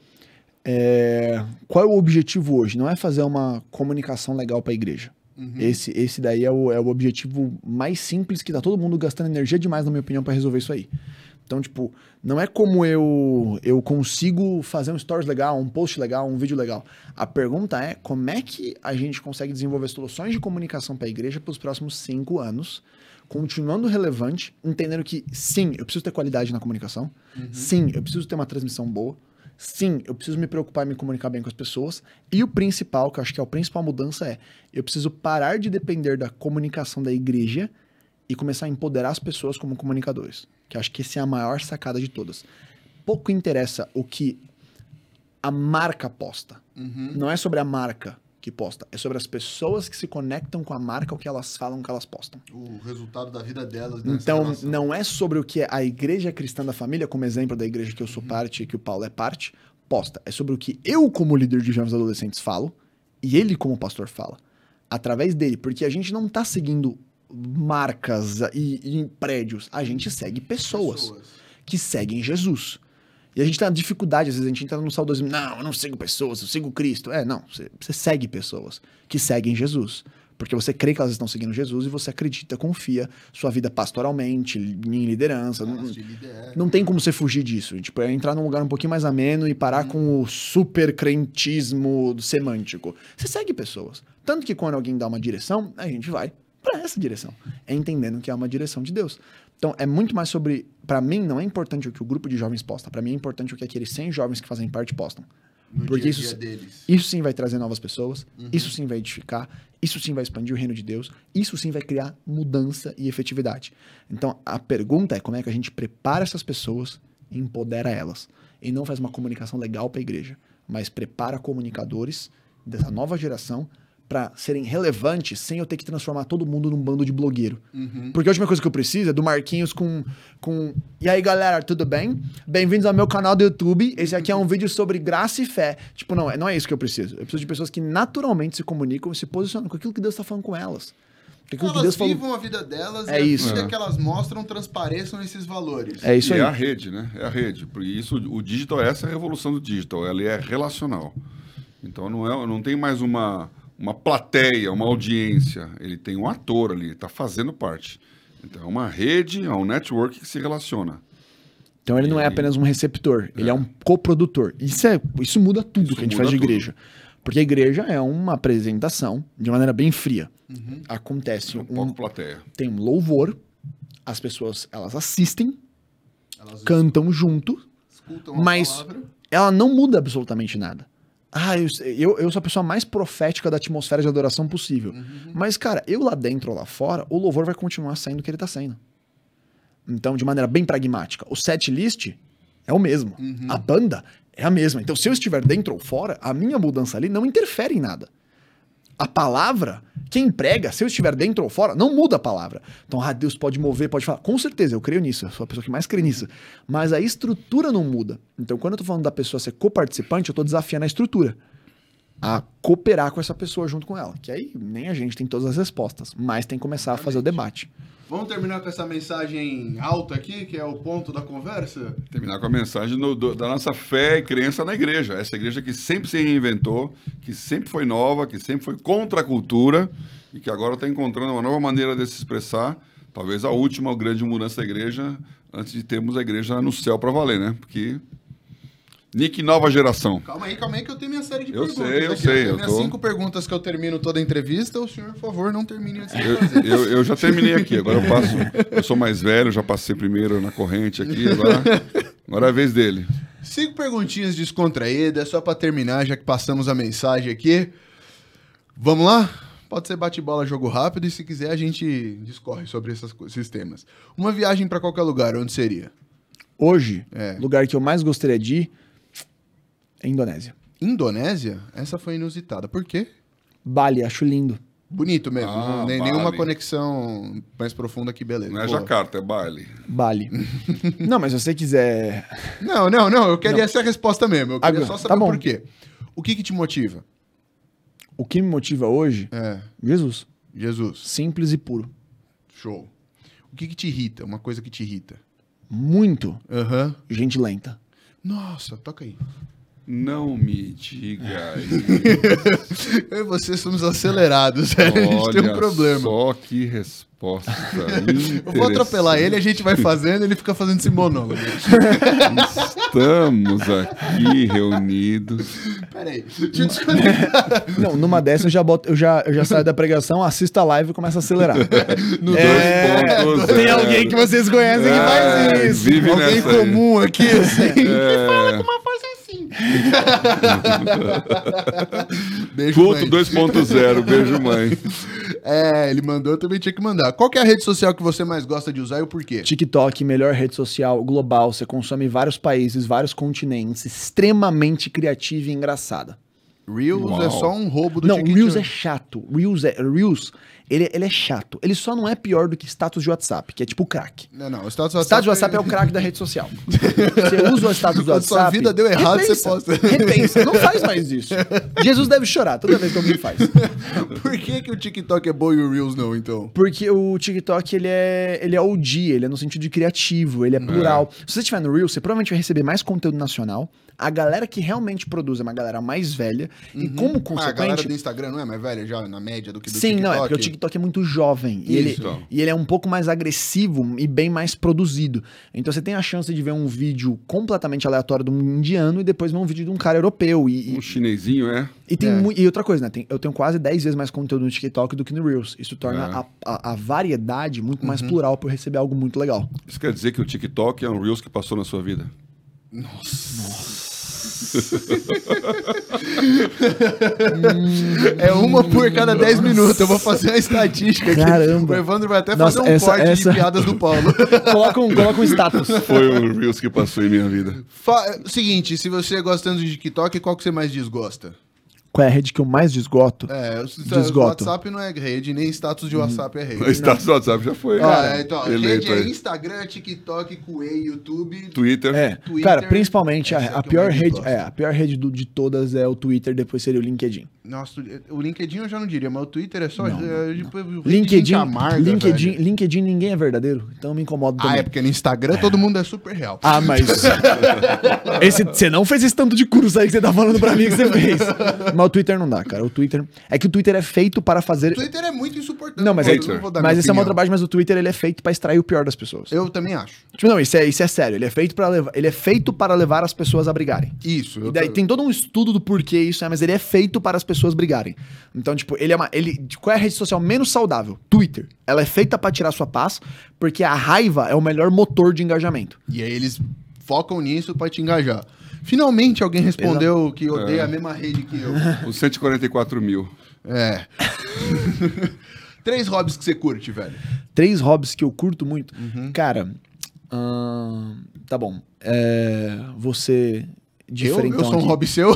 qual é o objetivo hoje? Não é fazer uma comunicação legal para a igreja. Uhum. Esse daí é o objetivo mais simples, que tá todo mundo gastando energia demais, na minha opinião, para resolver isso aí. Então, tipo, não é como eu consigo fazer um stories legal, um post legal, um vídeo legal. A pergunta é como é que a gente consegue desenvolver soluções de comunicação para a igreja para os próximos 5 anos, continuando relevante, entendendo que, sim, eu preciso ter qualidade na comunicação, sim, eu preciso ter uma transmissão boa, sim, eu preciso me preocupar em me comunicar bem com as pessoas. E o principal, que eu acho que é a principal mudança, eu preciso parar de depender da comunicação da igreja e começar a empoderar as pessoas como comunicadores. Que eu acho que essa é a maior sacada de todas. Pouco interessa o que a marca posta. Não é sobre a marca que posta, é sobre as pessoas que se conectam com a marca, o que elas falam, o que elas postam. O resultado da vida delas. Então, não é sobre o que a igreja cristã da família, como exemplo da igreja que eu sou parte e que o Paulo é parte, posta. É sobre o que eu, como líder de jovens adolescentes, falo e ele, como pastor, fala. Através dele, porque a gente não tá seguindo marcas e prédios, a gente segue pessoas que seguem Jesus. E a gente tem uma dificuldade, às vezes a gente entra no saudosismo, não, eu não sigo pessoas, eu sigo Cristo. Não, você segue pessoas que seguem Jesus. Porque você crê que elas estão seguindo Jesus e você acredita, confia sua vida pastoralmente, em liderança. Não tem como você fugir disso. Tipo, é entrar num lugar um pouquinho mais ameno e parar com o super crentismo semântico. Você segue pessoas. Tanto que quando alguém dá uma direção, a gente vai para essa direção. É entendendo que é uma direção de Deus. Então, é muito mais sobre... Para mim, não é importante o que o grupo de jovens posta. Para mim, é importante o que aqueles 100 jovens que fazem parte postam. Porque isso sim vai trazer novas pessoas, isso sim vai edificar, isso sim vai expandir o reino de Deus, isso sim vai criar mudança e efetividade. Então, a pergunta é como é que a gente prepara essas pessoas e empodera elas. E não faz uma comunicação legal para a igreja, mas prepara comunicadores dessa nova geração para serem relevantes sem eu ter que transformar todo mundo num bando de blogueiro. Porque a última coisa que eu preciso é do Marquinhos com... E aí, galera, tudo bem? Bem-vindos ao meu canal do YouTube. Esse aqui é um vídeo sobre graça e fé. Tipo, não é isso que eu preciso. Eu preciso de pessoas que naturalmente se comunicam e se posicionam com aquilo que Deus está falando com elas. Elas vivam a vida delas e a vida que elas mostram transpareçam esses valores. É isso aí. É a rede, né? É a rede. Por isso, o digital, essa é a revolução do digital. Ela é relacional. Então, não tem mais uma plateia, uma audiência. Ele tem um ator ali, está fazendo parte. Então, é uma rede, é um network que se relaciona. Então, ele não é apenas um receptor, ele é um coprodutor. Isso muda tudo que a gente faz de igreja. Porque a igreja é uma apresentação de maneira bem fria. Acontece pouco plateia. Tem um louvor, as pessoas elas assistem, elas cantam junto, mas ela não muda absolutamente nada. Eu sou a pessoa mais profética da atmosfera de adoração possível. Mas, cara, eu lá dentro ou lá fora, o louvor vai continuar sendo o que ele tá sendo. Então, de maneira bem pragmática, o set list é o mesmo. A banda é a mesma. Então, se eu estiver dentro ou fora, a minha mudança ali não interfere em nada. A palavra, quem prega, se eu estiver dentro ou fora, não muda a palavra. Então, Deus pode mover, pode falar. Com certeza, eu creio nisso. Eu sou a pessoa que mais crê nisso. Mas a estrutura não muda. Então, quando eu tô falando da pessoa ser coparticipante, eu tô desafiando a estrutura a cooperar com essa pessoa junto com ela. Que aí nem a gente tem todas as respostas, mas tem que começar a fazer o debate. Vamos terminar com essa mensagem alta aqui, que é o ponto da conversa? Terminar com a mensagem da nossa fé e crença na igreja. Essa igreja que sempre se reinventou, que sempre foi nova, que sempre foi contra a cultura e que agora está encontrando uma nova maneira de se expressar. Talvez a última grande mudança da igreja, antes de termos a igreja no céu para valer, né? Porque Nick Nova Geração. Calma aí que eu tenho minha série de Eu perguntas. sei, eu aqui. sei, Eu tenho eu minhas tô- 5 perguntas que eu termino toda a entrevista. O senhor, por favor, não termine antes de fazer. Eu já terminei aqui, agora eu passo. Eu sou mais velho, já passei primeiro na corrente aqui, agora é a vez dele. 5 perguntinhas descontraídas, só pra terminar, já que passamos a mensagem aqui. Vamos lá? Pode ser bate-bola, jogo rápido, e se quiser a gente discorre sobre esses temas. Uma viagem pra qualquer lugar, onde seria? Hoje, É. lugar que eu mais gostaria de ir é Indonésia. Indonésia? Essa foi inusitada. Por quê? Bali, acho lindo. Bonito mesmo. Ah, Nenhuma Bali. conexão mais profunda que beleza. Não é Boa. Jacarta, é Bali. Bali. Não, mas se você quiser... Não. Eu queria essa resposta mesmo. Eu queria Agora, só saber tá bom. por quê. O que te motiva? O que me motiva hoje? É, Jesus. Jesus. Simples e puro. Show. O que te irrita? Uma coisa que te irrita. Muito Aham. gente lenta. Nossa, toca aí. Não me diga Eu e você somos acelerados, velho. A gente tem um problema. Só que resposta. Eu vou atropelar ele, a gente vai fazendo, ele fica fazendo esse monólogo. Estamos aqui reunidos. Peraí, deixa eu desconectar. Não, numa dessa eu já saio da pregação, assisto a live e começo a acelerar. No 2.0. Tem alguém que vocês conhecem que faz isso. Vive Alguém nessa aí. comum aqui, assim. É, Beijo, Culto mãe. 2.0, beijo mãe. É, ele mandou, eu também tinha que mandar. Qual que é a rede social que você mais gosta de usar e o porquê? TikTok, melhor rede social global, você consome em vários países, vários continentes, extremamente criativa e engraçada. Reels Uau. é só um roubo do Não, TikTok. Reels é chato. Reels, ele é chato. Ele só não é pior do que status de WhatsApp, que é tipo o crack. Não, o status do Status de WhatsApp é o crack da rede social. Você usa o status do Quando WhatsApp... sua vida deu errado, repensa, você posta. Repensa, não faz mais isso. Jesus deve chorar toda vez que alguém faz. Por que o TikTok é bom e o Reels não, então? Porque o TikTok, ele é OG, ele é no sentido de criativo, ele é plural. Se você estiver no Reels, você provavelmente vai receber mais conteúdo nacional. A galera que realmente produz é uma galera mais velha. E como A galera consequente... do Instagram não é mais velha já, na média, do que do Sim, TikTok? não, é porque o TikTok é muito jovem. E Isso. ele é um pouco mais agressivo e bem mais produzido. Então você tem a chance de ver um vídeo completamente aleatório de um indiano e depois ver um vídeo de um cara europeu. Um chinesinho, é? E outra coisa, né? Eu tenho quase 10 vezes mais conteúdo no TikTok do que no Reels. Isso torna a variedade muito mais plural pra eu receber algo muito legal. Isso quer dizer que o TikTok é um Reels que passou na sua vida? É uma por cada 10 minutos. Eu vou fazer uma estatística aqui. Caramba. O Evandro vai até Nossa, fazer um corte essa- de piadas do Paulo. Coloca um status. Foi um Reels que passou em minha vida. Seguinte, se você gosta tanto de TikTok, qual que você mais desgosta? Qual é a rede que eu mais desgosto? O Desgoto. WhatsApp não é rede, nem status de WhatsApp é rede. O status do WhatsApp já foi Então, eleito rede é aí. Instagram, TikTok, Kuwait, YouTube. Twitter. É, Twitter, cara, principalmente essa é a que eu pior mais rede, gosto. a pior rede de todas é o Twitter, depois seria o LinkedIn. Nossa, o LinkedIn eu já não diria, mas o Twitter é só. Não. LinkedIn. LinkedIn ninguém é verdadeiro, então eu me incomodo também. É porque no Instagram todo mundo é super real. Ah, mas você não fez esse tanto de curso aí que você tá falando pra mim que você fez. Mas o Twitter não dá, cara. O Twitter é que o Twitter é feito para fazer. O Twitter é muito insuportável. Não, mas Eu Twitter. não vou dar Mas minha esse é uma opinião. outra parte, mas o Twitter ele é feito pra extrair o pior das pessoas. Eu também acho. Tipo, não, isso é sério. Ele é feito para levar as pessoas a brigarem. Isso. E daí tem todo um estudo do porquê isso é, mas ele é feito para as pessoas brigarem. Então, tipo, qual é a rede social menos saudável? Twitter. Ela é feita pra tirar sua paz, porque a raiva é o melhor motor de engajamento. E aí eles focam nisso pra te engajar. Finalmente alguém respondeu que odeia a mesma rede que eu. Os 144 mil. É. 3 hobbies que você curte, velho. 3 hobbies que eu curto muito. Uhum. Cara, tá bom. Você diferentão Eu sou um aqui. hobby seu?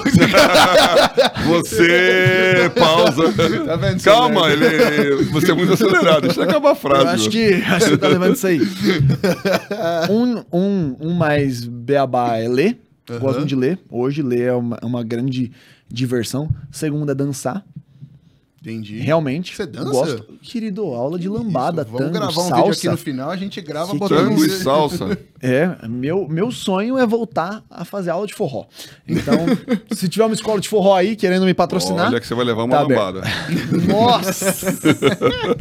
Você pausa. Tá vendo? Calma, você é muito acelerado. Deixa eu acabar a frase. Eu acho que você tá levando isso aí. Um mais beabá é ler. Gosto de ler. Hoje ler é uma grande diversão. Segundo é dançar. Entendi. Realmente. Você dança? Gosto. Querido, aula de lambada, Isso, vamos tango, gravar um salsa. vídeo aqui no final, a gente grava Que botando Tango e salsa. Meu sonho é voltar a fazer aula de forró. Então, se tiver uma escola de forró aí querendo me patrocinar... Olha que você vai levar uma Tá lambada. Nossa!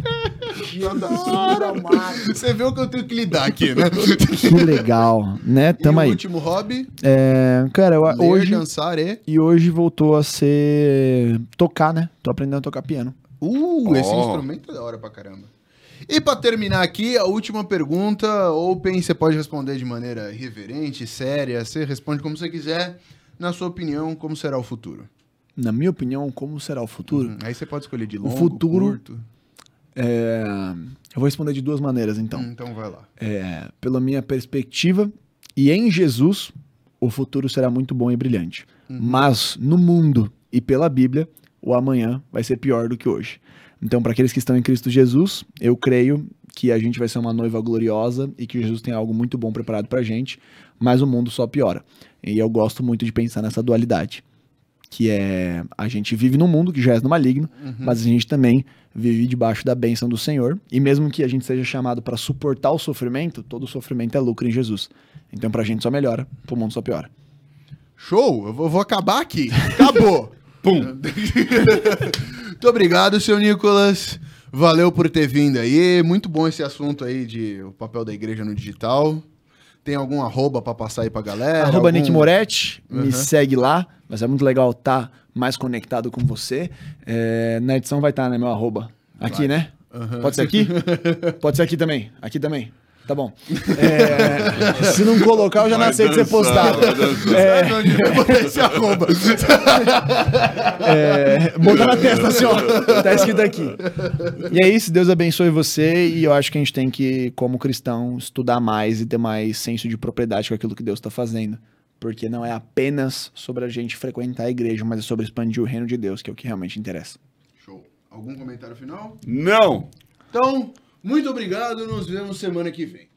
Você vê o que eu tenho que lidar aqui, né? Que legal, né? Tamo E aí. o último hobby? Cara, Ler, hoje... dançar E hoje voltou a ser... tocar, né? Tô aprendendo a tocar piano. Esse instrumento é da hora pra caramba. E pra terminar aqui, a última pergunta. Open, você pode responder de maneira irreverente, séria. Você responde como você quiser. Na sua opinião, como será o futuro? Na minha opinião, como será o futuro? Aí você pode escolher de longo, futuro, curto. Eu vou responder de duas maneiras, então. Então vai lá. Pela minha perspectiva, e em Jesus, o futuro será muito bom e brilhante. Mas no mundo e pela Bíblia, o amanhã vai ser pior do que hoje. Então, para aqueles que estão em Cristo Jesus, eu creio que a gente vai ser uma noiva gloriosa e que Jesus tem algo muito bom preparado pra gente, mas o mundo só piora. E eu gosto muito de pensar nessa dualidade, que é a gente vive num mundo que já é no maligno, mas a gente também vive debaixo da bênção do Senhor, e mesmo que a gente seja chamado para suportar o sofrimento, todo sofrimento é lucro em Jesus. Então pra gente só melhora, pro mundo só piora. Show! Eu vou acabar aqui. Acabou! Pum! Muito obrigado, seu Nicolas. Valeu por ter vindo aí. Muito bom esse assunto aí de o papel da igreja no digital. Tem algum arroba pra passar aí pra galera? Nick Moretti, me segue lá. Mas é muito legal estar mais conectado com você. Na edição vai estar, né, meu arroba. Aqui, né? Pode ser aqui? Pode ser aqui também. Aqui também. Tá bom. Se não colocar, eu já não aceito ser postado. Botar esse arroba. Botar na testa assim, ó. Tá escrito aqui. E é isso, Deus abençoe você. E eu acho que a gente tem que, como cristão, estudar mais e ter mais senso de propriedade com aquilo que Deus tá fazendo. Porque não é apenas sobre a gente frequentar a igreja, mas é sobre expandir o reino de Deus, que é o que realmente interessa. Show. Algum comentário final? Não! Então, muito obrigado. Nos vemos semana que vem.